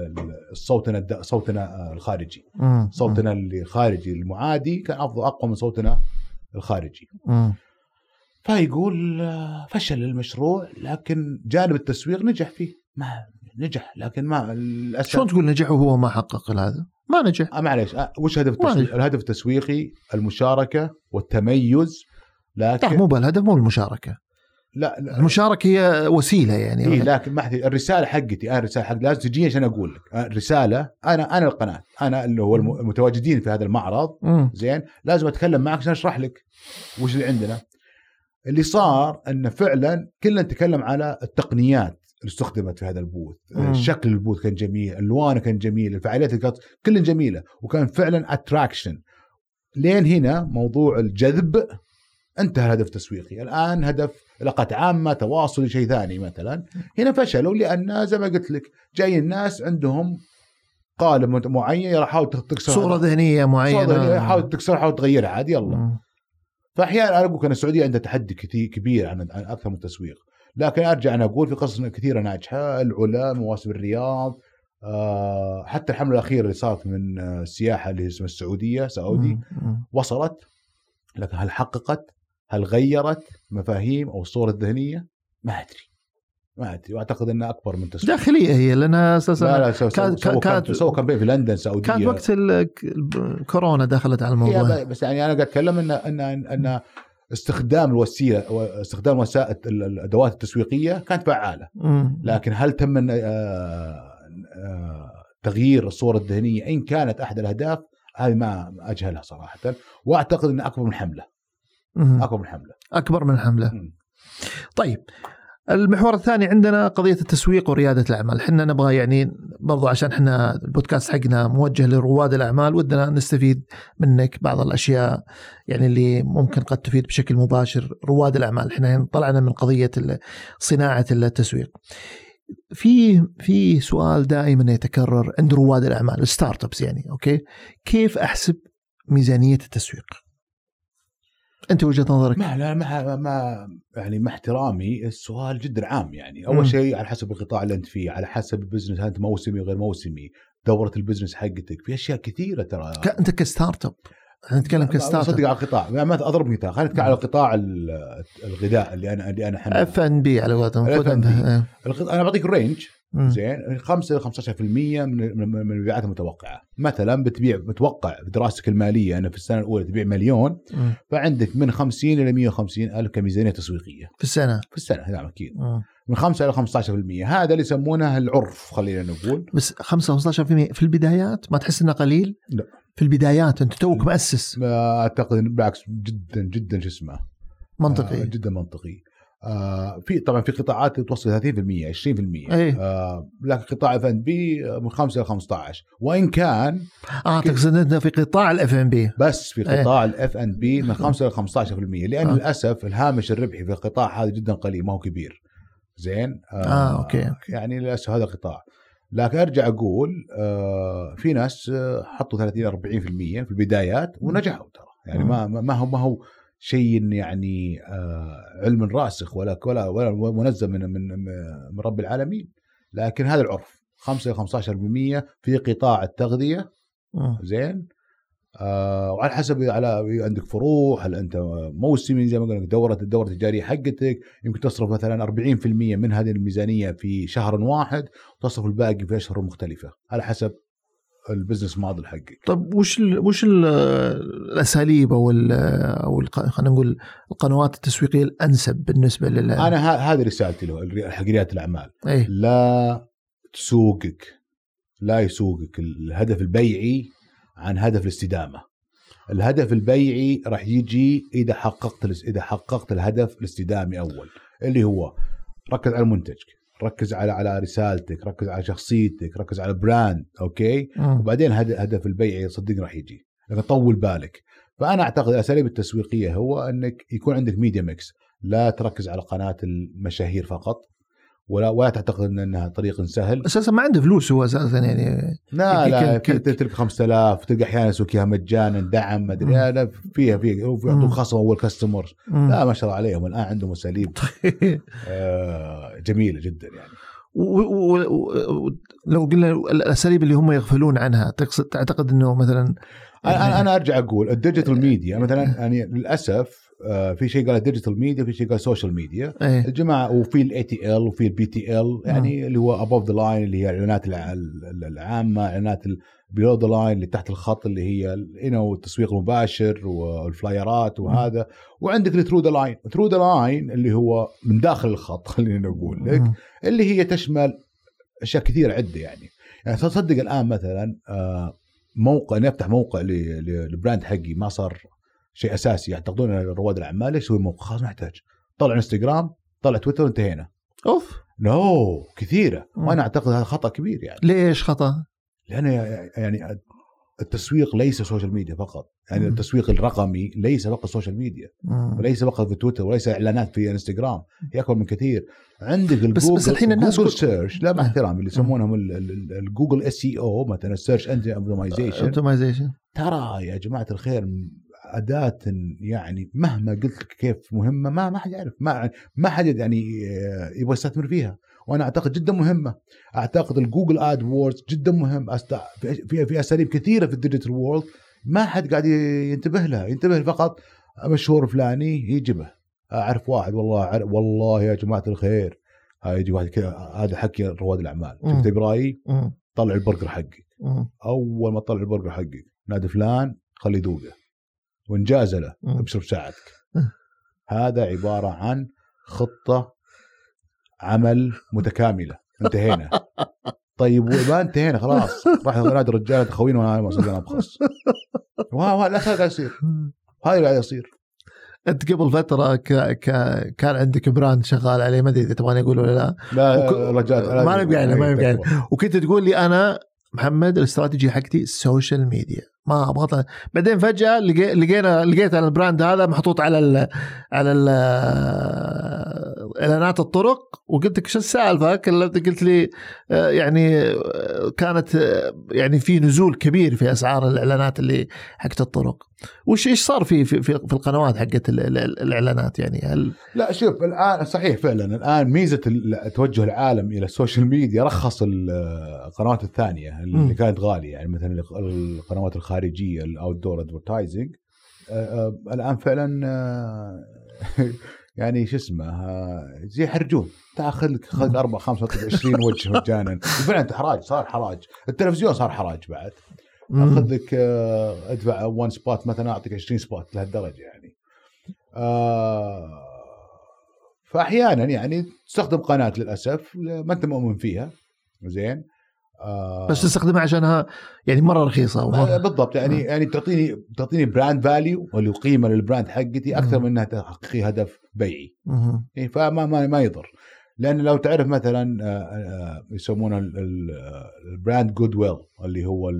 صوتنا الخارجي. صوتنا الخارجي المعادي كان أقوى من صوتنا الخارجي. فيقول فشل المشروع، لكن جانب التسويق نجح فيه. ما نجح، لكن ما الأسف. شلون تقول نجح وهو ما حقق هذا؟ ما نجح. معليش، وش هدف التسويق؟ الهدف التسويقي المشاركة والتميز. لكن مو بالهدف، مو المشاركة. لا المشاركة هي وسيلة يعني. إيه، لكن ما الرسالة حقتي، أنا الرسالة حق لازم تجي عشان أقول لك الرسالة. أنا القناة، أنا اللي هو المتواجدين في هذا المعرض. زين، لازم أتكلم معك عشان أشرح لك وش اللي عندنا. اللي صار أن فعلا كلنا نتكلم على التقنيات اللي استخدمت في هذا البوث. شكل البوث كان جميل، الوانه كان جميل، الفعاليات كانت كلها جميله، وكان فعلا اتراكشن. لين هنا موضوع الجذب انتهى الهدف التسويقي. الان هدف علاقات عامه، تواصل، شيء ثاني. مثلا هنا فشلوا لان زي ما قلت لك جاي الناس عندهم قالب معين، يحاول تكسر صوره ذهنيه معينه، يحاول تكسرها، حاول تغيرها عادي يلا. فاحيانا انا اقول ان السعوديه عندها تحدي كبير عن اكثر من التسويق. لكن ارجع انا اقول في قصص كثيره ناجحه، العلا، مواسم الرياض، حتى الحمله الاخيره اللي صارت من السياحه اللي اسمها السعوديه سعودي وصلت. لكن هل حققت؟ هل غيرت مفاهيم او الصوره الذهنيه؟ ما ادري. واعتقد انها اكبر من تسويق داخليه هي، لانها اساسا كانت سووا كامبين في لندن سعوديه، كانت وقت الكورونا دخلت على الموضوع. بس يعني انا قاعد اتكلم ان استخدام الوسيله واستخدام وسائل الادوات التسويقيه كانت فعاله. لكن هل تم تغيير الصوره الذهنيه ان كانت احد الاهداف؟ هذه ما اجهلها صراحه، واعتقد ان اكبر من حمله. طيب، المحور الثاني عندنا قضية التسويق وريادة الأعمال. حنا نبغى يعني برضو عشان حنا البودكاست حقنا موجه لرواد الأعمال، ودنا نستفيد منك بعض الأشياء يعني اللي ممكن قد تفيد بشكل مباشر رواد الأعمال. حنا طلعنا من قضية صناعة التسويق. في سؤال دائما يتكرر عند رواد الأعمال، الستارت ابس يعني، أوكي، كيف أحسب ميزانية التسويق؟ انت وجهة نظرك؟ ما يعني مع احترامي السؤال جدا عام. يعني اول شيء على حسب القطاع اللي انت فيه، على حسب البزنس، انت موسمي غير موسمي، دورة البزنس حقتك، في اشياء كثيره ترى. انت كستارت اب، نتكلم كستارت اب. صدق على القطاع، ما اضرب مثال، خلينا نتكلم على قطاع الغذاء اللي انا حمل F&B على قولتهم. انا بعطيك الرينج زين 5 إلى 15% من المبيعات المتوقعه. مثلا بتبيع، متوقع بدراستك الماليه انا في السنه الاولى تبيع 1,000,000، فعندك من 50 الى 150 الف كميزانيه تسويقيه في السنه. هذا اكيد من 5 الى 15%. هذا اللي يسمونه العرف، خلينا نقول. بس 5-15% في البدايات ما تحس انه قليل؟ لا، في البدايات انت توك مؤسس. اعتقد بالعكس جدا جدا شو اسمه منطقي. جدا منطقي. في طبعا في قطاعات توصل 30% 20%. لكن قطاع F&B من 5 إلى 15. وإن كان تقصد أنه في قطاع F&B، بس في قطاع F&B من 5 إلى 15%، لأن للأسف الهامش الربحي في القطاع هذا جدا قليل، ما هو كبير. زين أوكي. يعني للأسف هذا القطاع. لكن أرجع أقول في ناس حطوا 30-40% في البدايات ونجحوا ترى. يعني ما هو شيء يعني علم راسخ ولا منزل من رب العالمين، لكن هذا العرف 5 إلى 15% في قطاع التغذية. زين وعلى حسب، على عندك فروع، هل انت موسمي زي ما قلنا، الدورة التجارية حقتك يمكن تصرف مثلا 40% من هذه الميزانية في شهر واحد، وتصرف الباقي في أشهر مختلفة على حسب البزنس موديل حقك. طب وش الاساليب او خلينا نقول القنوات التسويقيه الانسب بالنسبه انا هذه رسالتي له حق رياده الاعمال. لا يسوقك الهدف البيعي عن هدف الاستدامه. الهدف البيعي راح يجي اذا حققت الهدف الاستدامي اول، اللي هو ركز على منتجك، ركز على رسالتك، ركز على شخصيتك، ركز على براند. اوكي وبعدين هدف البيع صدقني راح يجي، لكن طول بالك. فانا اعتقد الاساليب التسويقيه هو انك يكون عندك ميديا ميكس، لا تركز على قناه المشاهير فقط، ولا تعتقد انها طريق سهل. اساسا ما عنده فلوس هو اساسا، يعني لا تلقى 5000، تلقى احيانا يسوقها مجانا، دعم ما ادري هذا، فيها يعطون خصم اول كاستمر. لا ما شاء الله عليهم الان عندهم اساليب جميله جدا يعني. لو قلنا الاساليب اللي هم يغفلون عنها، تعتقد انه مثلا انا ارجع اقول الديجيتال ميديا مثلا، يعني للاسف في شيء قال الديجيتال ميديا، في شيء قال سوشيال ميديا الجماعه، وفي الاي تي ال وفي البي تي ال، يعني اللي هو ابوف ذا لاين اللي هي الاعلانات العامه، اعلانات بيلو ذا لاين اللي تحت الخط اللي هي التسويق المباشر والفلايرات وهذا. وعندك الثرو ذا لاين اللي هو من داخل الخط، خلينا نقول لك، اللي هي تشمل اشياء كثيره عده. يعني تصدق الان مثلا موقع، نفتح موقع للبراند حقي ما صار شيء اساسي. يعتقدون ان رواد الاعمال يسوي موقع خاص، نحتاج طلع انستغرام، طلع تويتر، انتهينا. كثيره. وانا اعتقد هذا خطا كبير. يعني ليش خطا؟ لأن يعني التسويق ليس سوشيال ميديا فقط. يعني التسويق الرقمي ليس فقط سوشيال ميديا، وليس فقط في تويتر، وليس إعلانات في انستغرام، هي أكبر من كثير. عندك الجوجل، بس الحين الناس جوجل سيرش، لا مع احترامي، اللي يسمونهم الجوجل SEO مثلا، السيرش انجن اوبتمايزيشن. ترى يا جماعة الخير أداة يعني مهما قلت لك كيف مهمة، ما حد يعرف، ما حد يعني يبغى يستثمر فيها. وانا اعتقد جدا مهمه. اعتقد الجوجل اد ووردز جدا مهم. في اساليب كثيره في الديجيتال وورلد ما حد قاعد ينتبه لها. ينتبه فقط مشهور فلاني يجيبه. اعرف واحد والله يا جماعه الخير، يجي واحد كذا، هذا حكي رواد الاعمال، شفت برايي، طلع البرجر حقك. اول ما طلع البرجر حقك نادي فلان خلي يذوقه، وانجاز له ابشر بساعدك. هذا عباره عن خطه عمل متكامله. انتهينا. طيب وما انتهينا خلاص، راح نادي الرجال تخوين وانا ما صدقنا ابخص. لا قاعد يصير، هاي قاعد يصير. انت قبل فتره كان عندك براند شغال عليه، ما ادري اذا تبغاني اقول ولا لا. رجال ما نبقى وكنت تقول لي انا محمد الاستراتيجي حقتي السوشيال ميديا، ما ابغى. بعدين فجأة لقيت البراند هذا محطوط على اعلانات الطرق، وقلت لك شو السالفة؟ قلت لي يعني كانت يعني في نزول كبير في اسعار الاعلانات اللي حقت الطرق. ايش صار في القنوات حقت الاعلانات يعني؟ هل لا شوف الان صحيح فعلا الان ميزه توجه العالم الى السوشيال ميديا رخص القنوات الثانيه اللي كانت غاليه، يعني مثلا القنوات الخارجيه الاوت دور ادفرتايزنج الان فعلا يعني شو اسمه زي حرجون، تاخذ لك 4 5 20 وجه مجانا. فعلا حراج، صار حراج. التلفزيون صار حراج بعد، اخذ لك ادفع 1 سبوت مثلا اعطيك 20 سبوت لهالدرجه يعني. فاحيانا يعني تستخدم قناه للاسف ما انت مؤمن فيها زين، بس تستخدمها عشانها يعني مره رخيصه بالضبط يعني تعطيني براند فاليو واللي قيمه للبراند حقتي اكثر من انها تحقق هدف بيعي. فما ما يضر، لان لو تعرف مثلا يسمونه البراند جود ويل اللي هو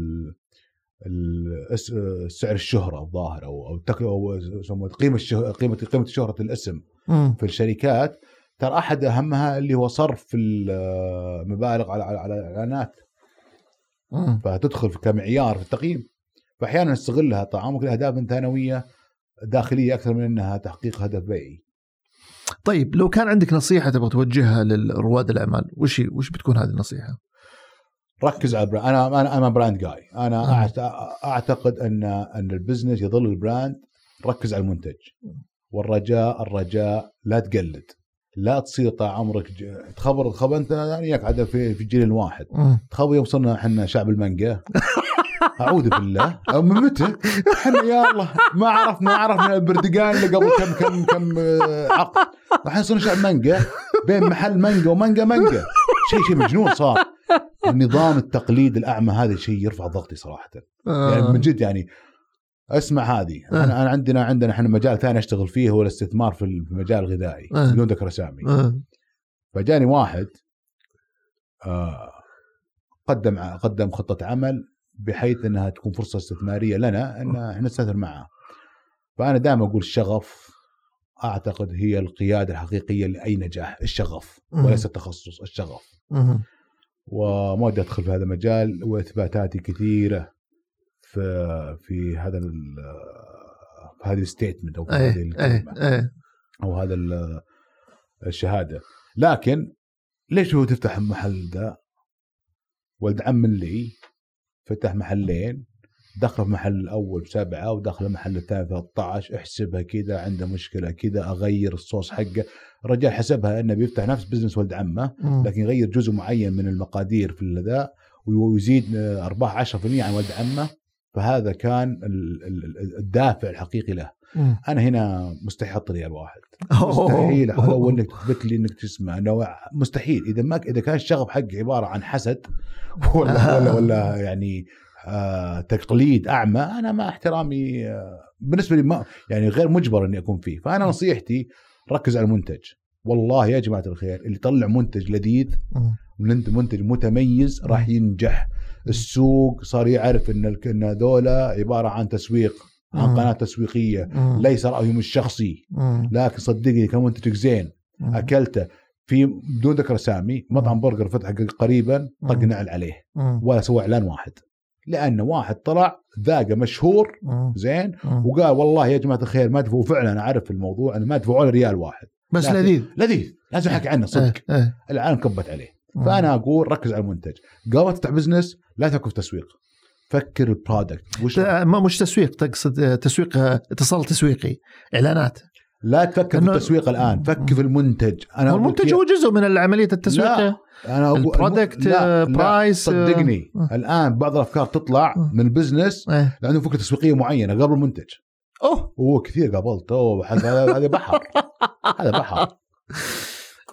سعر الشهرة الظاهر أو يسمونه قيمة شهرة الاسم في الشركات، ترى أحد أهمها اللي هو صرف المبالغ على الإعلانات، فتدخل كمعيار في التقييم. فأحيانا نستغلها طعامك لأهداف ثانوية داخلية أكثر من أنها تحقيق هدف بيعي. طيب لو كان عندك نصيحة تبغى توجهها للرواد الأعمال، وش بتكون هذه النصيحة؟ ركز على البراند. أنا براند جاي. أنا أعتقد أن البزنس يظل البراند. ركز على المنتج، والرجاء لا تقلد، لا تصير طال عمرك تخبر أنت يعني عادة في جيل واحد. تخبر يوم صرنا إحنا شعب المانجا أعوذ بالله، أو من متى إحنا يا الله ما عرفنا البرتقال اللي قبل كم عقد، الحين صرنا شعب مانجا، بين محل مانجا ومانجا شيء مجنون صار. النظام التقليد الأعمى هذا شيء يرفع ضغطي صراحة. يعني من جد يعني اسمع هذه أنا عندنا إحنا مجال ثاني أشتغل فيه هو الاستثمار في المجال الغذائي بدون ذكر أسامي. فجاني واحد قدم خطة عمل بحيث أنها تكون فرصة استثمارية لنا أن إحنا نستثمر معه. فأنا دائما أقول الشغف أعتقد هي القيادة الحقيقية لأي نجاح، الشغف وليس التخصص، الشغف. وما ودي أدخل في هذا المجال، وإثباتاتي كثيرة في هذه الستيتمنت أو في هذه الكلمة أو هذا الشهادة. لكن ليش هو تفتح المحل ده؟ ولد عم لي فتح محلين، دخل في محل الأول ب7 ودخل المحل الثاني 13. احسبها كذا، عنده مشكلة كذا، أغير الصوص حقه. الرجال حسبها أنه بيفتح نفس بزنس ولد عمه، لكن يغير جزء معين من المقادير في الذا ويزيد أرباح 10% عن ولد عمه. فهذا كان الدافع الحقيقي له. أنا هنا مستحيل أحط ريال واحد، مستحيل لو إنك تثبت لي إنك تسمع أنه مستحيل. إذا كان الشغف حق عبارة عن حسد ولا يعني تقليد أعمى، أنا ما احترامي بالنسبة لي ما يعني غير مجبر إني أكون فيه. فأنا نصيحتي ركز على المنتج. والله يا جماعة الخير اللي يطلع منتج لذيذ منتج متميز راح ينجح. السوق صار يعرف إن دولة عبارة عن تسويق، عن قناة تسويقية، ليس رأيهم الشخصي. لكن صدقني كمنتج زين أكلته في بدون ذكر اسامي، مطعم برجر فتح قريبا طق نعل عليه ولا سوى اعلان واحد، لأن واحد طلع ذاقه مشهور زين وقال والله يا جماعة الخير ما دفعوا. فعلا أنا أعرف الموضوع أنا ما دفعوا ولا ريال واحد، بس لذيذ لازم أحكي عنه صدق. العالم كبت عليه. فأنا أقول ركز على المنتج. قبل تفتح بزنس لا تفكر في تسويق، فكر البرودكت. مش تسويق، تقصد تسويق اتصال تسويقي، إعلانات. لا تفكر في التسويق الآن، فكر في المنتج. أنا المنتج هو جزء من عملية التسويق. أنا أقول البرودكت برايس. صدقني الآن بعض الأفكار تطلع من البزنس لأنه فكرة تسويقية معينة قبل المنتج. هو كثير قابلت. هذا بحر هذا بحر.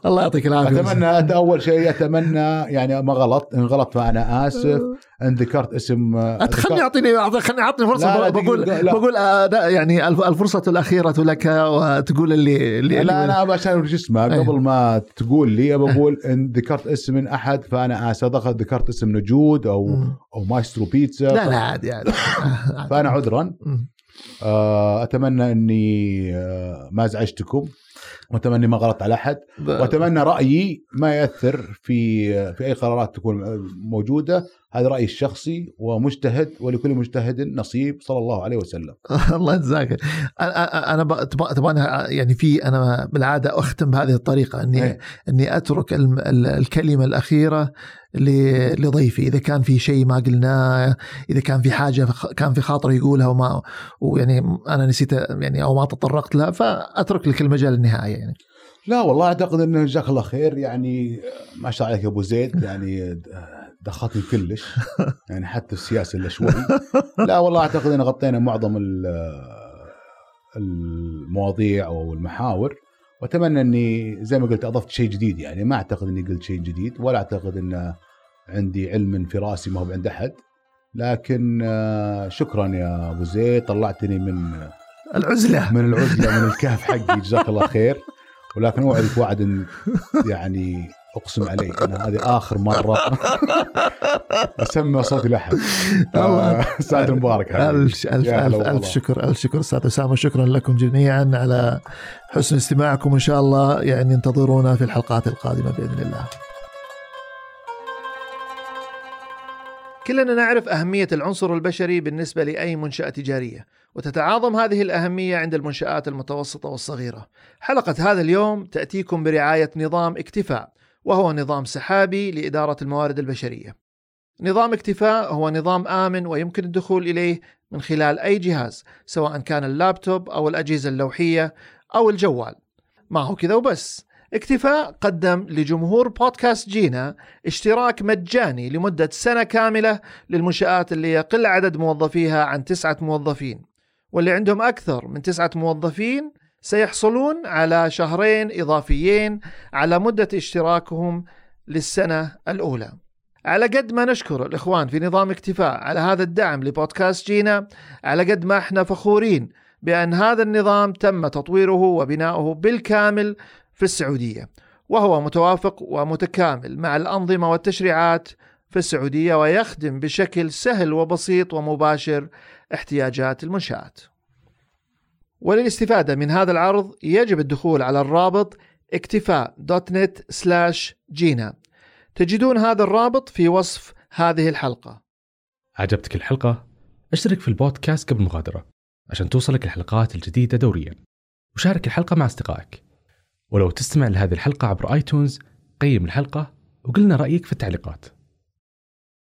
الله يعطيك العافيه. اتمنى اول شيء اتمنى يعني ما غلط، ان غلط فانا اسف، ان ذكرت اسم خليني اعطني فرصه. بقول يعني الفرصه الاخيره لك وتقول اللي لا انا عشان شو اسمه قبل ما تقول لي بقول ان ذكرت اسم من احد فانا اسف، ذكرت اسم نجود او مايسترو بيتزا لا عادي فانا عذرا. اتمنى اني ما ازعجتكم، واتمنى ما غلطت على احد، واتمنى رايي ما ياثر في اي قرارات تكون موجوده. هذا رايي الشخصي ومجتهد، ولكل مجتهد نصيب صلى الله عليه وسلم. الله يجزاك. انا تبغى يعني انا بالعاده اختم بهذه الطريقه اني اترك الكلمه الاخيره لضيفي، اذا كان في شيء ما قلناه، اذا كان في حاجه كان في خاطر يقولها ويعني انا نسيت يعني او ما تطرقت لها، فاترك لك المجال النهائي يعني. لا والله اعتقد انه جزاك الله خير، يعني ما شاء الله عليك يا ابو زيد، يعني دخلتني كلش يعني حتى السياسه الا شوي. لا والله اعتقد ان غطينا معظم المواضيع او المحاور، واتمنى اني زي ما قلت اضفت شيء جديد. يعني ما اعتقد اني قلت شيء جديد، ولا اعتقد ان عندي علم في راسي ما هو عند احد، لكن شكرا يا ابو زيد، طلعتني من العزله من الكهف حقي. جزاك الله خير. ولكن اوعدك وعد يعني اقسم عليه ان هذه اخر مره اسمع صوتي لحد. سعد مبارك. الف شكر استاذ اسامه، شكرا لكم جميعا على حسن استماعكم، وان شاء الله يعني انتظرونا في الحلقات القادمه باذن الله. كلنا نعرف أهمية العنصر البشري بالنسبة لأي منشأة تجارية، وتتعاظم هذه الأهمية عند المنشآت المتوسطة والصغيرة. حلقة هذا اليوم تأتيكم برعاية نظام اكتفاء، وهو نظام سحابي لإدارة الموارد البشرية. نظام اكتفاء هو نظام آمن ويمكن الدخول إليه من خلال أي جهاز، سواء كان اللابتوب أو الأجهزة اللوحية أو الجوال. ما هو كذا وبس، اكتفاء قدم لجمهور بودكاست جينا اشتراك مجاني لمدة سنة كاملة للمنشآت اللي يقل عدد موظفيها عن 9 موظفين، واللي عندهم أكثر من 9 موظفين سيحصلون على 2 شهر إضافيين على مدة اشتراكهم للسنة الأولى. على قد ما نشكر الإخوان في نظام اكتفاء على هذا الدعم لبودكاست جينا، على قد ما احنا فخورين بأن هذا النظام تم تطويره وبناؤه بالكامل في السعودية، وهو متوافق ومتكامل مع الأنظمة والتشريعات في السعودية، ويخدم بشكل سهل وبسيط ومباشر احتياجات المنشآت. وللاستفادة من هذا العرض يجب الدخول على الرابط اكتفاء.net/جينا. تجدون هذا الرابط في وصف هذه الحلقة. عجبتك الحلقة؟ اشترك في البودكاست قبل المغادرة عشان توصلك الحلقات الجديدة دوريا، وشارك الحلقة مع أصدقائك. ولو تستمع لهذه الحلقة عبر آيتونز، قيم الحلقة وقلنا رأيك في التعليقات.